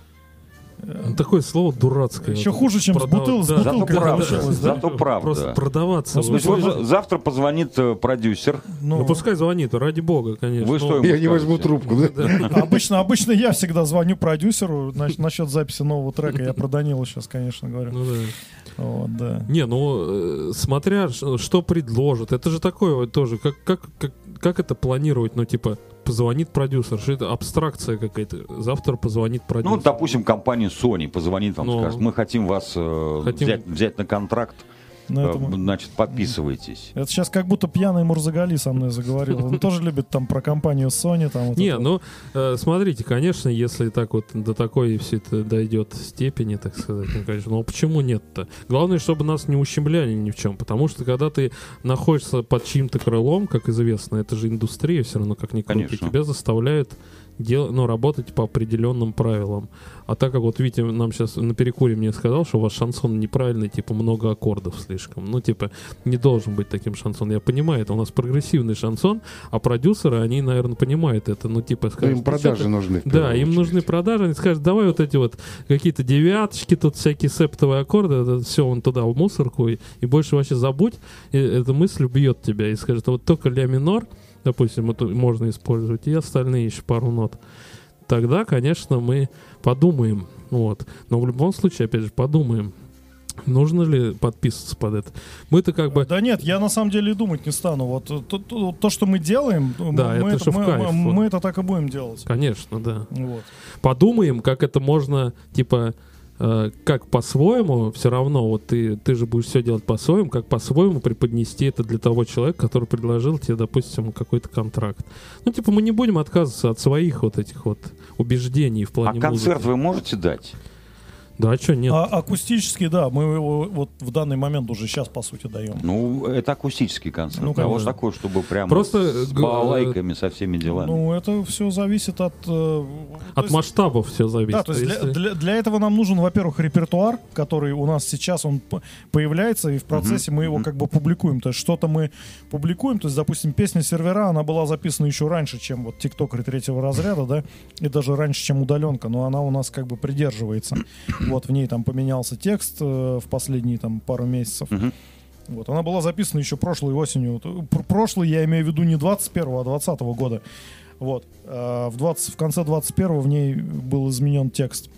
Speaker 4: Ну, такое слово дурацкое.
Speaker 2: Еще
Speaker 4: Вот.
Speaker 2: хуже, чем с
Speaker 4: Продав-
Speaker 2: бутыл- с
Speaker 4: да,
Speaker 7: Зато
Speaker 2: бутылкой
Speaker 7: правда,
Speaker 2: получилось, да?
Speaker 7: зато правда.
Speaker 4: Просто продаваться.
Speaker 2: Ну,
Speaker 7: То есть
Speaker 4: вот.
Speaker 7: вот за- завтра позвонит э, продюсер,
Speaker 4: Ну, пускай звонит, ради бога, конечно.
Speaker 7: Вы
Speaker 4: Ну,
Speaker 7: что ему
Speaker 3: Я не
Speaker 7: скажете?
Speaker 3: возьму трубку. да?
Speaker 2: Обычно, обычно я всегда звоню продюсеру нач- насчет записи нового трека. Я про Данилу сейчас, конечно, говорю.
Speaker 4: Ну, да.
Speaker 2: Вот, да.
Speaker 4: Не, ну, э, смотря, ш- что предложат. Это же такое вот тоже, как, как, как, как это планировать? Ну, типа, позвонит продюсер, что это абстракция какая-то. Завтра позвонит продюсер.
Speaker 7: ну, допустим, компания Sony позвонит вам,
Speaker 4: Ну.
Speaker 7: скажет, мы хотим вас э,
Speaker 4: Хотим-
Speaker 7: взять, взять на контракт,
Speaker 2: На
Speaker 7: э,
Speaker 2: этом-
Speaker 7: значит, подписывайтесь.
Speaker 2: Это сейчас как будто пьяный Мурзагали со мной заговорил. Он тоже любит там про компанию Sony. Там, вот
Speaker 4: Не,
Speaker 2: это вот.
Speaker 4: ну, э, смотрите, конечно, если так вот до такой все это дойдет степени, так сказать, ну, конечно, ну, почему нет-то? Главное, чтобы нас не ущемляли ни в чем, потому что когда ты находишься под чьим-то крылом, как известно, это же индустрия все равно, как ни крути,
Speaker 7: Конечно.
Speaker 4: тебя заставляют дел, ну, работать по определенным правилам. А так как вот Витя нам сейчас на перекуре мне сказал, что у вас шансон неправильный, типа много аккордов слишком. Ну, типа, не должен быть таким шансон. Я понимаю, это у нас прогрессивный шансон, а продюсеры, они, наверное, понимают это. Ну, типа,
Speaker 3: Ну,
Speaker 4: скажут,
Speaker 3: им
Speaker 4: «Ну,
Speaker 3: продажи
Speaker 4: чё ты-»
Speaker 3: нужны. в
Speaker 4: Да,
Speaker 3: первую
Speaker 4: им
Speaker 3: очередь.
Speaker 4: нужны продажи. Они скажут, давай вот эти вот какие-то девяточки, тут всякие септовые аккорды, это все он туда в мусорку, и, и больше вообще забудь. И эта мысль убьет тебя и скажет, а вот только ля минор, допустим, это можно использовать, и остальные еще пару нот. Тогда, конечно, мы подумаем. Вот. Но в любом случае, опять же, подумаем. Нужно ли подписываться под это? Мы-то как бы...
Speaker 2: Да нет, я на самом деле и думать не стану. Вот то, то- то, что мы делаем,
Speaker 4: Да,
Speaker 2: мы,
Speaker 4: это же в
Speaker 2: мы,
Speaker 4: кайф,
Speaker 2: мы-
Speaker 4: вот.
Speaker 2: мы это так и будем делать.
Speaker 4: Конечно, да.
Speaker 2: Вот.
Speaker 4: Подумаем, как это можно, типа, э, как по-своему, все равно, вот ты, ты же будешь все делать по-своему, как по-своему преподнести это для того человека, который предложил тебе, допустим, какой-то контракт. Ну, типа, мы не будем отказываться от своих вот этих вот убеждений в
Speaker 7: А
Speaker 4: плане
Speaker 7: концерт
Speaker 4: музыки.
Speaker 7: вы можете дать?
Speaker 4: Да, а что нет?
Speaker 2: А акустический, да, мы его вот в данный момент уже сейчас, по сути, даем.
Speaker 7: Ну, это акустический концерт.
Speaker 2: Ну,
Speaker 7: а вот
Speaker 2: конечно.
Speaker 7: такой, чтобы прям
Speaker 4: Просто,
Speaker 7: с
Speaker 4: г-
Speaker 7: балалайками, со всеми делами.
Speaker 2: Ну, это все зависит от... э, то
Speaker 4: От
Speaker 2: есть-
Speaker 4: масштабов все зависит.
Speaker 2: Да, то есть
Speaker 4: А
Speaker 2: для,
Speaker 4: если-
Speaker 2: для- для этого нам нужен, во-первых, репертуар, который у нас сейчас он п- появляется, и в процессе мы его
Speaker 7: мгм.
Speaker 2: как бы публикуем. То есть что-то мы публикуем, то есть, допустим, песня сервера, она была записана еще раньше, чем вот тиктокеры третьего разряда, да, и даже раньше, чем удаленка, но она у нас как бы придерживается. Вот в ней там поменялся текст э, в последние там пару месяцев.
Speaker 7: Мгм.
Speaker 2: Вот, она была записана еще прошлой осенью. Вот, пр- Прошлый, я имею в виду не двадцать первого, а двадцатого года. Вот. А в, двадцать, в конце двадцать первого в ней был изменен текст.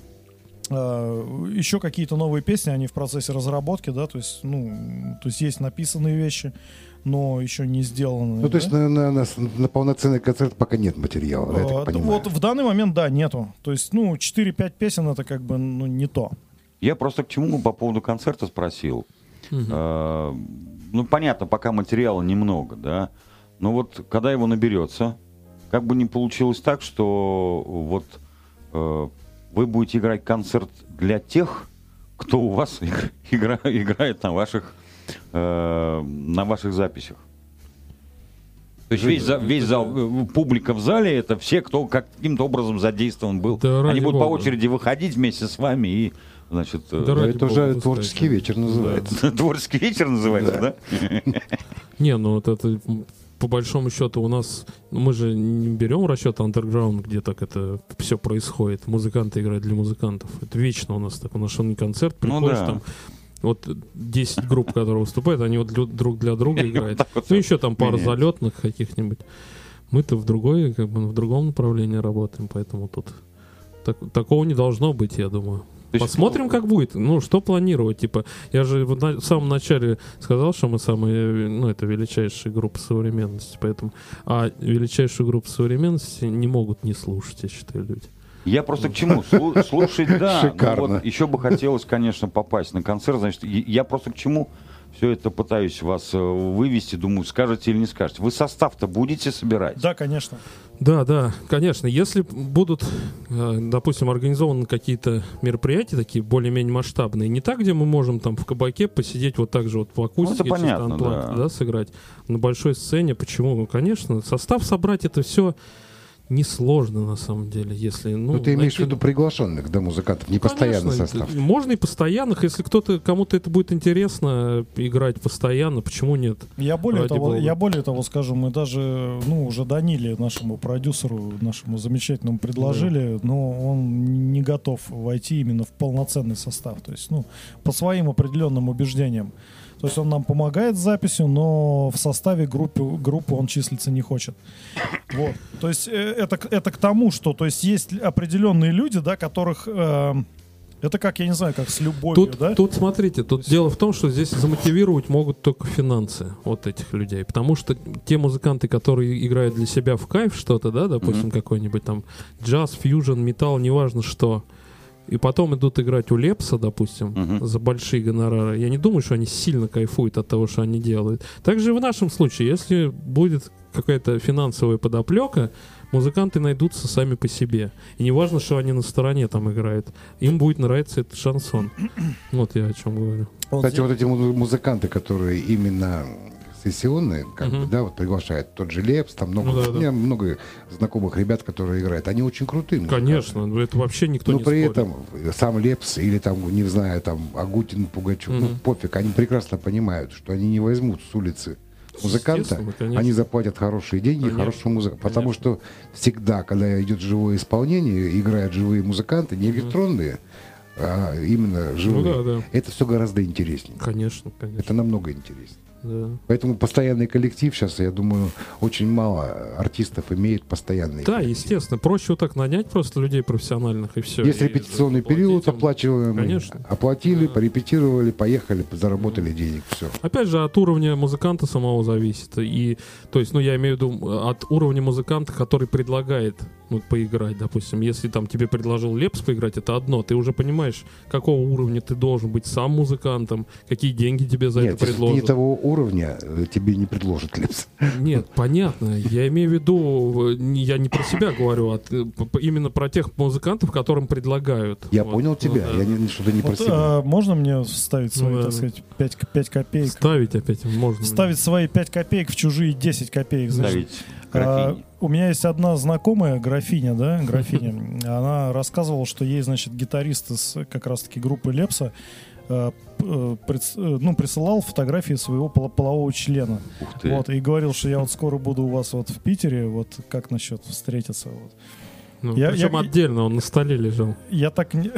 Speaker 2: А, еще какие-то новые песни, они в процессе разработки, да, то есть, ну, то есть есть написанные вещи, но еще не сделанные.
Speaker 3: Ну, то есть
Speaker 2: да.
Speaker 3: на, на- на с- на полноценный концерт пока нет материала, да, я
Speaker 2: А,
Speaker 3: так
Speaker 2: д-
Speaker 3: понимаю.
Speaker 2: вот в данный момент, да, нету. То есть, ну, четыре-пять песен это как бы, ну, не то.
Speaker 7: Я просто к чему по поводу концерта спросил.
Speaker 4: Мгм.
Speaker 7: Э, Ну, понятно, пока материала немного, да. Но вот когда его наберется, как бы не получилось так, что вот э, вы будете играть концерт для тех, кто у вас игр- игра- играет на ваших, э, на ваших записях. То есть весь, за- весь зал, э, публика в зале, это все, кто каким-то образом задействован был.
Speaker 4: Да ради
Speaker 7: Они будут по
Speaker 4: бога.
Speaker 7: очереди выходить вместе с вами и, значит, э,
Speaker 4: Да
Speaker 3: Ну,
Speaker 4: ради
Speaker 3: это
Speaker 4: бога,
Speaker 3: уже
Speaker 4: вы
Speaker 3: творческий
Speaker 4: знаете.
Speaker 3: вечер называется.
Speaker 7: творческий вечер называется, да?
Speaker 4: Не, ну вот это м, по большому счету у нас, ну, мы же не берем в расчет андерграунд, где так это все происходит. Музыканты играют для музыкантов. Это вечно у нас так. У нас что не концерт,
Speaker 7: Ну
Speaker 4: приходишь
Speaker 7: да.
Speaker 4: там, вот десять групп, которые выступают, они вот лю- друг для друга играют.
Speaker 7: так вот
Speaker 4: Ну еще там пару
Speaker 7: меняется.
Speaker 4: залетных каких-нибудь. Мы-то в другой, как бы в другом направлении работаем, поэтому тут так- такого не должно быть, я думаю.
Speaker 7: То есть,
Speaker 4: Посмотрим, как будет. Ну, что планировать. Типа, я же в, на- в самом начале сказал, что мы самые, ну, это величайшая группа современности. Поэтому, а величайшую группу современности не могут не слушать, я считаю, люди.
Speaker 7: Я просто к чему? Слу- Слушать, да.
Speaker 3: Шикарно.
Speaker 7: Ну вот еще бы хотелось, конечно, попасть на концерт. Значит, и- я просто к чему? Все это пытаюсь вас э, вывести, думаю, скажете или не скажете. Вы состав-то будете собирать?
Speaker 2: Да, конечно.
Speaker 4: Да, да, конечно. Если будут, э, допустим, организованы какие-то мероприятия такие более-менее масштабные, не так, где мы можем там в кабаке посидеть вот так же вот по акустике,
Speaker 7: Ну, это понятно,
Speaker 4: чисто
Speaker 7: да.
Speaker 4: да, сыграть на большой сцене. Почему? Ну, конечно, состав собрать это все несложно на самом деле, если... Ну,
Speaker 3: Ну, ты имеешь
Speaker 4: найти-
Speaker 3: в виду приглашенных, да, музыкантов, не постоянный
Speaker 4: Конечно,
Speaker 3: состав.
Speaker 4: можно и постоянных, если кто-то, кому-то это будет интересно играть постоянно, почему нет?
Speaker 2: Я более,
Speaker 4: Ради
Speaker 2: того,
Speaker 4: бога.
Speaker 2: я более того скажу, мы даже, ну, уже Даниле, нашему продюсеру, нашему замечательному предложили, но он не готов войти именно в полноценный состав. То есть, ну, по своим определенным убеждениям. То есть он нам помогает с записью, но в составе группы, группы он числиться не хочет. Вот. То есть э, это, к- это к тому, что то есть, есть определенные люди, да, которых... э, это как, я не знаю, как с любовью,
Speaker 4: Тут,
Speaker 2: да?
Speaker 4: тут смотрите, тут дело в том, что здесь замотивировать могут только финансы вот этих людей. Потому что те музыканты, которые играют для себя в кайф что-то, да, допустим,
Speaker 7: Мгм.
Speaker 4: какой-нибудь там джаз, фьюжн, металл, неважно что, и потом идут играть у Лепса, допустим,
Speaker 7: Мгм.
Speaker 4: за большие гонорары, я не думаю, что они сильно кайфуют от того, что они делают. Также и в нашем случае, если будет какая-то финансовая подоплека, музыканты найдутся сами по себе. И не важно, что они на стороне там играют. Им будет нравиться этот шансон. Вот я о чем говорю.
Speaker 2: Вот
Speaker 3: Кстати,
Speaker 2: здесь-
Speaker 3: вот эти му- музыканты, которые именно сессионные, как
Speaker 4: Мгм.
Speaker 3: бы, да, вот приглашают тот же Лепс, там много,
Speaker 4: Ну да, да.
Speaker 3: у меня много знакомых ребят, которые играют, они очень крутые музыканты.
Speaker 4: Конечно, ну это вообще никто
Speaker 3: Но
Speaker 4: не
Speaker 3: при
Speaker 4: спорит.
Speaker 3: этом сам Лепс или там, не знаю, там Агутин, Пугачев, ну
Speaker 4: Мгм.
Speaker 3: пофиг, они прекрасно понимают, что они не возьмут с улицы музыканта,
Speaker 4: Естественно, конечно.
Speaker 3: они заплатят хорошие деньги,
Speaker 4: Конечно,
Speaker 3: хорошую музыку. Потому
Speaker 4: конечно.
Speaker 3: что всегда, когда идет живое исполнение, играют живые музыканты, не электронные, а именно живые,
Speaker 4: Ну да, да.
Speaker 3: это все гораздо интереснее.
Speaker 4: Конечно, конечно.
Speaker 3: Это намного интереснее.
Speaker 4: Да.
Speaker 3: Поэтому постоянный коллектив сейчас, я думаю, очень мало артистов имеет постоянный
Speaker 4: Да,
Speaker 3: коллектив.
Speaker 4: естественно. Проще вот так нанять просто людей профессиональных и все.
Speaker 3: Есть репетиционный период оплачиваемый.
Speaker 4: Конечно.
Speaker 3: Оплатили,
Speaker 4: Да.
Speaker 3: порепетировали, поехали, заработали денег, все.
Speaker 4: Опять же, от уровня музыканта самого зависит. И, то есть, ну, я имею в виду, от уровня музыканта, который предлагает ну, поиграть, допустим. Если там тебе предложил Лепс поиграть, это одно. Ты уже понимаешь, какого уровня ты должен быть сам музыкантом, какие деньги тебе за
Speaker 3: Нет,
Speaker 4: это
Speaker 3: если ты не
Speaker 4: предложат.
Speaker 3: того уровня, э, тебе не предложат Лепс.
Speaker 4: Нет, понятно. Я имею в виду, э, не- я не про себя говорю, а т- п- п- именно про тех музыкантов, которым предлагают.
Speaker 3: Я
Speaker 4: Вот,
Speaker 3: понял
Speaker 4: вот,
Speaker 3: тебя,
Speaker 4: да.
Speaker 3: я не, что-то не про
Speaker 2: Вот,
Speaker 3: себя.
Speaker 2: а, можно мне вставить свои,
Speaker 4: Ну, да,
Speaker 2: так
Speaker 4: да.
Speaker 2: сказать, пять, пять копеек?
Speaker 4: Ставить опять можно.
Speaker 2: Вставить свои пять копеек в чужие десять копеек. Значит,
Speaker 7: Ставить
Speaker 2: а,
Speaker 7: графини.
Speaker 2: у меня есть одна знакомая, графиня, да, графиня. Она рассказывала, что ей, значит, гитарист из как раз-таки группы Лепса э, п- э, прис- э, ну, присылал фотографии своего поло- полового члена.
Speaker 7: Ух ты.
Speaker 2: Вот, и говорил, что я вот скоро буду у вас вот в Питере, вот как насчет встретиться? Вот.
Speaker 4: Ну,
Speaker 2: Я-
Speaker 4: причем
Speaker 2: я-
Speaker 4: отдельно, он на столе лежал.
Speaker 2: Я так не...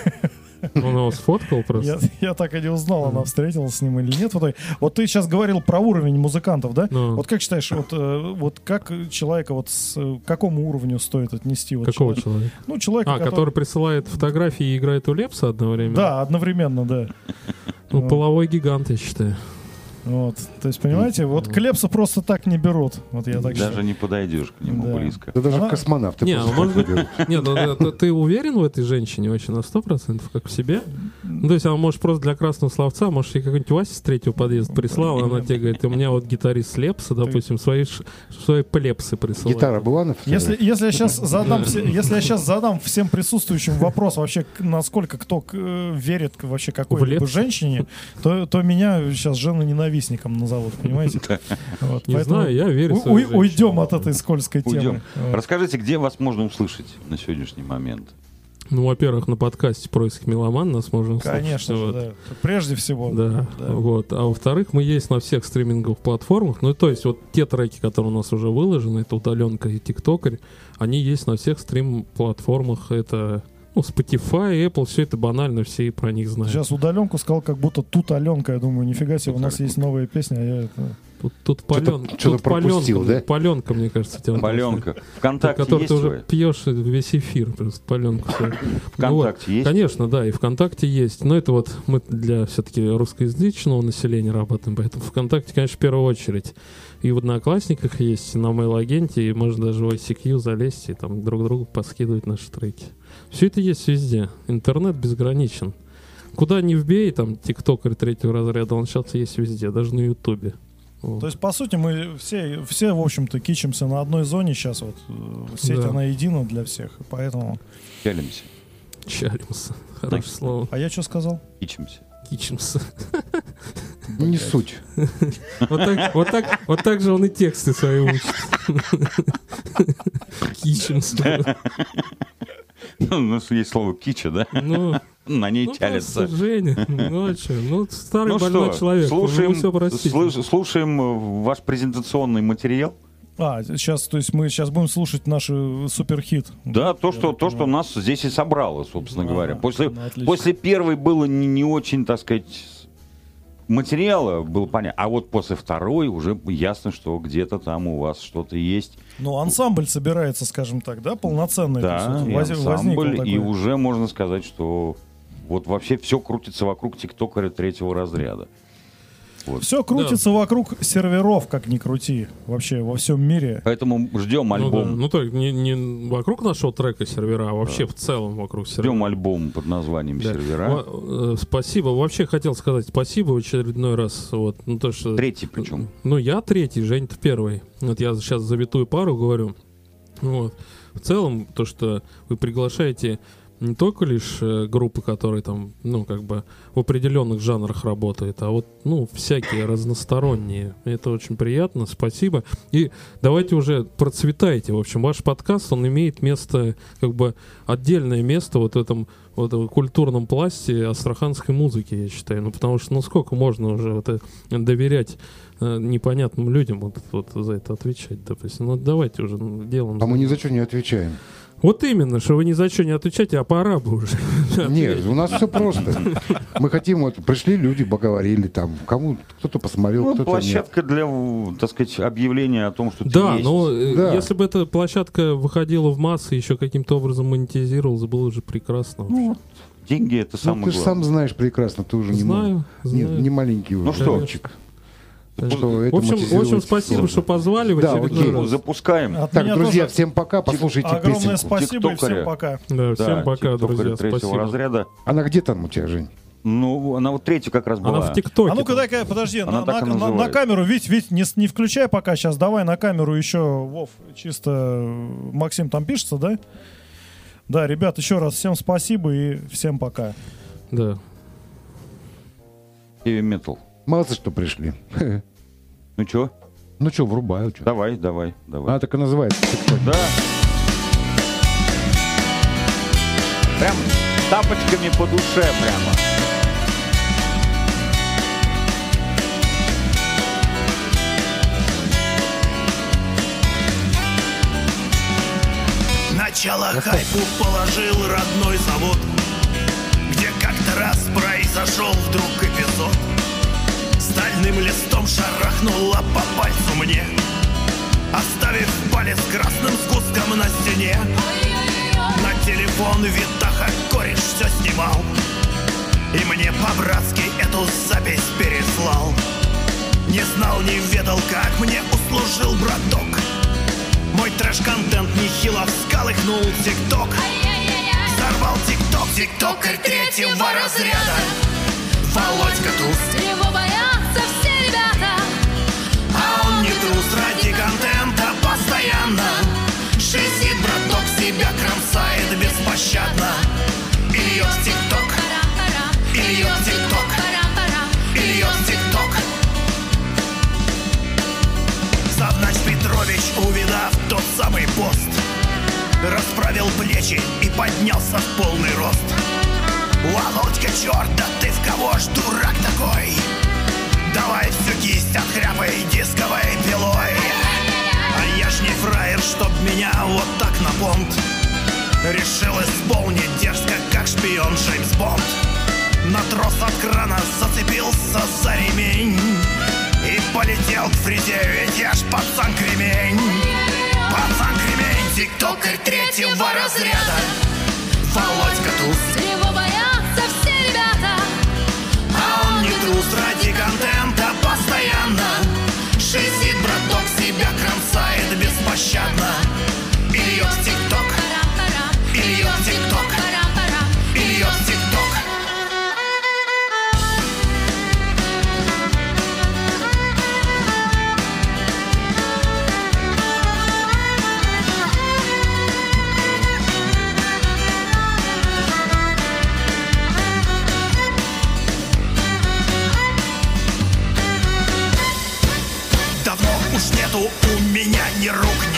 Speaker 4: Он его сфоткал
Speaker 2: Я,
Speaker 4: просто.
Speaker 2: я так и не узнал, она встретилась с ним или нет. Вот, вот ты сейчас говорил про уровень музыкантов, да?
Speaker 4: Ну.
Speaker 2: Вот как считаешь, вот, э, вот как человека, вот с, э, к какому уровню стоит отнести? Вот
Speaker 4: Какого
Speaker 2: человека?
Speaker 4: человека?
Speaker 2: Ну, человека,
Speaker 4: А, который присылает фотографии и играет у Лепса одновременно?
Speaker 2: Да, одновременно, да.
Speaker 4: Ну,
Speaker 2: Вот.
Speaker 4: половой гигант, я считаю.
Speaker 2: Вот. То есть, понимаете, вот Клепса просто так не берут. Вот я так
Speaker 7: Даже
Speaker 2: считаю.
Speaker 7: не подойдешь к нему
Speaker 2: Да.
Speaker 7: близко.
Speaker 3: Да даже
Speaker 2: она-
Speaker 3: космонавты
Speaker 4: Не,
Speaker 3: просто
Speaker 4: ну, может
Speaker 3: так
Speaker 4: быть,
Speaker 3: берут.
Speaker 4: нет, ну, да, ты, ты уверен в этой женщине вообще на сто процентов, как в себе? Ну, то есть она может просто для красного словца, может, ей какой-нибудь Вася с третьего подъезда прислала, она тебе говорит, у меня вот гитарист Лепса, допустим, свои, ш- свои плепсы присылает.
Speaker 3: Гитара была на
Speaker 2: Если,
Speaker 3: фотографии?
Speaker 2: если я сейчас задам, все- если я сейчас задам всем присутствующим вопрос вообще, к- насколько кто к- э, верит к вообще какой-либо
Speaker 4: Лепса?
Speaker 2: женщине, то, то меня сейчас женоненавистником назовут, понимаете? Вот,
Speaker 4: Не
Speaker 2: поэтому
Speaker 4: знаю, я верю
Speaker 2: у-
Speaker 4: своей
Speaker 2: у-
Speaker 4: женщине.
Speaker 2: уйдем от этой скользкой темы.
Speaker 7: Уйдем.
Speaker 2: Вот.
Speaker 7: Расскажите, где вас можно услышать на сегодняшний момент?
Speaker 4: Ну, во-первых, на подкасте «Происк Меломан» нас можно услышать.
Speaker 2: Конечно же,
Speaker 4: Вот.
Speaker 2: да. Прежде всего.
Speaker 4: Да, вот. А во-вторых, мы есть на всех стриминговых платформах. Ну, то есть, вот те треки, которые у нас уже выложены, это удаленка и тиктокарь, они есть на всех стрим-платформах. Это, ну, Spotify, Apple, все это банально, все про них знают.
Speaker 2: Сейчас удаленку сказал, как будто тут Аленка. Я думаю, нифига себе, у нас есть новая песня, а я это...
Speaker 4: Тут, тут
Speaker 3: Что-то-
Speaker 4: паленка,
Speaker 3: что-то
Speaker 4: тут
Speaker 3: пропустил,
Speaker 4: паленка,
Speaker 3: да?
Speaker 4: паленка, мне кажется, тебя
Speaker 7: Паленка. Вконтакте
Speaker 4: который
Speaker 7: есть
Speaker 4: ты уже
Speaker 7: вы?
Speaker 4: пьешь весь эфир, просто паленку. свою. Ну вот.
Speaker 7: Вконтакте есть?
Speaker 4: Конечно, да, и ВКонтакте есть. Но это вот мы для все-таки русскоязычного населения работаем, поэтому ВКонтакте, конечно, в первую очередь. И в Одноклассниках есть, на Mail-агенте, и можно даже в ай си кью залезть и там друг другу поскидывать наши треки. Все это есть везде. Интернет безграничен. куда ни вбей, там, тиктокер третьего разряда, он сейчас есть везде, даже на ютубе. Вот.
Speaker 2: То есть, по сути, мы все, все, в общем-то, кичимся на одной зоне сейчас. Вот э, сеть,
Speaker 4: Да.
Speaker 2: она едина для всех, и поэтому...
Speaker 7: Чалимся,
Speaker 4: Чалимся. Хорошее слово.
Speaker 2: А я что сказал?
Speaker 7: ичимся.
Speaker 4: Кичимся.
Speaker 3: Не суть.
Speaker 4: Вот так, вот, так, вот так же он и тексты свои учит. Кичимся.
Speaker 7: Ну, ну, есть слово кича, да?
Speaker 4: Ну,
Speaker 7: На ней
Speaker 4: ну
Speaker 7: чалится.
Speaker 4: просто Женя, ну а что? Ну, старый
Speaker 7: Ну
Speaker 4: больной
Speaker 7: что,
Speaker 4: человек.
Speaker 7: слушаем,
Speaker 4: ему все простительно.
Speaker 7: слыш- слушаем э, ваш презентационный материал.
Speaker 2: А, сейчас, то есть мы сейчас будем слушать наш э, суперхит.
Speaker 7: Да, то,
Speaker 2: Я
Speaker 7: что,
Speaker 2: так
Speaker 7: то, что
Speaker 2: понимаю.
Speaker 7: нас здесь и собрало, собственно
Speaker 2: Ага,
Speaker 7: говоря. После,
Speaker 2: ну, отлично.
Speaker 7: после первой было не, не очень, так сказать, материала, было понятно. А вот после второй уже ясно, что где-то там у вас что-то есть.
Speaker 2: Ну, ансамбль собирается, скажем так, да, полноценный. то
Speaker 7: Да,
Speaker 2: есть
Speaker 7: и
Speaker 2: вот воз- возникло
Speaker 7: ансамбль, и
Speaker 2: такое.
Speaker 7: уже можно сказать, что вот вообще все крутится вокруг тиктокера третьего разряда.
Speaker 2: Все крутится вокруг серверов, как ни крути, вообще во всем мире.
Speaker 7: Поэтому ждем
Speaker 4: Ну, да.
Speaker 7: альбом.
Speaker 4: Ну, так, не, не вокруг нашего трека сервера, а вообще в целом вокруг сервера.
Speaker 7: Ждем альбом под названием
Speaker 4: Да.
Speaker 7: «Сервера».
Speaker 4: Во- э, Спасибо. Вообще хотел сказать спасибо в очередной раз. Вот, ну, то, что...
Speaker 7: Третий причем.
Speaker 4: Ну, я третий, Жень-то первый. Вот я сейчас завитую пару говорю. Вот. В целом, то, что вы приглашаете не только лишь э, группы, которые там, ну, как бы в определенных жанрах работают, а вот, ну, всякие разносторонние. Это очень приятно, спасибо. И давайте уже процветайте. В общем, ваш подкаст, он имеет место, как бы, отдельное место вот в этом вот в культурном пласте астраханской музыки, я считаю. Ну, потому что, ну, сколько можно уже вот, э, доверять э, непонятным людям вот, вот за это отвечать, допустим. Ну, давайте уже ну, делаем.
Speaker 3: А мы ни за что не отвечаем.
Speaker 4: Вот именно, что вы ни за что не отвечаете, а пора бы уже.
Speaker 3: Нет, у нас все просто. Мы хотим, вот пришли люди, поговорили там, кому кто-то посмотрел,
Speaker 7: Ну,
Speaker 3: кто-то нет.
Speaker 7: площадка для, так сказать, объявления о том, что ты
Speaker 4: Да,
Speaker 7: есть.
Speaker 4: но э,
Speaker 3: Да.
Speaker 4: если бы эта площадка выходила в массы, еще каким-то образом монетизировалась, было уже прекрасно.
Speaker 7: Ну, деньги — это
Speaker 3: Ну,
Speaker 7: самое
Speaker 3: ты же
Speaker 7: главное.
Speaker 3: сам знаешь прекрасно, ты уже не,
Speaker 4: Знаю,
Speaker 3: мал- не,
Speaker 4: знаю.
Speaker 3: не маленький уже.
Speaker 7: Ну что?
Speaker 3: мальчик.
Speaker 4: Да.
Speaker 3: Что это
Speaker 4: В общем, в общем,
Speaker 3: монетизировать
Speaker 4: спасибо,
Speaker 3: сложно.
Speaker 4: что позвали в
Speaker 3: Да,
Speaker 4: очередной
Speaker 3: окей.
Speaker 7: Ну,
Speaker 4: раз.
Speaker 7: запускаем.
Speaker 2: От
Speaker 3: Так,
Speaker 2: меня
Speaker 3: друзья,
Speaker 2: тоже
Speaker 3: всем пока, послушайте
Speaker 2: огромное
Speaker 3: песенку.
Speaker 2: спасибо и
Speaker 7: Тиктокеры.
Speaker 2: всем пока.
Speaker 4: Да, всем
Speaker 7: Да,
Speaker 4: пока,
Speaker 7: тиктокеры
Speaker 4: друзья,
Speaker 7: третьего
Speaker 4: спасибо.
Speaker 7: разряда.
Speaker 3: Она где там у тебя, Жень?
Speaker 7: Ну, она вот третья как раз была.
Speaker 4: Она в ТикТоке.
Speaker 2: А ну-ка,
Speaker 4: там.
Speaker 2: дай-ка, подожди,
Speaker 7: Она
Speaker 2: на,
Speaker 7: так и
Speaker 2: на- на- на
Speaker 7: называется.
Speaker 2: камеру, Вить, Вить, не, с- не включай пока сейчас, давай на камеру еще, Вов, чисто, э, Максим там пишется, да? Да, ребят, еще раз всем спасибо и всем пока.
Speaker 4: Да.
Speaker 7: Heavy Metal.
Speaker 3: Молодцы, что пришли.
Speaker 7: Ну чё?
Speaker 3: Ну что, врубаю. Чё.
Speaker 7: Давай, давай, давай.
Speaker 3: Она так и называется. TikTok.
Speaker 7: Да. Прям тапочками по душе прямо.
Speaker 5: Начало хайпу положил родной завод, где как-то раз произошел вдруг эпизод. Стальным листом шарахнула по пальцу мне, оставив палец красным сгустком на стене. На телефон Витаха кореш все снимал и мне по-братски эту запись переслал. Не знал, не ведал, как мне услужил браток. Мой трэш-контент нехило всколыхнул тикток. Взорвал тикток, тиктокер третьего разряда. Володька Туз,
Speaker 8: Его боятся все ребята.
Speaker 5: а он не трус, ради контента постоянно. Шизит браток, себя кромсает беспощадно. И льет в тикток, и льет в тикток, и льет в тикток. Завнач Петрович, увидав тот самый пост, расправил плечи и поднялся в полный рост. Володька, черт, да ты в кого ж дурак такой? Давай всю кисть отхряпай дисковой пилой. А я ж не фраер, чтоб меня вот так на понт решил исполнить дерзко, как шпион Джеймс Бонд. На трос от крана зацепился за ремень и полетел к фризе, ведь я ж пацан-кремень. Пацан-кремень, тиктокер третьего разряда. Володька Туз,
Speaker 8: Его боятся все ребята.
Speaker 5: а он не трус, ради контента постоянно. Шизит браток, себя кромсает беспощадно. И льет в тикток, и льет в тикток, и льет в тикток.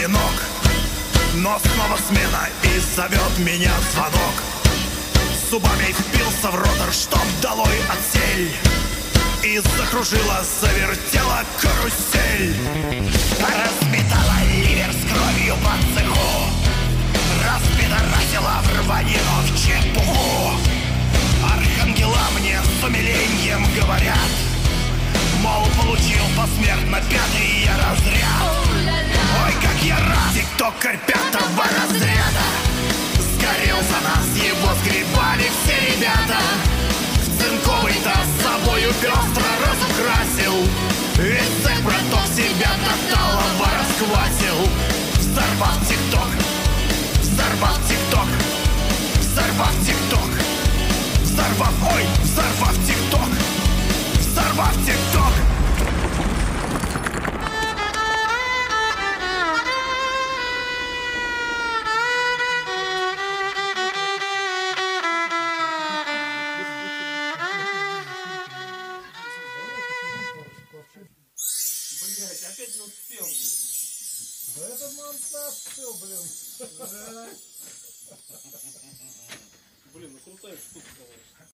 Speaker 5: одинок, но снова смена и зовет меня звонок. Зубами впился в ротор, чтоб долой отсель, и закружила, завертела карусель. Разметала ливер с кровью по цеху, распидорасила в рванину в чепуху. Архангела мне с умилением говорят, мол, получил посмертно пятый я разряд. Ой, как я рад, тиктокер пятого разряда. Сгорел за нас, его сгребали все ребята. В цинковый-то с собою пестро разукрасил. Весь цех браток себя тоталово расхватил. Взорвав тикток, взорвав тикток, взорвав тикток, взорвав, ой, взорвав тикток, взорвав тикток.
Speaker 2: Опять не успел, блин. Да это монтаж все, блин. Блин, ну крутая штука, конечно.